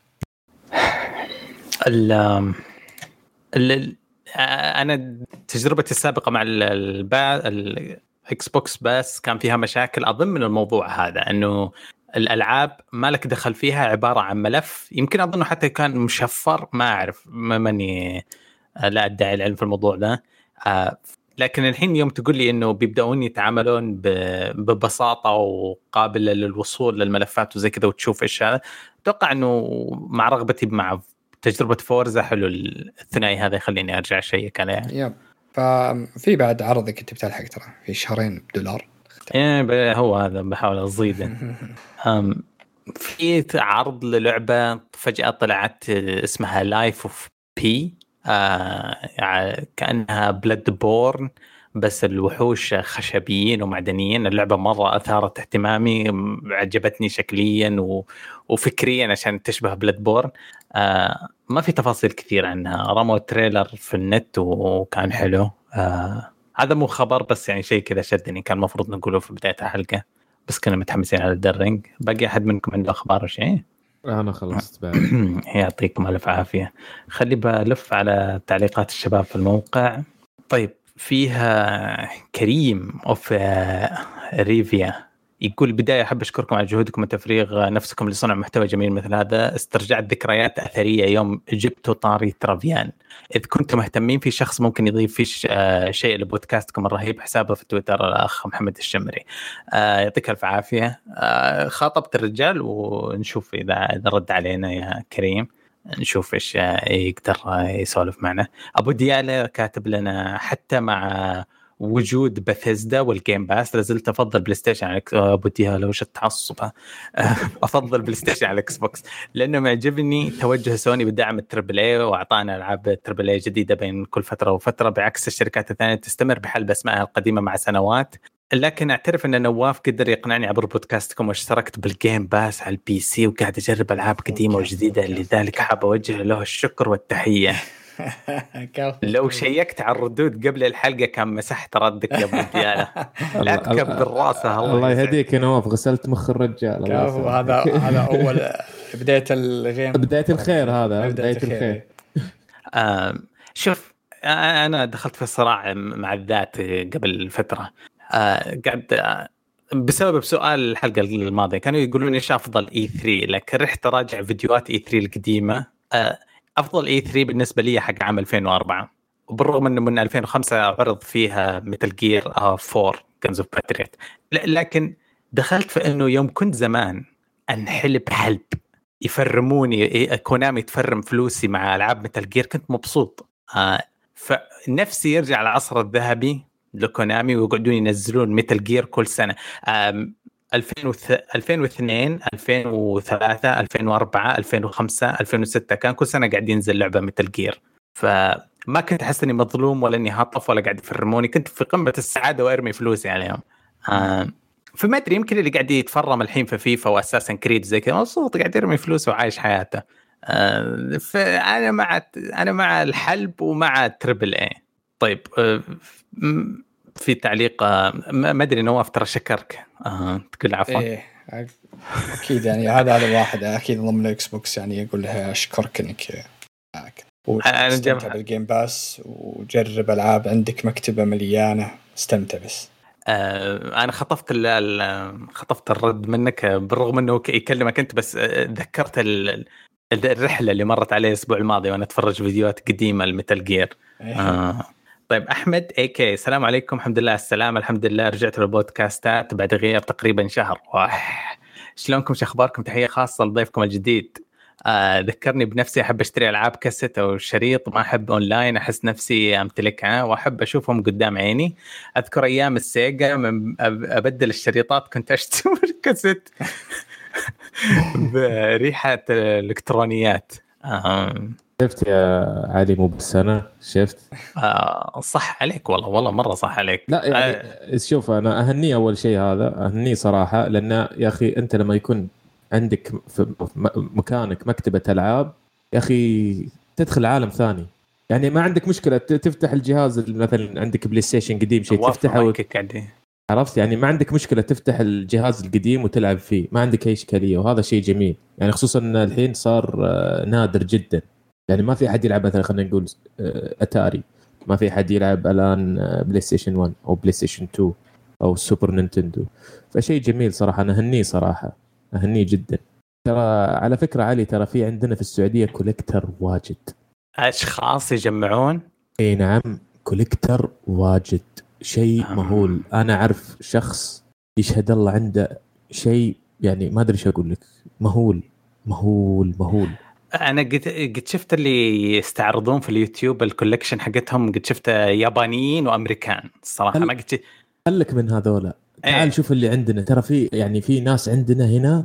أنا تجربتي السابقة مع الإكس بوكس باس كان فيها مشاكل أظن من الموضوع هذا، أنه الألعاب ما لك دخل فيها، عبارة عن ملف يمكن أظنه حتى كان مشفر، ما أعرف ماني لا أدعي العلم في الموضوع ده. لكن الحين يوم تقول لي إنه بيبدأون يتعاملون ببساطة وقابلة للوصول للملفات وزي كذا وتشوف إيش هذا، أتوقع إنه مع رغبتي مع تجربة فورزا حلو الثنائي هذا يخليني أرجع شيء كان يعني. يب. ففي بعد عرض كنت بتلحق ترى في شهرين $2. إيه هو هذا بحاول أزيده. في عرض للعبة فجأة طلعت اسمها لايف اوف بي، كأنها بلاد بورن بس الوحوش خشبيين ومعدنيين. اللعبة مرة أثارت اهتمامي، عجبتني شكليا وفكريا عشان تشبه بلاد بورن. ما في تفاصيل كثير عنها، رموا تريلر في النت وكان حلو. هذا مو خبر بس يعني شيء كذا شدني، كان المفروض نقوله في بداية الحلقة بس كنا متحمسين على الدرينج. باقي أحد منكم عنده أخبار أو شيء؟ أنا خلصت بعد. يعطيكم ألف عافية. خلي بلف على تعليقات الشباب في الموقع. طيب فيها كريم أوف ريفيا يقول بداية أحب أشكركم على جهودكم وتفريغ نفسكم لصنع محتوى جميل مثل هذا. استرجعت ذكريات أثرية يوم جبت طاري ترافيان. إذ كنتم مهتمين في شخص ممكن يضيف فيه شيء لبودكاستكم الرهيب، حسابه في تويتر الأخ محمد الشمري. يعطيك ألف عافية. خاطبت الرجال ونشوف إذا رد علينا يا كريم، نشوف إيش يقدر يسولف معنا. أبو ديالة كاتب لنا حتى مع وجود بثيزدا والجيم باس لازلت أفضل بلاي ستيشن على أبو ديالة. وش التعصب أفضل بلاي ستيشن على الإكس بوكس لأنه معجبني توجه سوني بدعم التربل اي وأعطانا ألعاب التربل اي جديدة بين كل فترة وفترة، بعكس الشركات الثانية تستمر بحلب أسمائها القديمة مع سنوات. لكن أعترف أن نواف قدر يقنعني عبر بودكاستكم واشتركت بالجيم باس على البي سي وقاعد أجرب ألعاب قديمة وجديدة، لذلك حاب أوجه له الشكر والتحية. لو شيكت على الردود قبل الحلقة كان مسحت ردك يا ابو ديالة. لا تكبر راسه. الله يهديك يا نواف، غسلت مخ الرجال. هذا أول بداية الخير. هذا بداية الخير. شوف أنا دخلت في صراع مع الذات قبل فترة. قاعد بسبب سؤال الحلقة الماضية كانوا يقولون إيش أفضل E3، لكن رحت أراجع فيديوهات E3 القديمة. أفضل E3 بالنسبة لي حق عام 2004، وبالرغم أنه من 2005 عرض فيها ميتال جير 4 كنز اوف باتريت، لكن دخلت في أنه يوم كنت زمان أنحلب حلب يفرموني كونامي تفرم فلوسي مع ألعاب ميتال جير كنت مبسوط. فنفسي يرجع العصر الذهبي لكونامي ويقعدون ينزلون ميتال جير كل سنة. 2002 2003 2004 2005 2006 كان كل سنة قاعد ينزل لعبة ميتال جير، فما كنت أحس إني مظلوم ولا إني هطف ولا قاعد يفرموني، كنت في قمة السعادة وأرمي فلوسي عليهم. فما أدري يمكن اللي قاعد يتفرم الحين في فيفا وأساسا كريد زي كذا مبسوط قاعد يرمي فلوسه وعايش حياته. فأنا مع الحلب ومع تريبل اي. طيب في تعليق ما ادري نواف ترى شكرك تقول عفوا. ايه اكيد يعني هذا واحد اكيد ضمن الاكس بوكس يعني يقول لها اشكرك انك استمتع بالجيم باس وجرب العاب عندك مكتبه مليانه استمتع. بس انا خطفت الرد منك بالرغم انه يكلمك انت، بس ذكرت الرحله اللي مرت علي الاسبوع الماضي وانا اتفرج فيديوهات قديمه الميتال جير. طيب أحمد AK السلام عليكم. الحمد لله السلام، الحمد لله رجعت للبودكاستات بعد غياب تقريبا شهر. شلونكم شخباركم؟ تحية خاصة لضيفكم الجديد. ذكرني بنفسي أحب أشتري ألعاب كاسيت أو شريط، ما أحب أونلاين، أحس نفسي أمتلكها وأحب أشوفهم قدام عيني. أذكر أيام السيجا أبدل الشريطات كنت أشتري كاسيت بريحة الإلكترونيات. شفت يا علي مو بالسنة شفت صح عليك والله مرة صح عليك. لا يعني شوف أنا أهني أول شيء هذا أهني صراحة، لأن يا أخي أنت لما يكون عندك في مكانك مكتبة ألعاب يا أخي تدخل عالم ثاني. يعني ما عندك مشكلة تفتح الجهاز مثلا عندك بلاي ستيشن قديم شيء تفتحه عرفت، يعني ما عندك مشكلة تفتح الجهاز القديم وتلعب فيه، ما عندك أي إشكالية، وهذا شيء جميل. يعني خصوصا الحين صار نادر جدا، يعني ما في أحد يلعب مثلا خلينا نقول أتاري، ما في أحد يلعب الآن بلاي ستيشن 1 أو بلاي ستيشن 2 أو سوبر نينتندو، فشيء جميل صراحة. أنا أهنيه صراحة أهنيه جدا. ترى على فكرة علي ترى في عندنا في السعودية كوليكتر واجد، أشخاص يجمعون. إيه نعم كوليكتر واجد شيء مهول. أنا أعرف شخص يشهد الله عنده شيء يعني ما أدري شو أقول لك، مهول مهول مهول. أنا قد شفت اللي يستعرضون في اليوتيوب الكولكشن حقتهم، قد شفت يابانيين وأمريكان الصراحة. ما قد قال لك من هذولا تعال شوف اللي عندنا. ترى في يعني في ناس عندنا هنا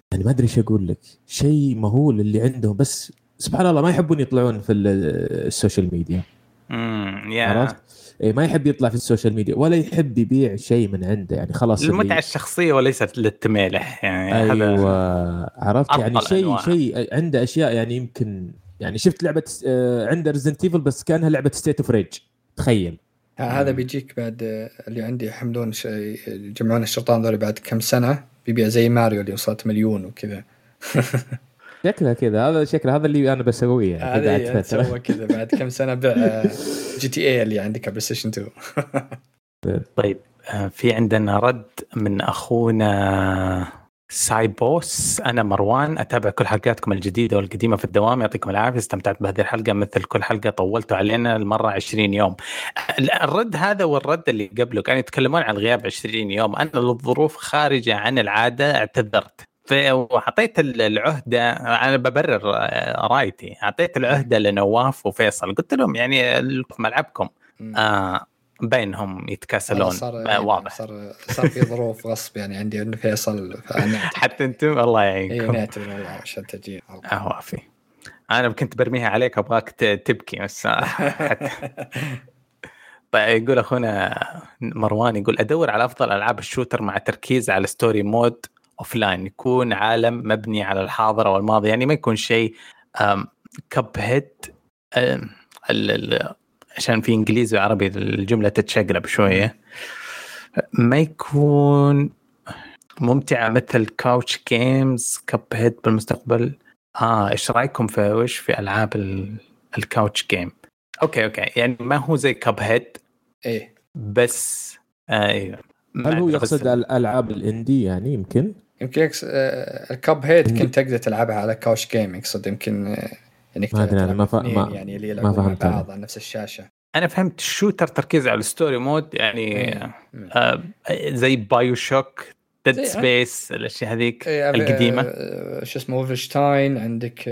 يعني ما ادري ايش اقول لك، شيء مهول اللي عندهم، بس سبحان الله ما يحبون يطلعون في السوشيال ميديا. عرفت؟ إيه، ما يحب يطلع في السوشيال ميديا ولا يحب يبيع شيء من عنده، يعني خلاص المتعة الشخصية وليست للتميلح يعني. أيوة هذا عرفت يعني شيء عنده أشياء يعني يمكن يعني شفت لعبة عنده ريزنت ايفل بس كانها لعبة ستيت اوف ريج، تخيل. هذا بيجيك بعد اللي عندي يحملون يجمعون الشرطان ذولي بعد كم سنة بيبيع زي ماريو اللي وصلت مليون وكذا. شكله كذا، هذا شكله هذا اللي انا بسويه يعني بعد فتره كذا بعد كم سنه بيع جي تي اي اللي عندك بلاي ستيشن 2. طيب في عندنا رد من اخونا سايبوس. انا مروان اتابع كل حلقاتكم الجديده والقديمه في الدوام، يعطيكم العافيه، استمتعت بهذه الحلقه مثل كل حلقه طولتوا علينا المره 20 يوم. الرد هذا والرد اللي قبله كانوا يتكلمون عن الغياب 20 يوم. انا للظروف خارجه عن العاده اعتذرت وحطيت العهدة، أنا ببرر رايتي، أعطيت العهدة لنواف وفيصل، قلت لهم يعني في ملعبكم بينهم يتكاسلون. واضح صار في ظروف غصب يعني عندي إنه فيصل حتى أنتم الله يعينكم. نعتذر والله عشان تجي وافي. أنا كنت برميها عليك أبغاك تبكي بس حتى. طيب يقول أخونا مروان، يقول أدور على أفضل ألعاب الشوتر مع تركيز على ستوري مود أوفلاين، يكون عالم مبني على الحاضر والماضي، يعني ما يكون شيء كب هيد عشان في إنجليزي وعربي الجملة تتشقلب شوية، ما يكون ممتعة مثل كاوتش جيمز كب هيد بالمستقبل. إيش رأيكم في ألعاب الكاوتش جيم؟ أوكي يعني ما هو زي كب هيد إيه بس هل هو يقصد الألعاب الإندي يعني يمكن الكاب هيد كنت تقدر تلعبها على كاوش جيم، يقصد يمكن انك يعني اللي يلعبون مع بعض على نفس الشاشة. انا فهمت الشوتر تركيز على الستوري مود يعني زي بايو شوك، ديد سبيس، الاشياء هذيك القديمة. شو اسمه وولفشتاين عندك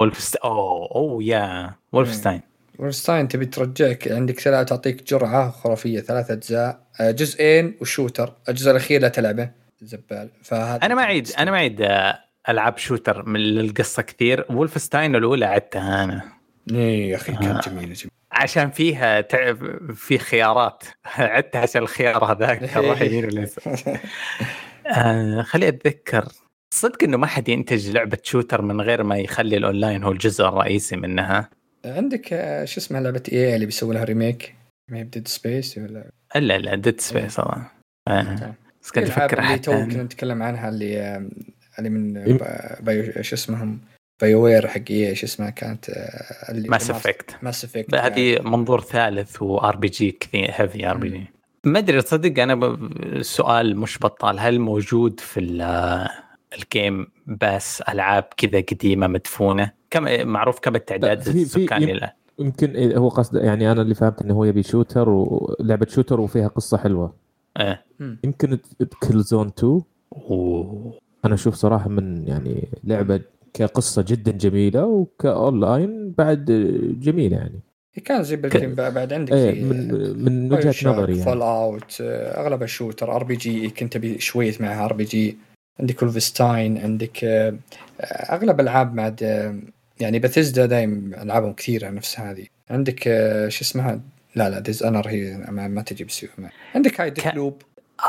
وولفشتاين تبي ترجعك عندك تعطيك جرعة خرافية 3 أجزاء، جزئين وشوتر، الجزء الأخير لا تلعبه زبال. فهذا أنا ما عيد ألعاب شوتر من القصة كثير. وولفشتاين الأولى عدتها أنا. يا أخي كانت جميلة عشان فيها في خيارات عدتها عشان الخيار هذاك راح يمين ولا يسار. خلي أتذكر صدق إنه ما حد ينتج لعبة شوتر من غير ما يخلي الأونلاين هو الجزء الرئيسي منها. عندك شو اسمها لعبة إيه اللي بيسوي لها ريميك، ما هي ديد سبيس ولا لا ديد سبيس والله. بس كنت أفكر حتى كنا نتكلم عنها اللي من شو اسمهم بايوير حق إيه شو اسمها كانت اللي ماس افكت هذه منظور ثالث وار بي جي كثير هيفي ار بي جي. ما ادري تصدق انا سؤال مش بطال، هل موجود في الجيم بس العاب كذا قديمه مدفونه؟ كم معروف كم التعداد السكاني له؟ يمكن هو قصد يعني انا اللي فهمت انه هو يبي شوتر ولعبه شوتر وفيها قصه حلوه. يمكن كل زون 2 انا اشوف صراحه من يعني لعبه كقصه جدا جميله وكاونلاين بعد جميله يعني. كان زي بالجيم بعد عندك من وجهه نظري يعني. فول اوت اغلب الشوتر ار بي جي كنت ابي شويه معها ار بي جي. عندك وولفشتاين، عندك اغلب العاب بعد يعني بثيسدا دايم العابهم كثيره نفس هذه. عندك شو اسمها لا ديز انر هي ما تجي بسيوف. عندك هاي ديكلوب.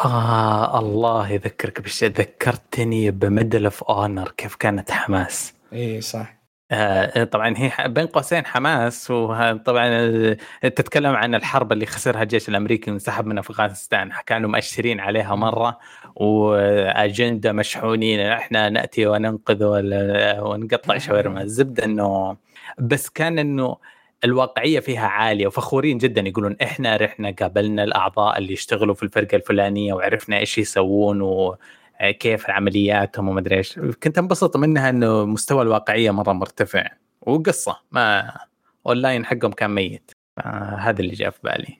الله يذكرك بالشيء، ذكرتني بميدل اوف اونر كيف كانت حماس. ايه صح. طبعا هي بين قوسين حماس، وطبعا تتكلم عن الحرب اللي خسرها الجيش الامريكي وانسحب من افغانستان. كانوا مؤشرين عليها مره واجنده مشحونين، احنا ناتي وننقذ ونقطع شاورما الزبده. انه بس كان انه الواقعيه فيها عاليه وفخورين جدا، يقولون احنا رحنا قابلنا الاعضاء اللي يشتغلوا في الفرقه الفلانيه وعرفنا ايش يسوون كيف عملياتهم وما ادري ايش. كنت انبسط منها انه مستوى الواقعيه مره مرتفع، وقصه ما اونلاين حقهم كان ميت. هذا اللي جاء في بالي.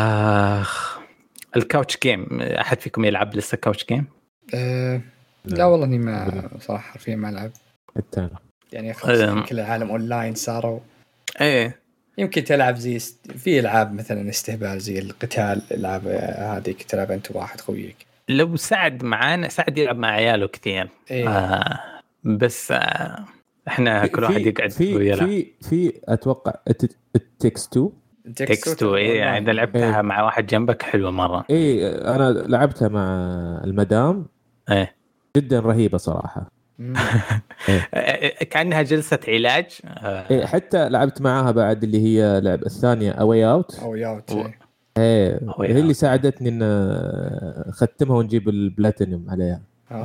الكاوتش جيم، احد فيكم يلعب لسه كاوتش جيم؟ لا والله اني ما صراحه حرفيا ما العب حتى يعني خلاص كل العالم اونلاين صاروا. ايه يمكن تلعب زي في العاب مثلا استهبال زي القتال، العاب هذه تلعب انت واحد خويك. لو سعد معانا، سعد يلعب مع عياله كثير. بس احنا كل واحد يقعد ويلعب. في اتوقع تكستو ايه اذا لعبتها مع واحد جنبك حلوه مره. انا لعبتها مع المدام جدا رهيبه صراحه. كأنها جلسة علاج. حتى لعبت معاها بعد اللي هي لعبة الثانية أواي أوت. هي اللي ساعدتني إن ختمها ونجيب البلاتينيوم عليها.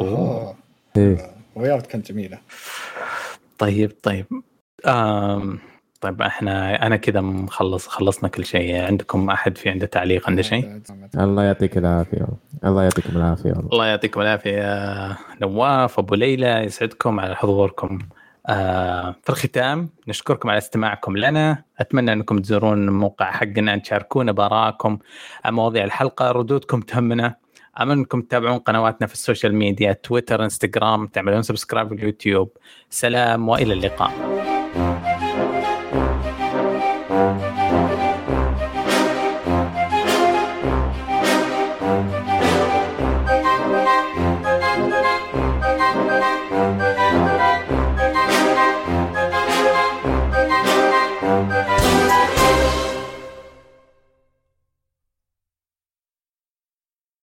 أواي أوت كانت جميلة. طيب انا كذا خلصنا كل شيء. عندكم احد عنده تعليق؟ عنده شيء؟ الله يعطيك العافيه. الله يعطيكم العافيه. الله يعطيكم العافيه نواف ابو ليلى، يسعدكم على حضوركم. في الختام نشكركم على استماعكم لنا. اتمنى انكم تزورون الموقع حقنا، تشاركونا بارائكم عن مواضيع الحلقه، ردودكم تهمنا. أمنكم تتابعون قنواتنا في السوشيال ميديا، تويتر، انستغرام، تعملون سبسكرايب في اليوتيوب. سلام وإلى اللقاء.